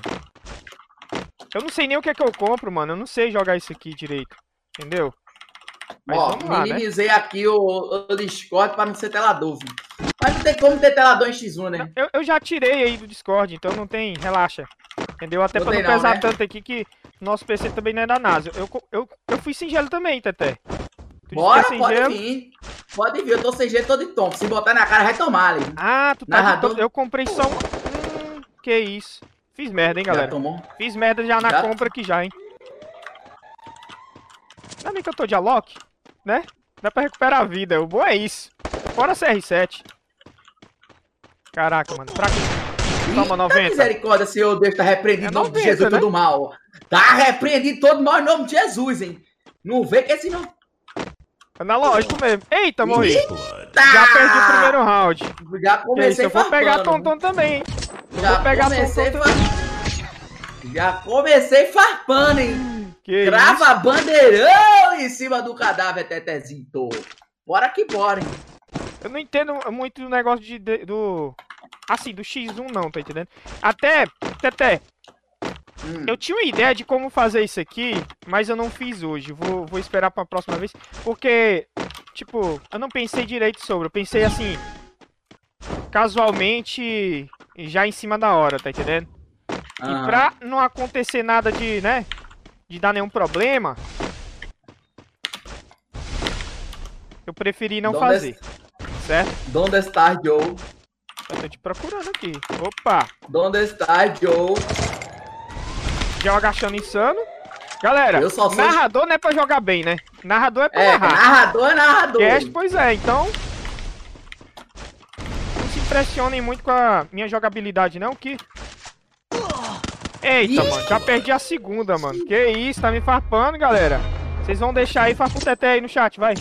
Eu não sei nem o que é que eu compro, mano. Eu não sei jogar isso aqui direito. Entendeu? Mas Ó, vamos lá, né? minimizei aqui o Discord para não ser telador. Viu? Mas não tem como ter telador em X1, Não, né? eu já tirei aí do Discord, então não tem. Relaxa. Entendeu? Até Não pra não tem não, pesar né? tanto aqui que nosso PC também não é da NASA. Eu fui singelo também, Teté. Tu disse que é Bora, pode singelo. vir. Pode vir, eu tô sem jeito, tô de tom. Se botar na cara, vai tomar ali. Ah, tu tá de Narrador. todo. Eu comprei só um. Que isso. Fiz merda, hein, Já galera. tomou? Fiz merda já na Já? compra aqui já, hein. Ainda bem que eu tô de Alok, né? Dá pra recuperar a vida. O bom é isso. Fora CR7. Caraca, mano. Pra quê? Toma, Eita 90. misericórdia, Senhor Deus, tá repreendido É em nome de 90, Jesus né? todo mal. Tá repreendido todo mal em nome de Jesus, hein? Não vê que esse não... Analógico mesmo. Eita, morri. Tá! Já perdi o primeiro round. Já Que isso, comecei eu vou pegar farpando. Tonton também, hein. Já vou pegar comecei Tonton Já comecei farpando, hein? Que Crava bandeirão em cima do cadáver, Tetezinho. Bora que bora, hein? Eu não entendo muito do negócio do... Assim, do X1 não, tá entendendo? Até, Teté, eu tinha uma ideia de como fazer isso aqui, mas eu não fiz hoje. Vou esperar pra próxima vez, porque, tipo, eu não pensei direito sobre. Eu pensei assim, casualmente, já em cima da hora, tá entendendo? E pra não acontecer nada de, né, de dar nenhum problema, eu preferi não Donde fazer, certo? Donde está Joe? Eu tô te procurando aqui. Opa! Donde está Joe? Já agachando insano. Galera, Eu só sou narrador não é pra jogar bem, né? Narrador é pra É, narrar. narrador é narrador. Cast, pois é, então... Não se impressionem muito com a minha jogabilidade, não, que... Eita, Ih. mano, já perdi a segunda, mano. Que isso, tá me farpando, galera. Vocês vão deixar aí, farpa o Teté aí no chat, vai.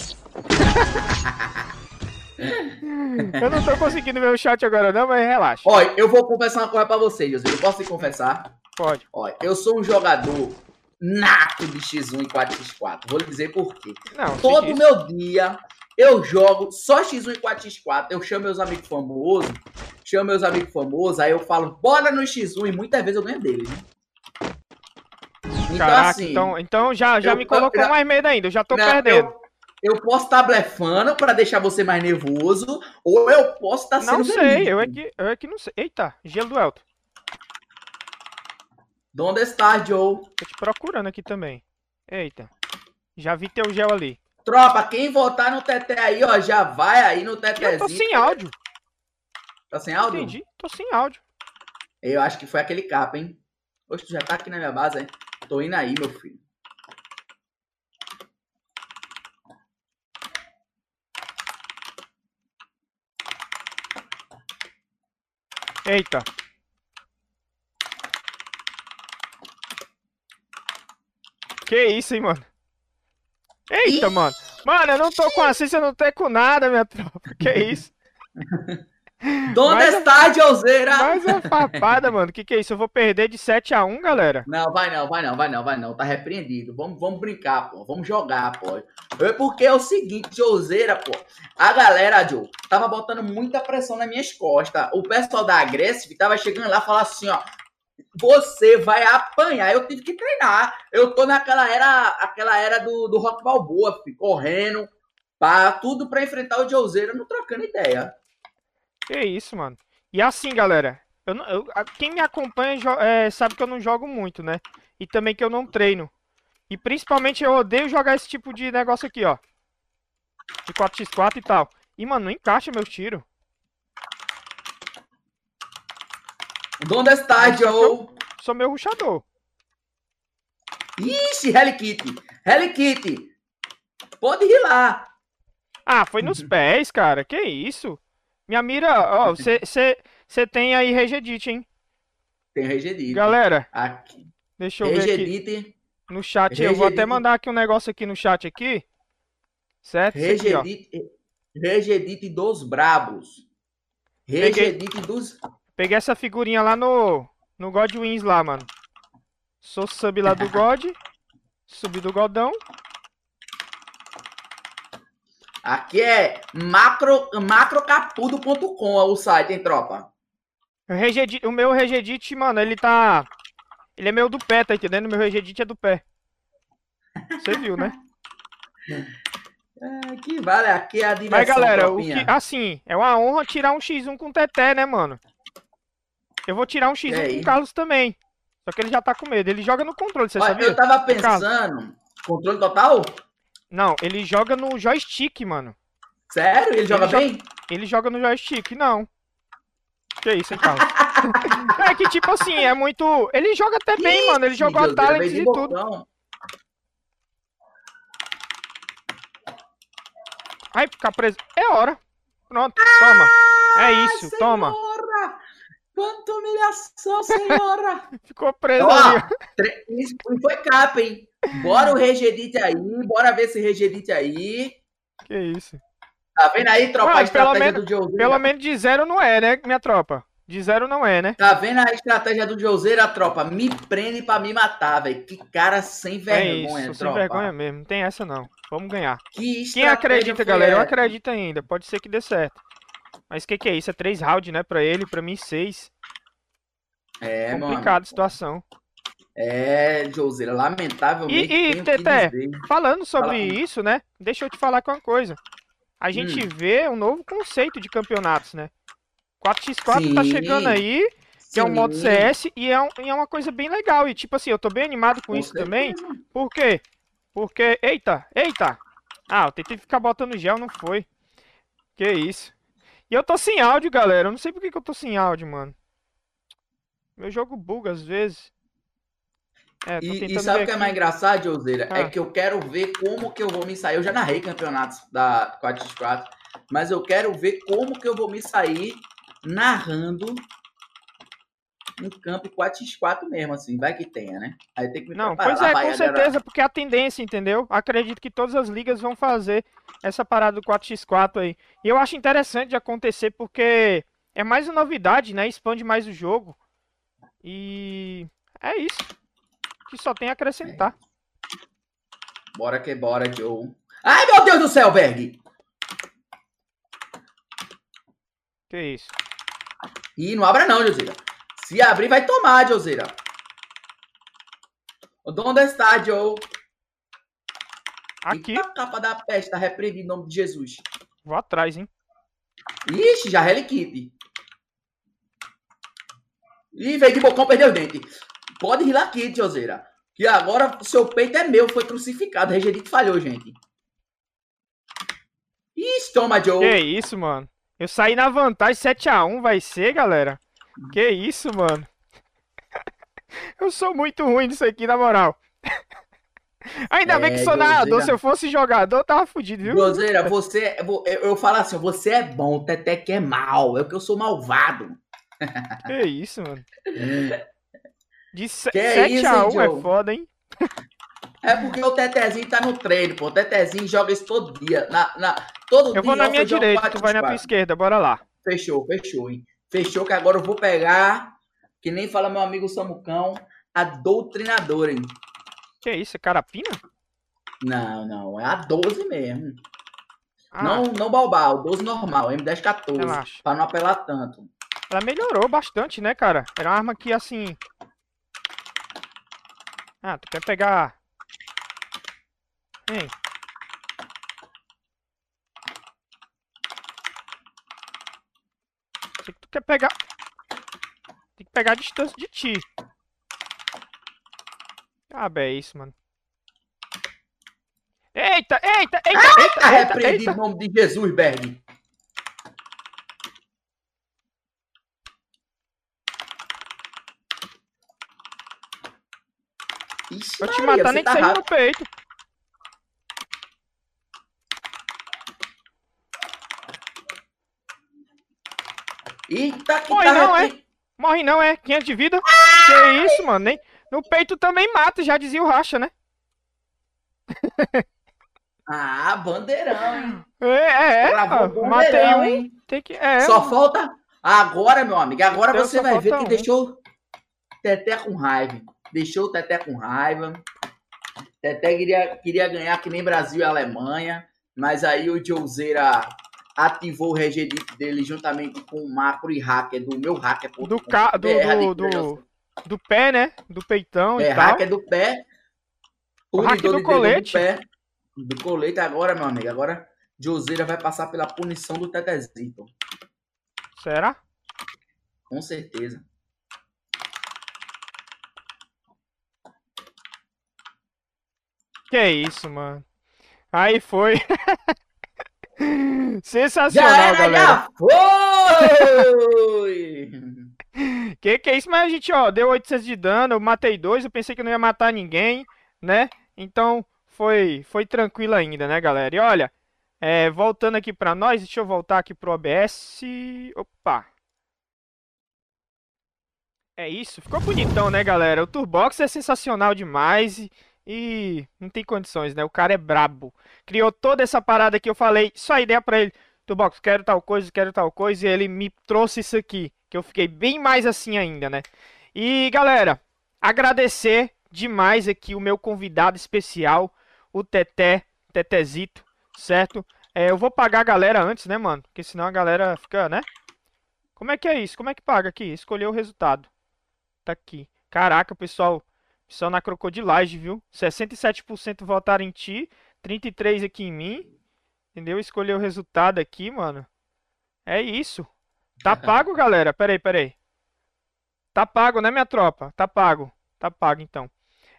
Eu não tô conseguindo ver o chat agora não, mas relaxa. Olha, eu vou confessar uma coisa pra vocês, José. Eu posso te confessar? Pode. Olha, eu sou um jogador nato de X1 e 4x4. Vou lhe dizer por quê. Não, Todo meu dia eu jogo só X1 e 4x4. Eu chamo meus amigos famosos. Aí eu falo, bora no X1 e muitas vezes eu ganho deles, né? Então, Caraca, assim, então já me colocou mais medo ainda, eu já tô não, perdendo. eu posso estar blefando pra deixar você mais nervoso, ou eu posso estar sendo Não sei, verídico. eu é que não sei. Eita, gelo do Elton. Donde está, Joe? Tô te procurando aqui também. Eita, já vi teu gel ali. Tropa, quem votar no Teté aí, ó, já vai aí no Tetézinho. Eu tô sem áudio. Tá sem áudio? Entendi, tô sem áudio. Eu acho que foi aquele capa, hein? Hoje tu já tá aqui na minha base, hein? Tô indo aí, meu filho. Eita. Que isso, hein, mano? Eita, mano. Mano, eu não tô com assistência, eu não tô com nada, minha tropa. Que isso? Donde está, Joseira? Mais uma farpada, mano. Que é isso? Eu vou perder de 7-1, galera? Não, vai não. Tá repreendido. Vamos brincar, pô. Vamos jogar, pô. É porque é o seguinte, Joseira, pô. A galera, Joe, tava botando muita pressão nas minhas costas. O pessoal da Agressive tava chegando lá e falando assim, ó. Você vai apanhar. Eu tive que treinar. Eu tô naquela era do Rock Balboa, filho, correndo, tudo pra enfrentar o Joseira, não trocando ideia. Que isso, mano. E assim, galera, quem me acompanha sabe que eu não jogo muito, né? E também que eu não treino. E principalmente eu odeio jogar esse tipo de negócio aqui, ó. De 4x4 e tal. E, mano, não encaixa meu tiro. Donde está, Joe? Sou meu ruxador. Ixi, Helly Kitty. Pode ir lá. Ah, foi nos pés, cara. Que isso? Minha mira, ó, você tem aí Regedit, hein? Tem Regedit. Galera, aqui. Deixa eu ver aqui no chat. Eu vou até mandar aqui um negócio aqui no chat aqui. Certo? Regedit dos brabos. Regedit dos... Peguei essa figurinha lá no God Wins lá, mano. Sou sub lá do God. Sub do Godão. Aqui é macrocapudo.com, é o site, hein, tropa? O meu Regedit, mano, ele é meio do pé, tá entendendo? Meu Regedit é do pé. Você viu, né? Que vale, aqui é a diversão, mas, galera, assim, é uma honra tirar um X1 com o Teté, né, mano? Eu vou tirar um X1 com o Carlos também. Só que ele já tá com medo. Ele joga no controle, você sabia? Eu tava pensando... Controle total? Não, ele joga no joystick, mano. Sério? Ele joga bem? Ele joga no joystick, não. Que isso, hein, Carlos? É que, tipo assim, é muito... Ele joga até bem, mano. Ele jogou a Talents e tudo. Ai, ficar preso. É hora. Pronto, toma. É isso, senhora! Toma. Quanta humilhação, senhora! Ficou preso ali. Isso foi capa, hein? Bora o Regedit aí, bora ver esse Regedit aí. Que isso. Tá vendo aí, tropa, a estratégia do Joseira? Pelo menos de 0 não é, né, minha tropa? De 0 não é, né? Tá vendo a estratégia do Joseira, tropa? Me prende pra me matar, velho. Que cara sem vergonha, tropa. Sem vergonha mesmo, não tem essa não. Vamos ganhar. Quem acredita, galera? Eu acredito ainda. Pode ser que dê certo. Mas o que é isso? É 3 rounds, né? Pra ele, pra mim 6. É, complicado a situação. É, Joseira, lamentavelmente. E Teté, falando sobre isso, né? Deixa eu te falar com uma coisa. A gente vê um novo conceito de campeonatos, né? 4x4 tá chegando aí, que é um modo CS, e é uma coisa bem legal. E tipo assim, eu tô bem animado com isso também. Por quê? Porque... Eita! Ah, eu tentei ficar botando gel, não foi. Que isso. E eu tô sem áudio, galera. Eu não sei por que que eu tô sem áudio, mano. Meu jogo buga às vezes. É, tô E tentando ver sabe o que é mais aqui. engraçado, Joseira? É Ah, que eu quero ver como que eu vou me sair. Eu já narrei campeonatos da 4x4, mas eu quero ver como que eu vou me sair narrando um campo 4x4 mesmo, assim. Vai que tenha, né? Aí tem que me não, preparar. pois Lá é, vai com a galera. certeza, porque é a tendência, entendeu? Acredito que todas as ligas vão fazer essa parada do 4x4 aí. E eu acho interessante de acontecer porque é mais uma novidade, né? Expande mais o jogo. E é isso que só tem a acrescentar. Bora que bora, Joe. Ai, meu Deus do céu, Berg! Que isso? Ih, não abra não, Joseira. Se abrir, vai tomar, Joseira. Onde está, Joe? Aqui, Eita capa da peste, tá repreendido em nome de Jesus. vou atrás, hein? Ixi, já Relikit. Ih, veio de bocão, perdeu os dentes. Pode rir aqui, Joseira. Que agora o seu peito é meu, foi crucificado. Regedito falhou, gente. Ixi, toma, Que Joe. isso, mano? Eu saí na vantagem 7x1, vai ser, galera? Que isso, mano? Eu sou muito ruim nisso aqui, na moral. Ainda bem que É, sou narrador. Joseira. Se eu fosse jogador, eu tava fudido, viu, Joseira, Tete? você. Eu falo assim, você é bom, o Teté que é mal. É o que eu sou malvado. Que isso, mano? De Que é sete isso, a hein, um é Joe? foda, hein? É porque o Tetezinho tá no treino, pô. O Tetezinho joga isso todo dia. Todo Eu vou dia na off minha eu jogo direita, tu vai na tua 4x4. esquerda, bora lá. Fechou, fechou, hein? Fechou que agora eu vou pegar, que nem fala meu amigo Samucão, a doutrinadora, hein? Que isso, é carapina? Não, não, é a 12 mesmo. Não, Ah, não Balbal, 12 normal, M1014, relaxa. pra não apelar tanto. Ela melhorou bastante, né, cara? Era uma arma que, assim... Ah, tu quer pegar... Hein? Sei que tu quer pegar... Tem que pegar a distância de ti. Ah, bem, é isso, mano. Eita, eita, eita, eita, Tá eita, repreendido em eita. nome de Jesus, Berg. Ixi Vou te Maria, matar você nem que tá seja no rápido. peito. Eita, que Morre tá não, é? repreendido. Morre não, é? 500 de vida? Que isso, mano? Nem... No peito também mata, já dizia o Racha, né? Ah, bandeirão, hein? Ó, Cravou matei bandeirão, um, hein? tem que... É, Só falta agora, meu amigo. o Agora teu você só vai ver falta que um. deixou Teté com raiva. Deixou o Teté com raiva. Teté queria ganhar que nem Brasil e Alemanha. Mas aí o Jouzeira ativou o regedito dele juntamente com o macro e hacker do meu Do, ca... hacker.com.br. do pé, né? Do peitão e É, tal. hacker do pé, O hack punidor do de dedão do colete. pé, do colete agora, meu amigo. Agora Jouzeira vai passar pela punição do Tetezito. Será? Com certeza. Que isso, mano. Aí foi. Já Sensacional, era, galera. já foi! Que é isso? Mas a gente, ó, deu 800 de dano, eu matei dois, eu pensei que não ia matar ninguém, né? Então foi tranquilo ainda, né, galera? E olha, voltando aqui pra nós, deixa eu voltar aqui pro OBS. Opa. É isso, ficou bonitão, né, galera? O Turbox é sensacional demais e não tem condições, né? O cara é brabo. Criou toda essa parada que eu falei, só a ideia pra ele. Turbox, quero tal coisa, e ele me trouxe isso aqui, que eu fiquei bem mais assim ainda, né? E, galera, agradecer demais aqui o meu convidado especial, o Tetezito, certo? Eu vou pagar a galera antes, né, mano? Porque senão a galera fica, né? Como é que é isso? Como é que paga aqui? Escolher o resultado. Tá aqui. Caraca, pessoal na crocodilagem, viu? 67% votaram em ti, 33% aqui em mim. Entendeu? Escolher o resultado aqui, mano. É isso. Tá pago, galera? Pera aí. Tá pago, né, minha tropa? Tá pago. Tá pago, então.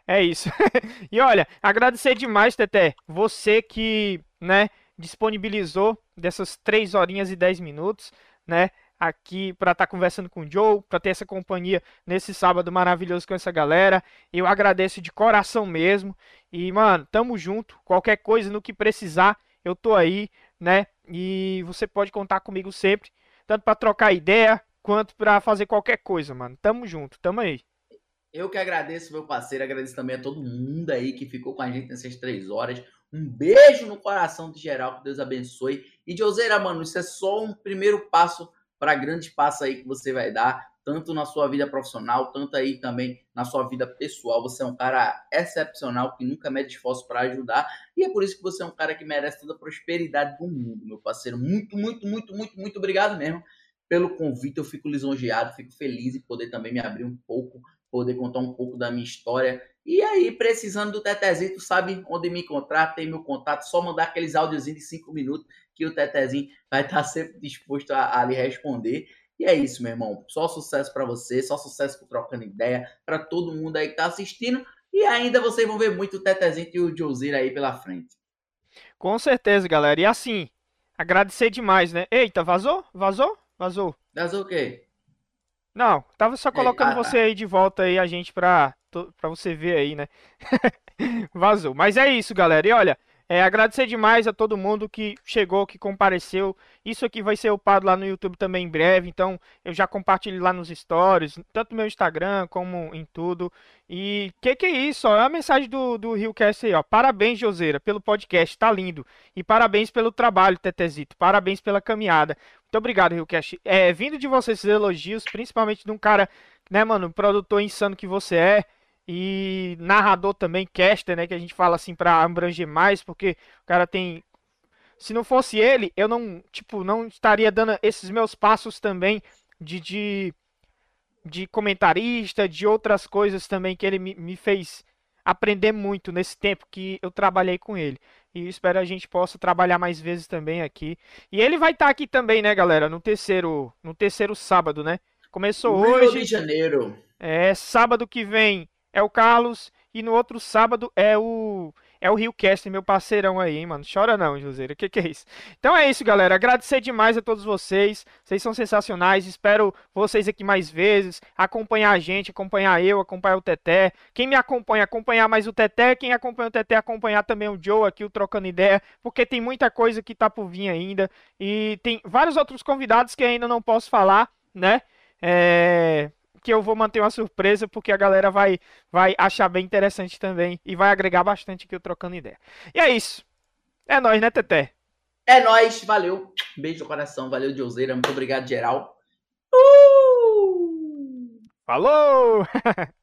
É isso. E olha, agradecer demais, Teté, você que, né, disponibilizou dessas 3 horinhas e 10 minutos, né, aqui para estar conversando com o Joe, para ter essa companhia nesse sábado maravilhoso com essa galera. Eu agradeço de coração mesmo. E, mano, tamo junto. Qualquer coisa no que precisar, eu tô aí, né? E você pode contar comigo sempre, tanto para trocar ideia quanto para fazer qualquer coisa, mano. Tamo junto, tamo aí. Eu que agradeço, meu parceiro, agradeço também a todo mundo aí que ficou com a gente nessas 3 horas. Um beijo no coração de geral, que Deus abençoe. E Joseira, mano, isso é só um primeiro passo para grandes passos aí que você vai dar, tanto na sua vida profissional, tanto aí também na sua vida pessoal. Você é um cara excepcional que nunca mede esforço para ajudar. E é por isso que você é um cara que merece toda a prosperidade do mundo, meu parceiro. Muito, muito, muito, muito, muito obrigado mesmo pelo convite. Eu fico lisonjeado, fico feliz em poder também me abrir um pouco, poder contar um pouco da minha história. E aí, precisando do Tetezinho, tu sabe onde me encontrar, tem meu contato, só mandar aqueles áudiozinhos de 5 minutos que o Tetezinho vai estar sempre disposto a lhe responder. E é isso, meu irmão. Só sucesso para você, só sucesso com Trocando Ideia, para todo mundo aí que tá assistindo. E ainda vocês vão ver muito o Tetezinho e o Joseira aí pela frente. Com certeza, galera. E assim, agradecer demais, né? Eita, vazou? Vazou? Vazou. Das o quê? Não, tava só Ei, colocando você tá. aí de volta aí, a gente pra você ver aí, né? Vazou. Mas é isso, galera. E olha, agradecer demais a todo mundo que chegou, que compareceu. Isso aqui vai ser upado lá no YouTube também em breve. Então eu já compartilho lá nos stories, tanto no meu Instagram como em tudo. E que é isso? Ó, é a mensagem do RioCast aí, ó. Parabéns, Joseira, pelo podcast. Tá lindo. E parabéns pelo trabalho, Tetezito. Parabéns pela caminhada. Muito obrigado, RioCast. Vindo de você esses elogios, principalmente de um cara, né, mano, produtor insano que você é. E narrador também, caster, né? Que a gente fala assim pra abranger mais, porque o cara tem. Se não fosse ele, eu não, tipo, não estaria dando esses meus passos também de, de, de comentarista, de outras coisas também que ele me fez aprender muito nesse tempo que eu trabalhei com ele. E espero a gente possa trabalhar mais vezes também aqui. E ele vai estar aqui também, né, galera? No terceiro sábado, né? Começou Rio de hoje, Janeiro. sábado que vem é o Carlos e no outro sábado é o RioCast, meu parceirão aí, hein, mano. Chora não, Joseira. Que é isso? Então é isso, galera. Agradecer demais a todos vocês. Vocês são sensacionais. Espero vocês aqui mais vezes. Acompanhar a gente, acompanhar eu, acompanhar o Teté. Quem me acompanha, acompanhar mais o Teté. Quem acompanha o Teté, acompanhar também o Joe aqui, o Trocando Ideia, porque tem muita coisa que tá por vir ainda e tem vários outros convidados que ainda não posso falar, né? É, que eu vou manter uma surpresa porque a galera vai achar bem interessante também e vai agregar bastante aqui o Trocando Ideia. E é isso. É nóis, né, Teté? É nóis, valeu. Beijo no coração, valeu, Joseira. Muito obrigado, geral. Uh! Falou!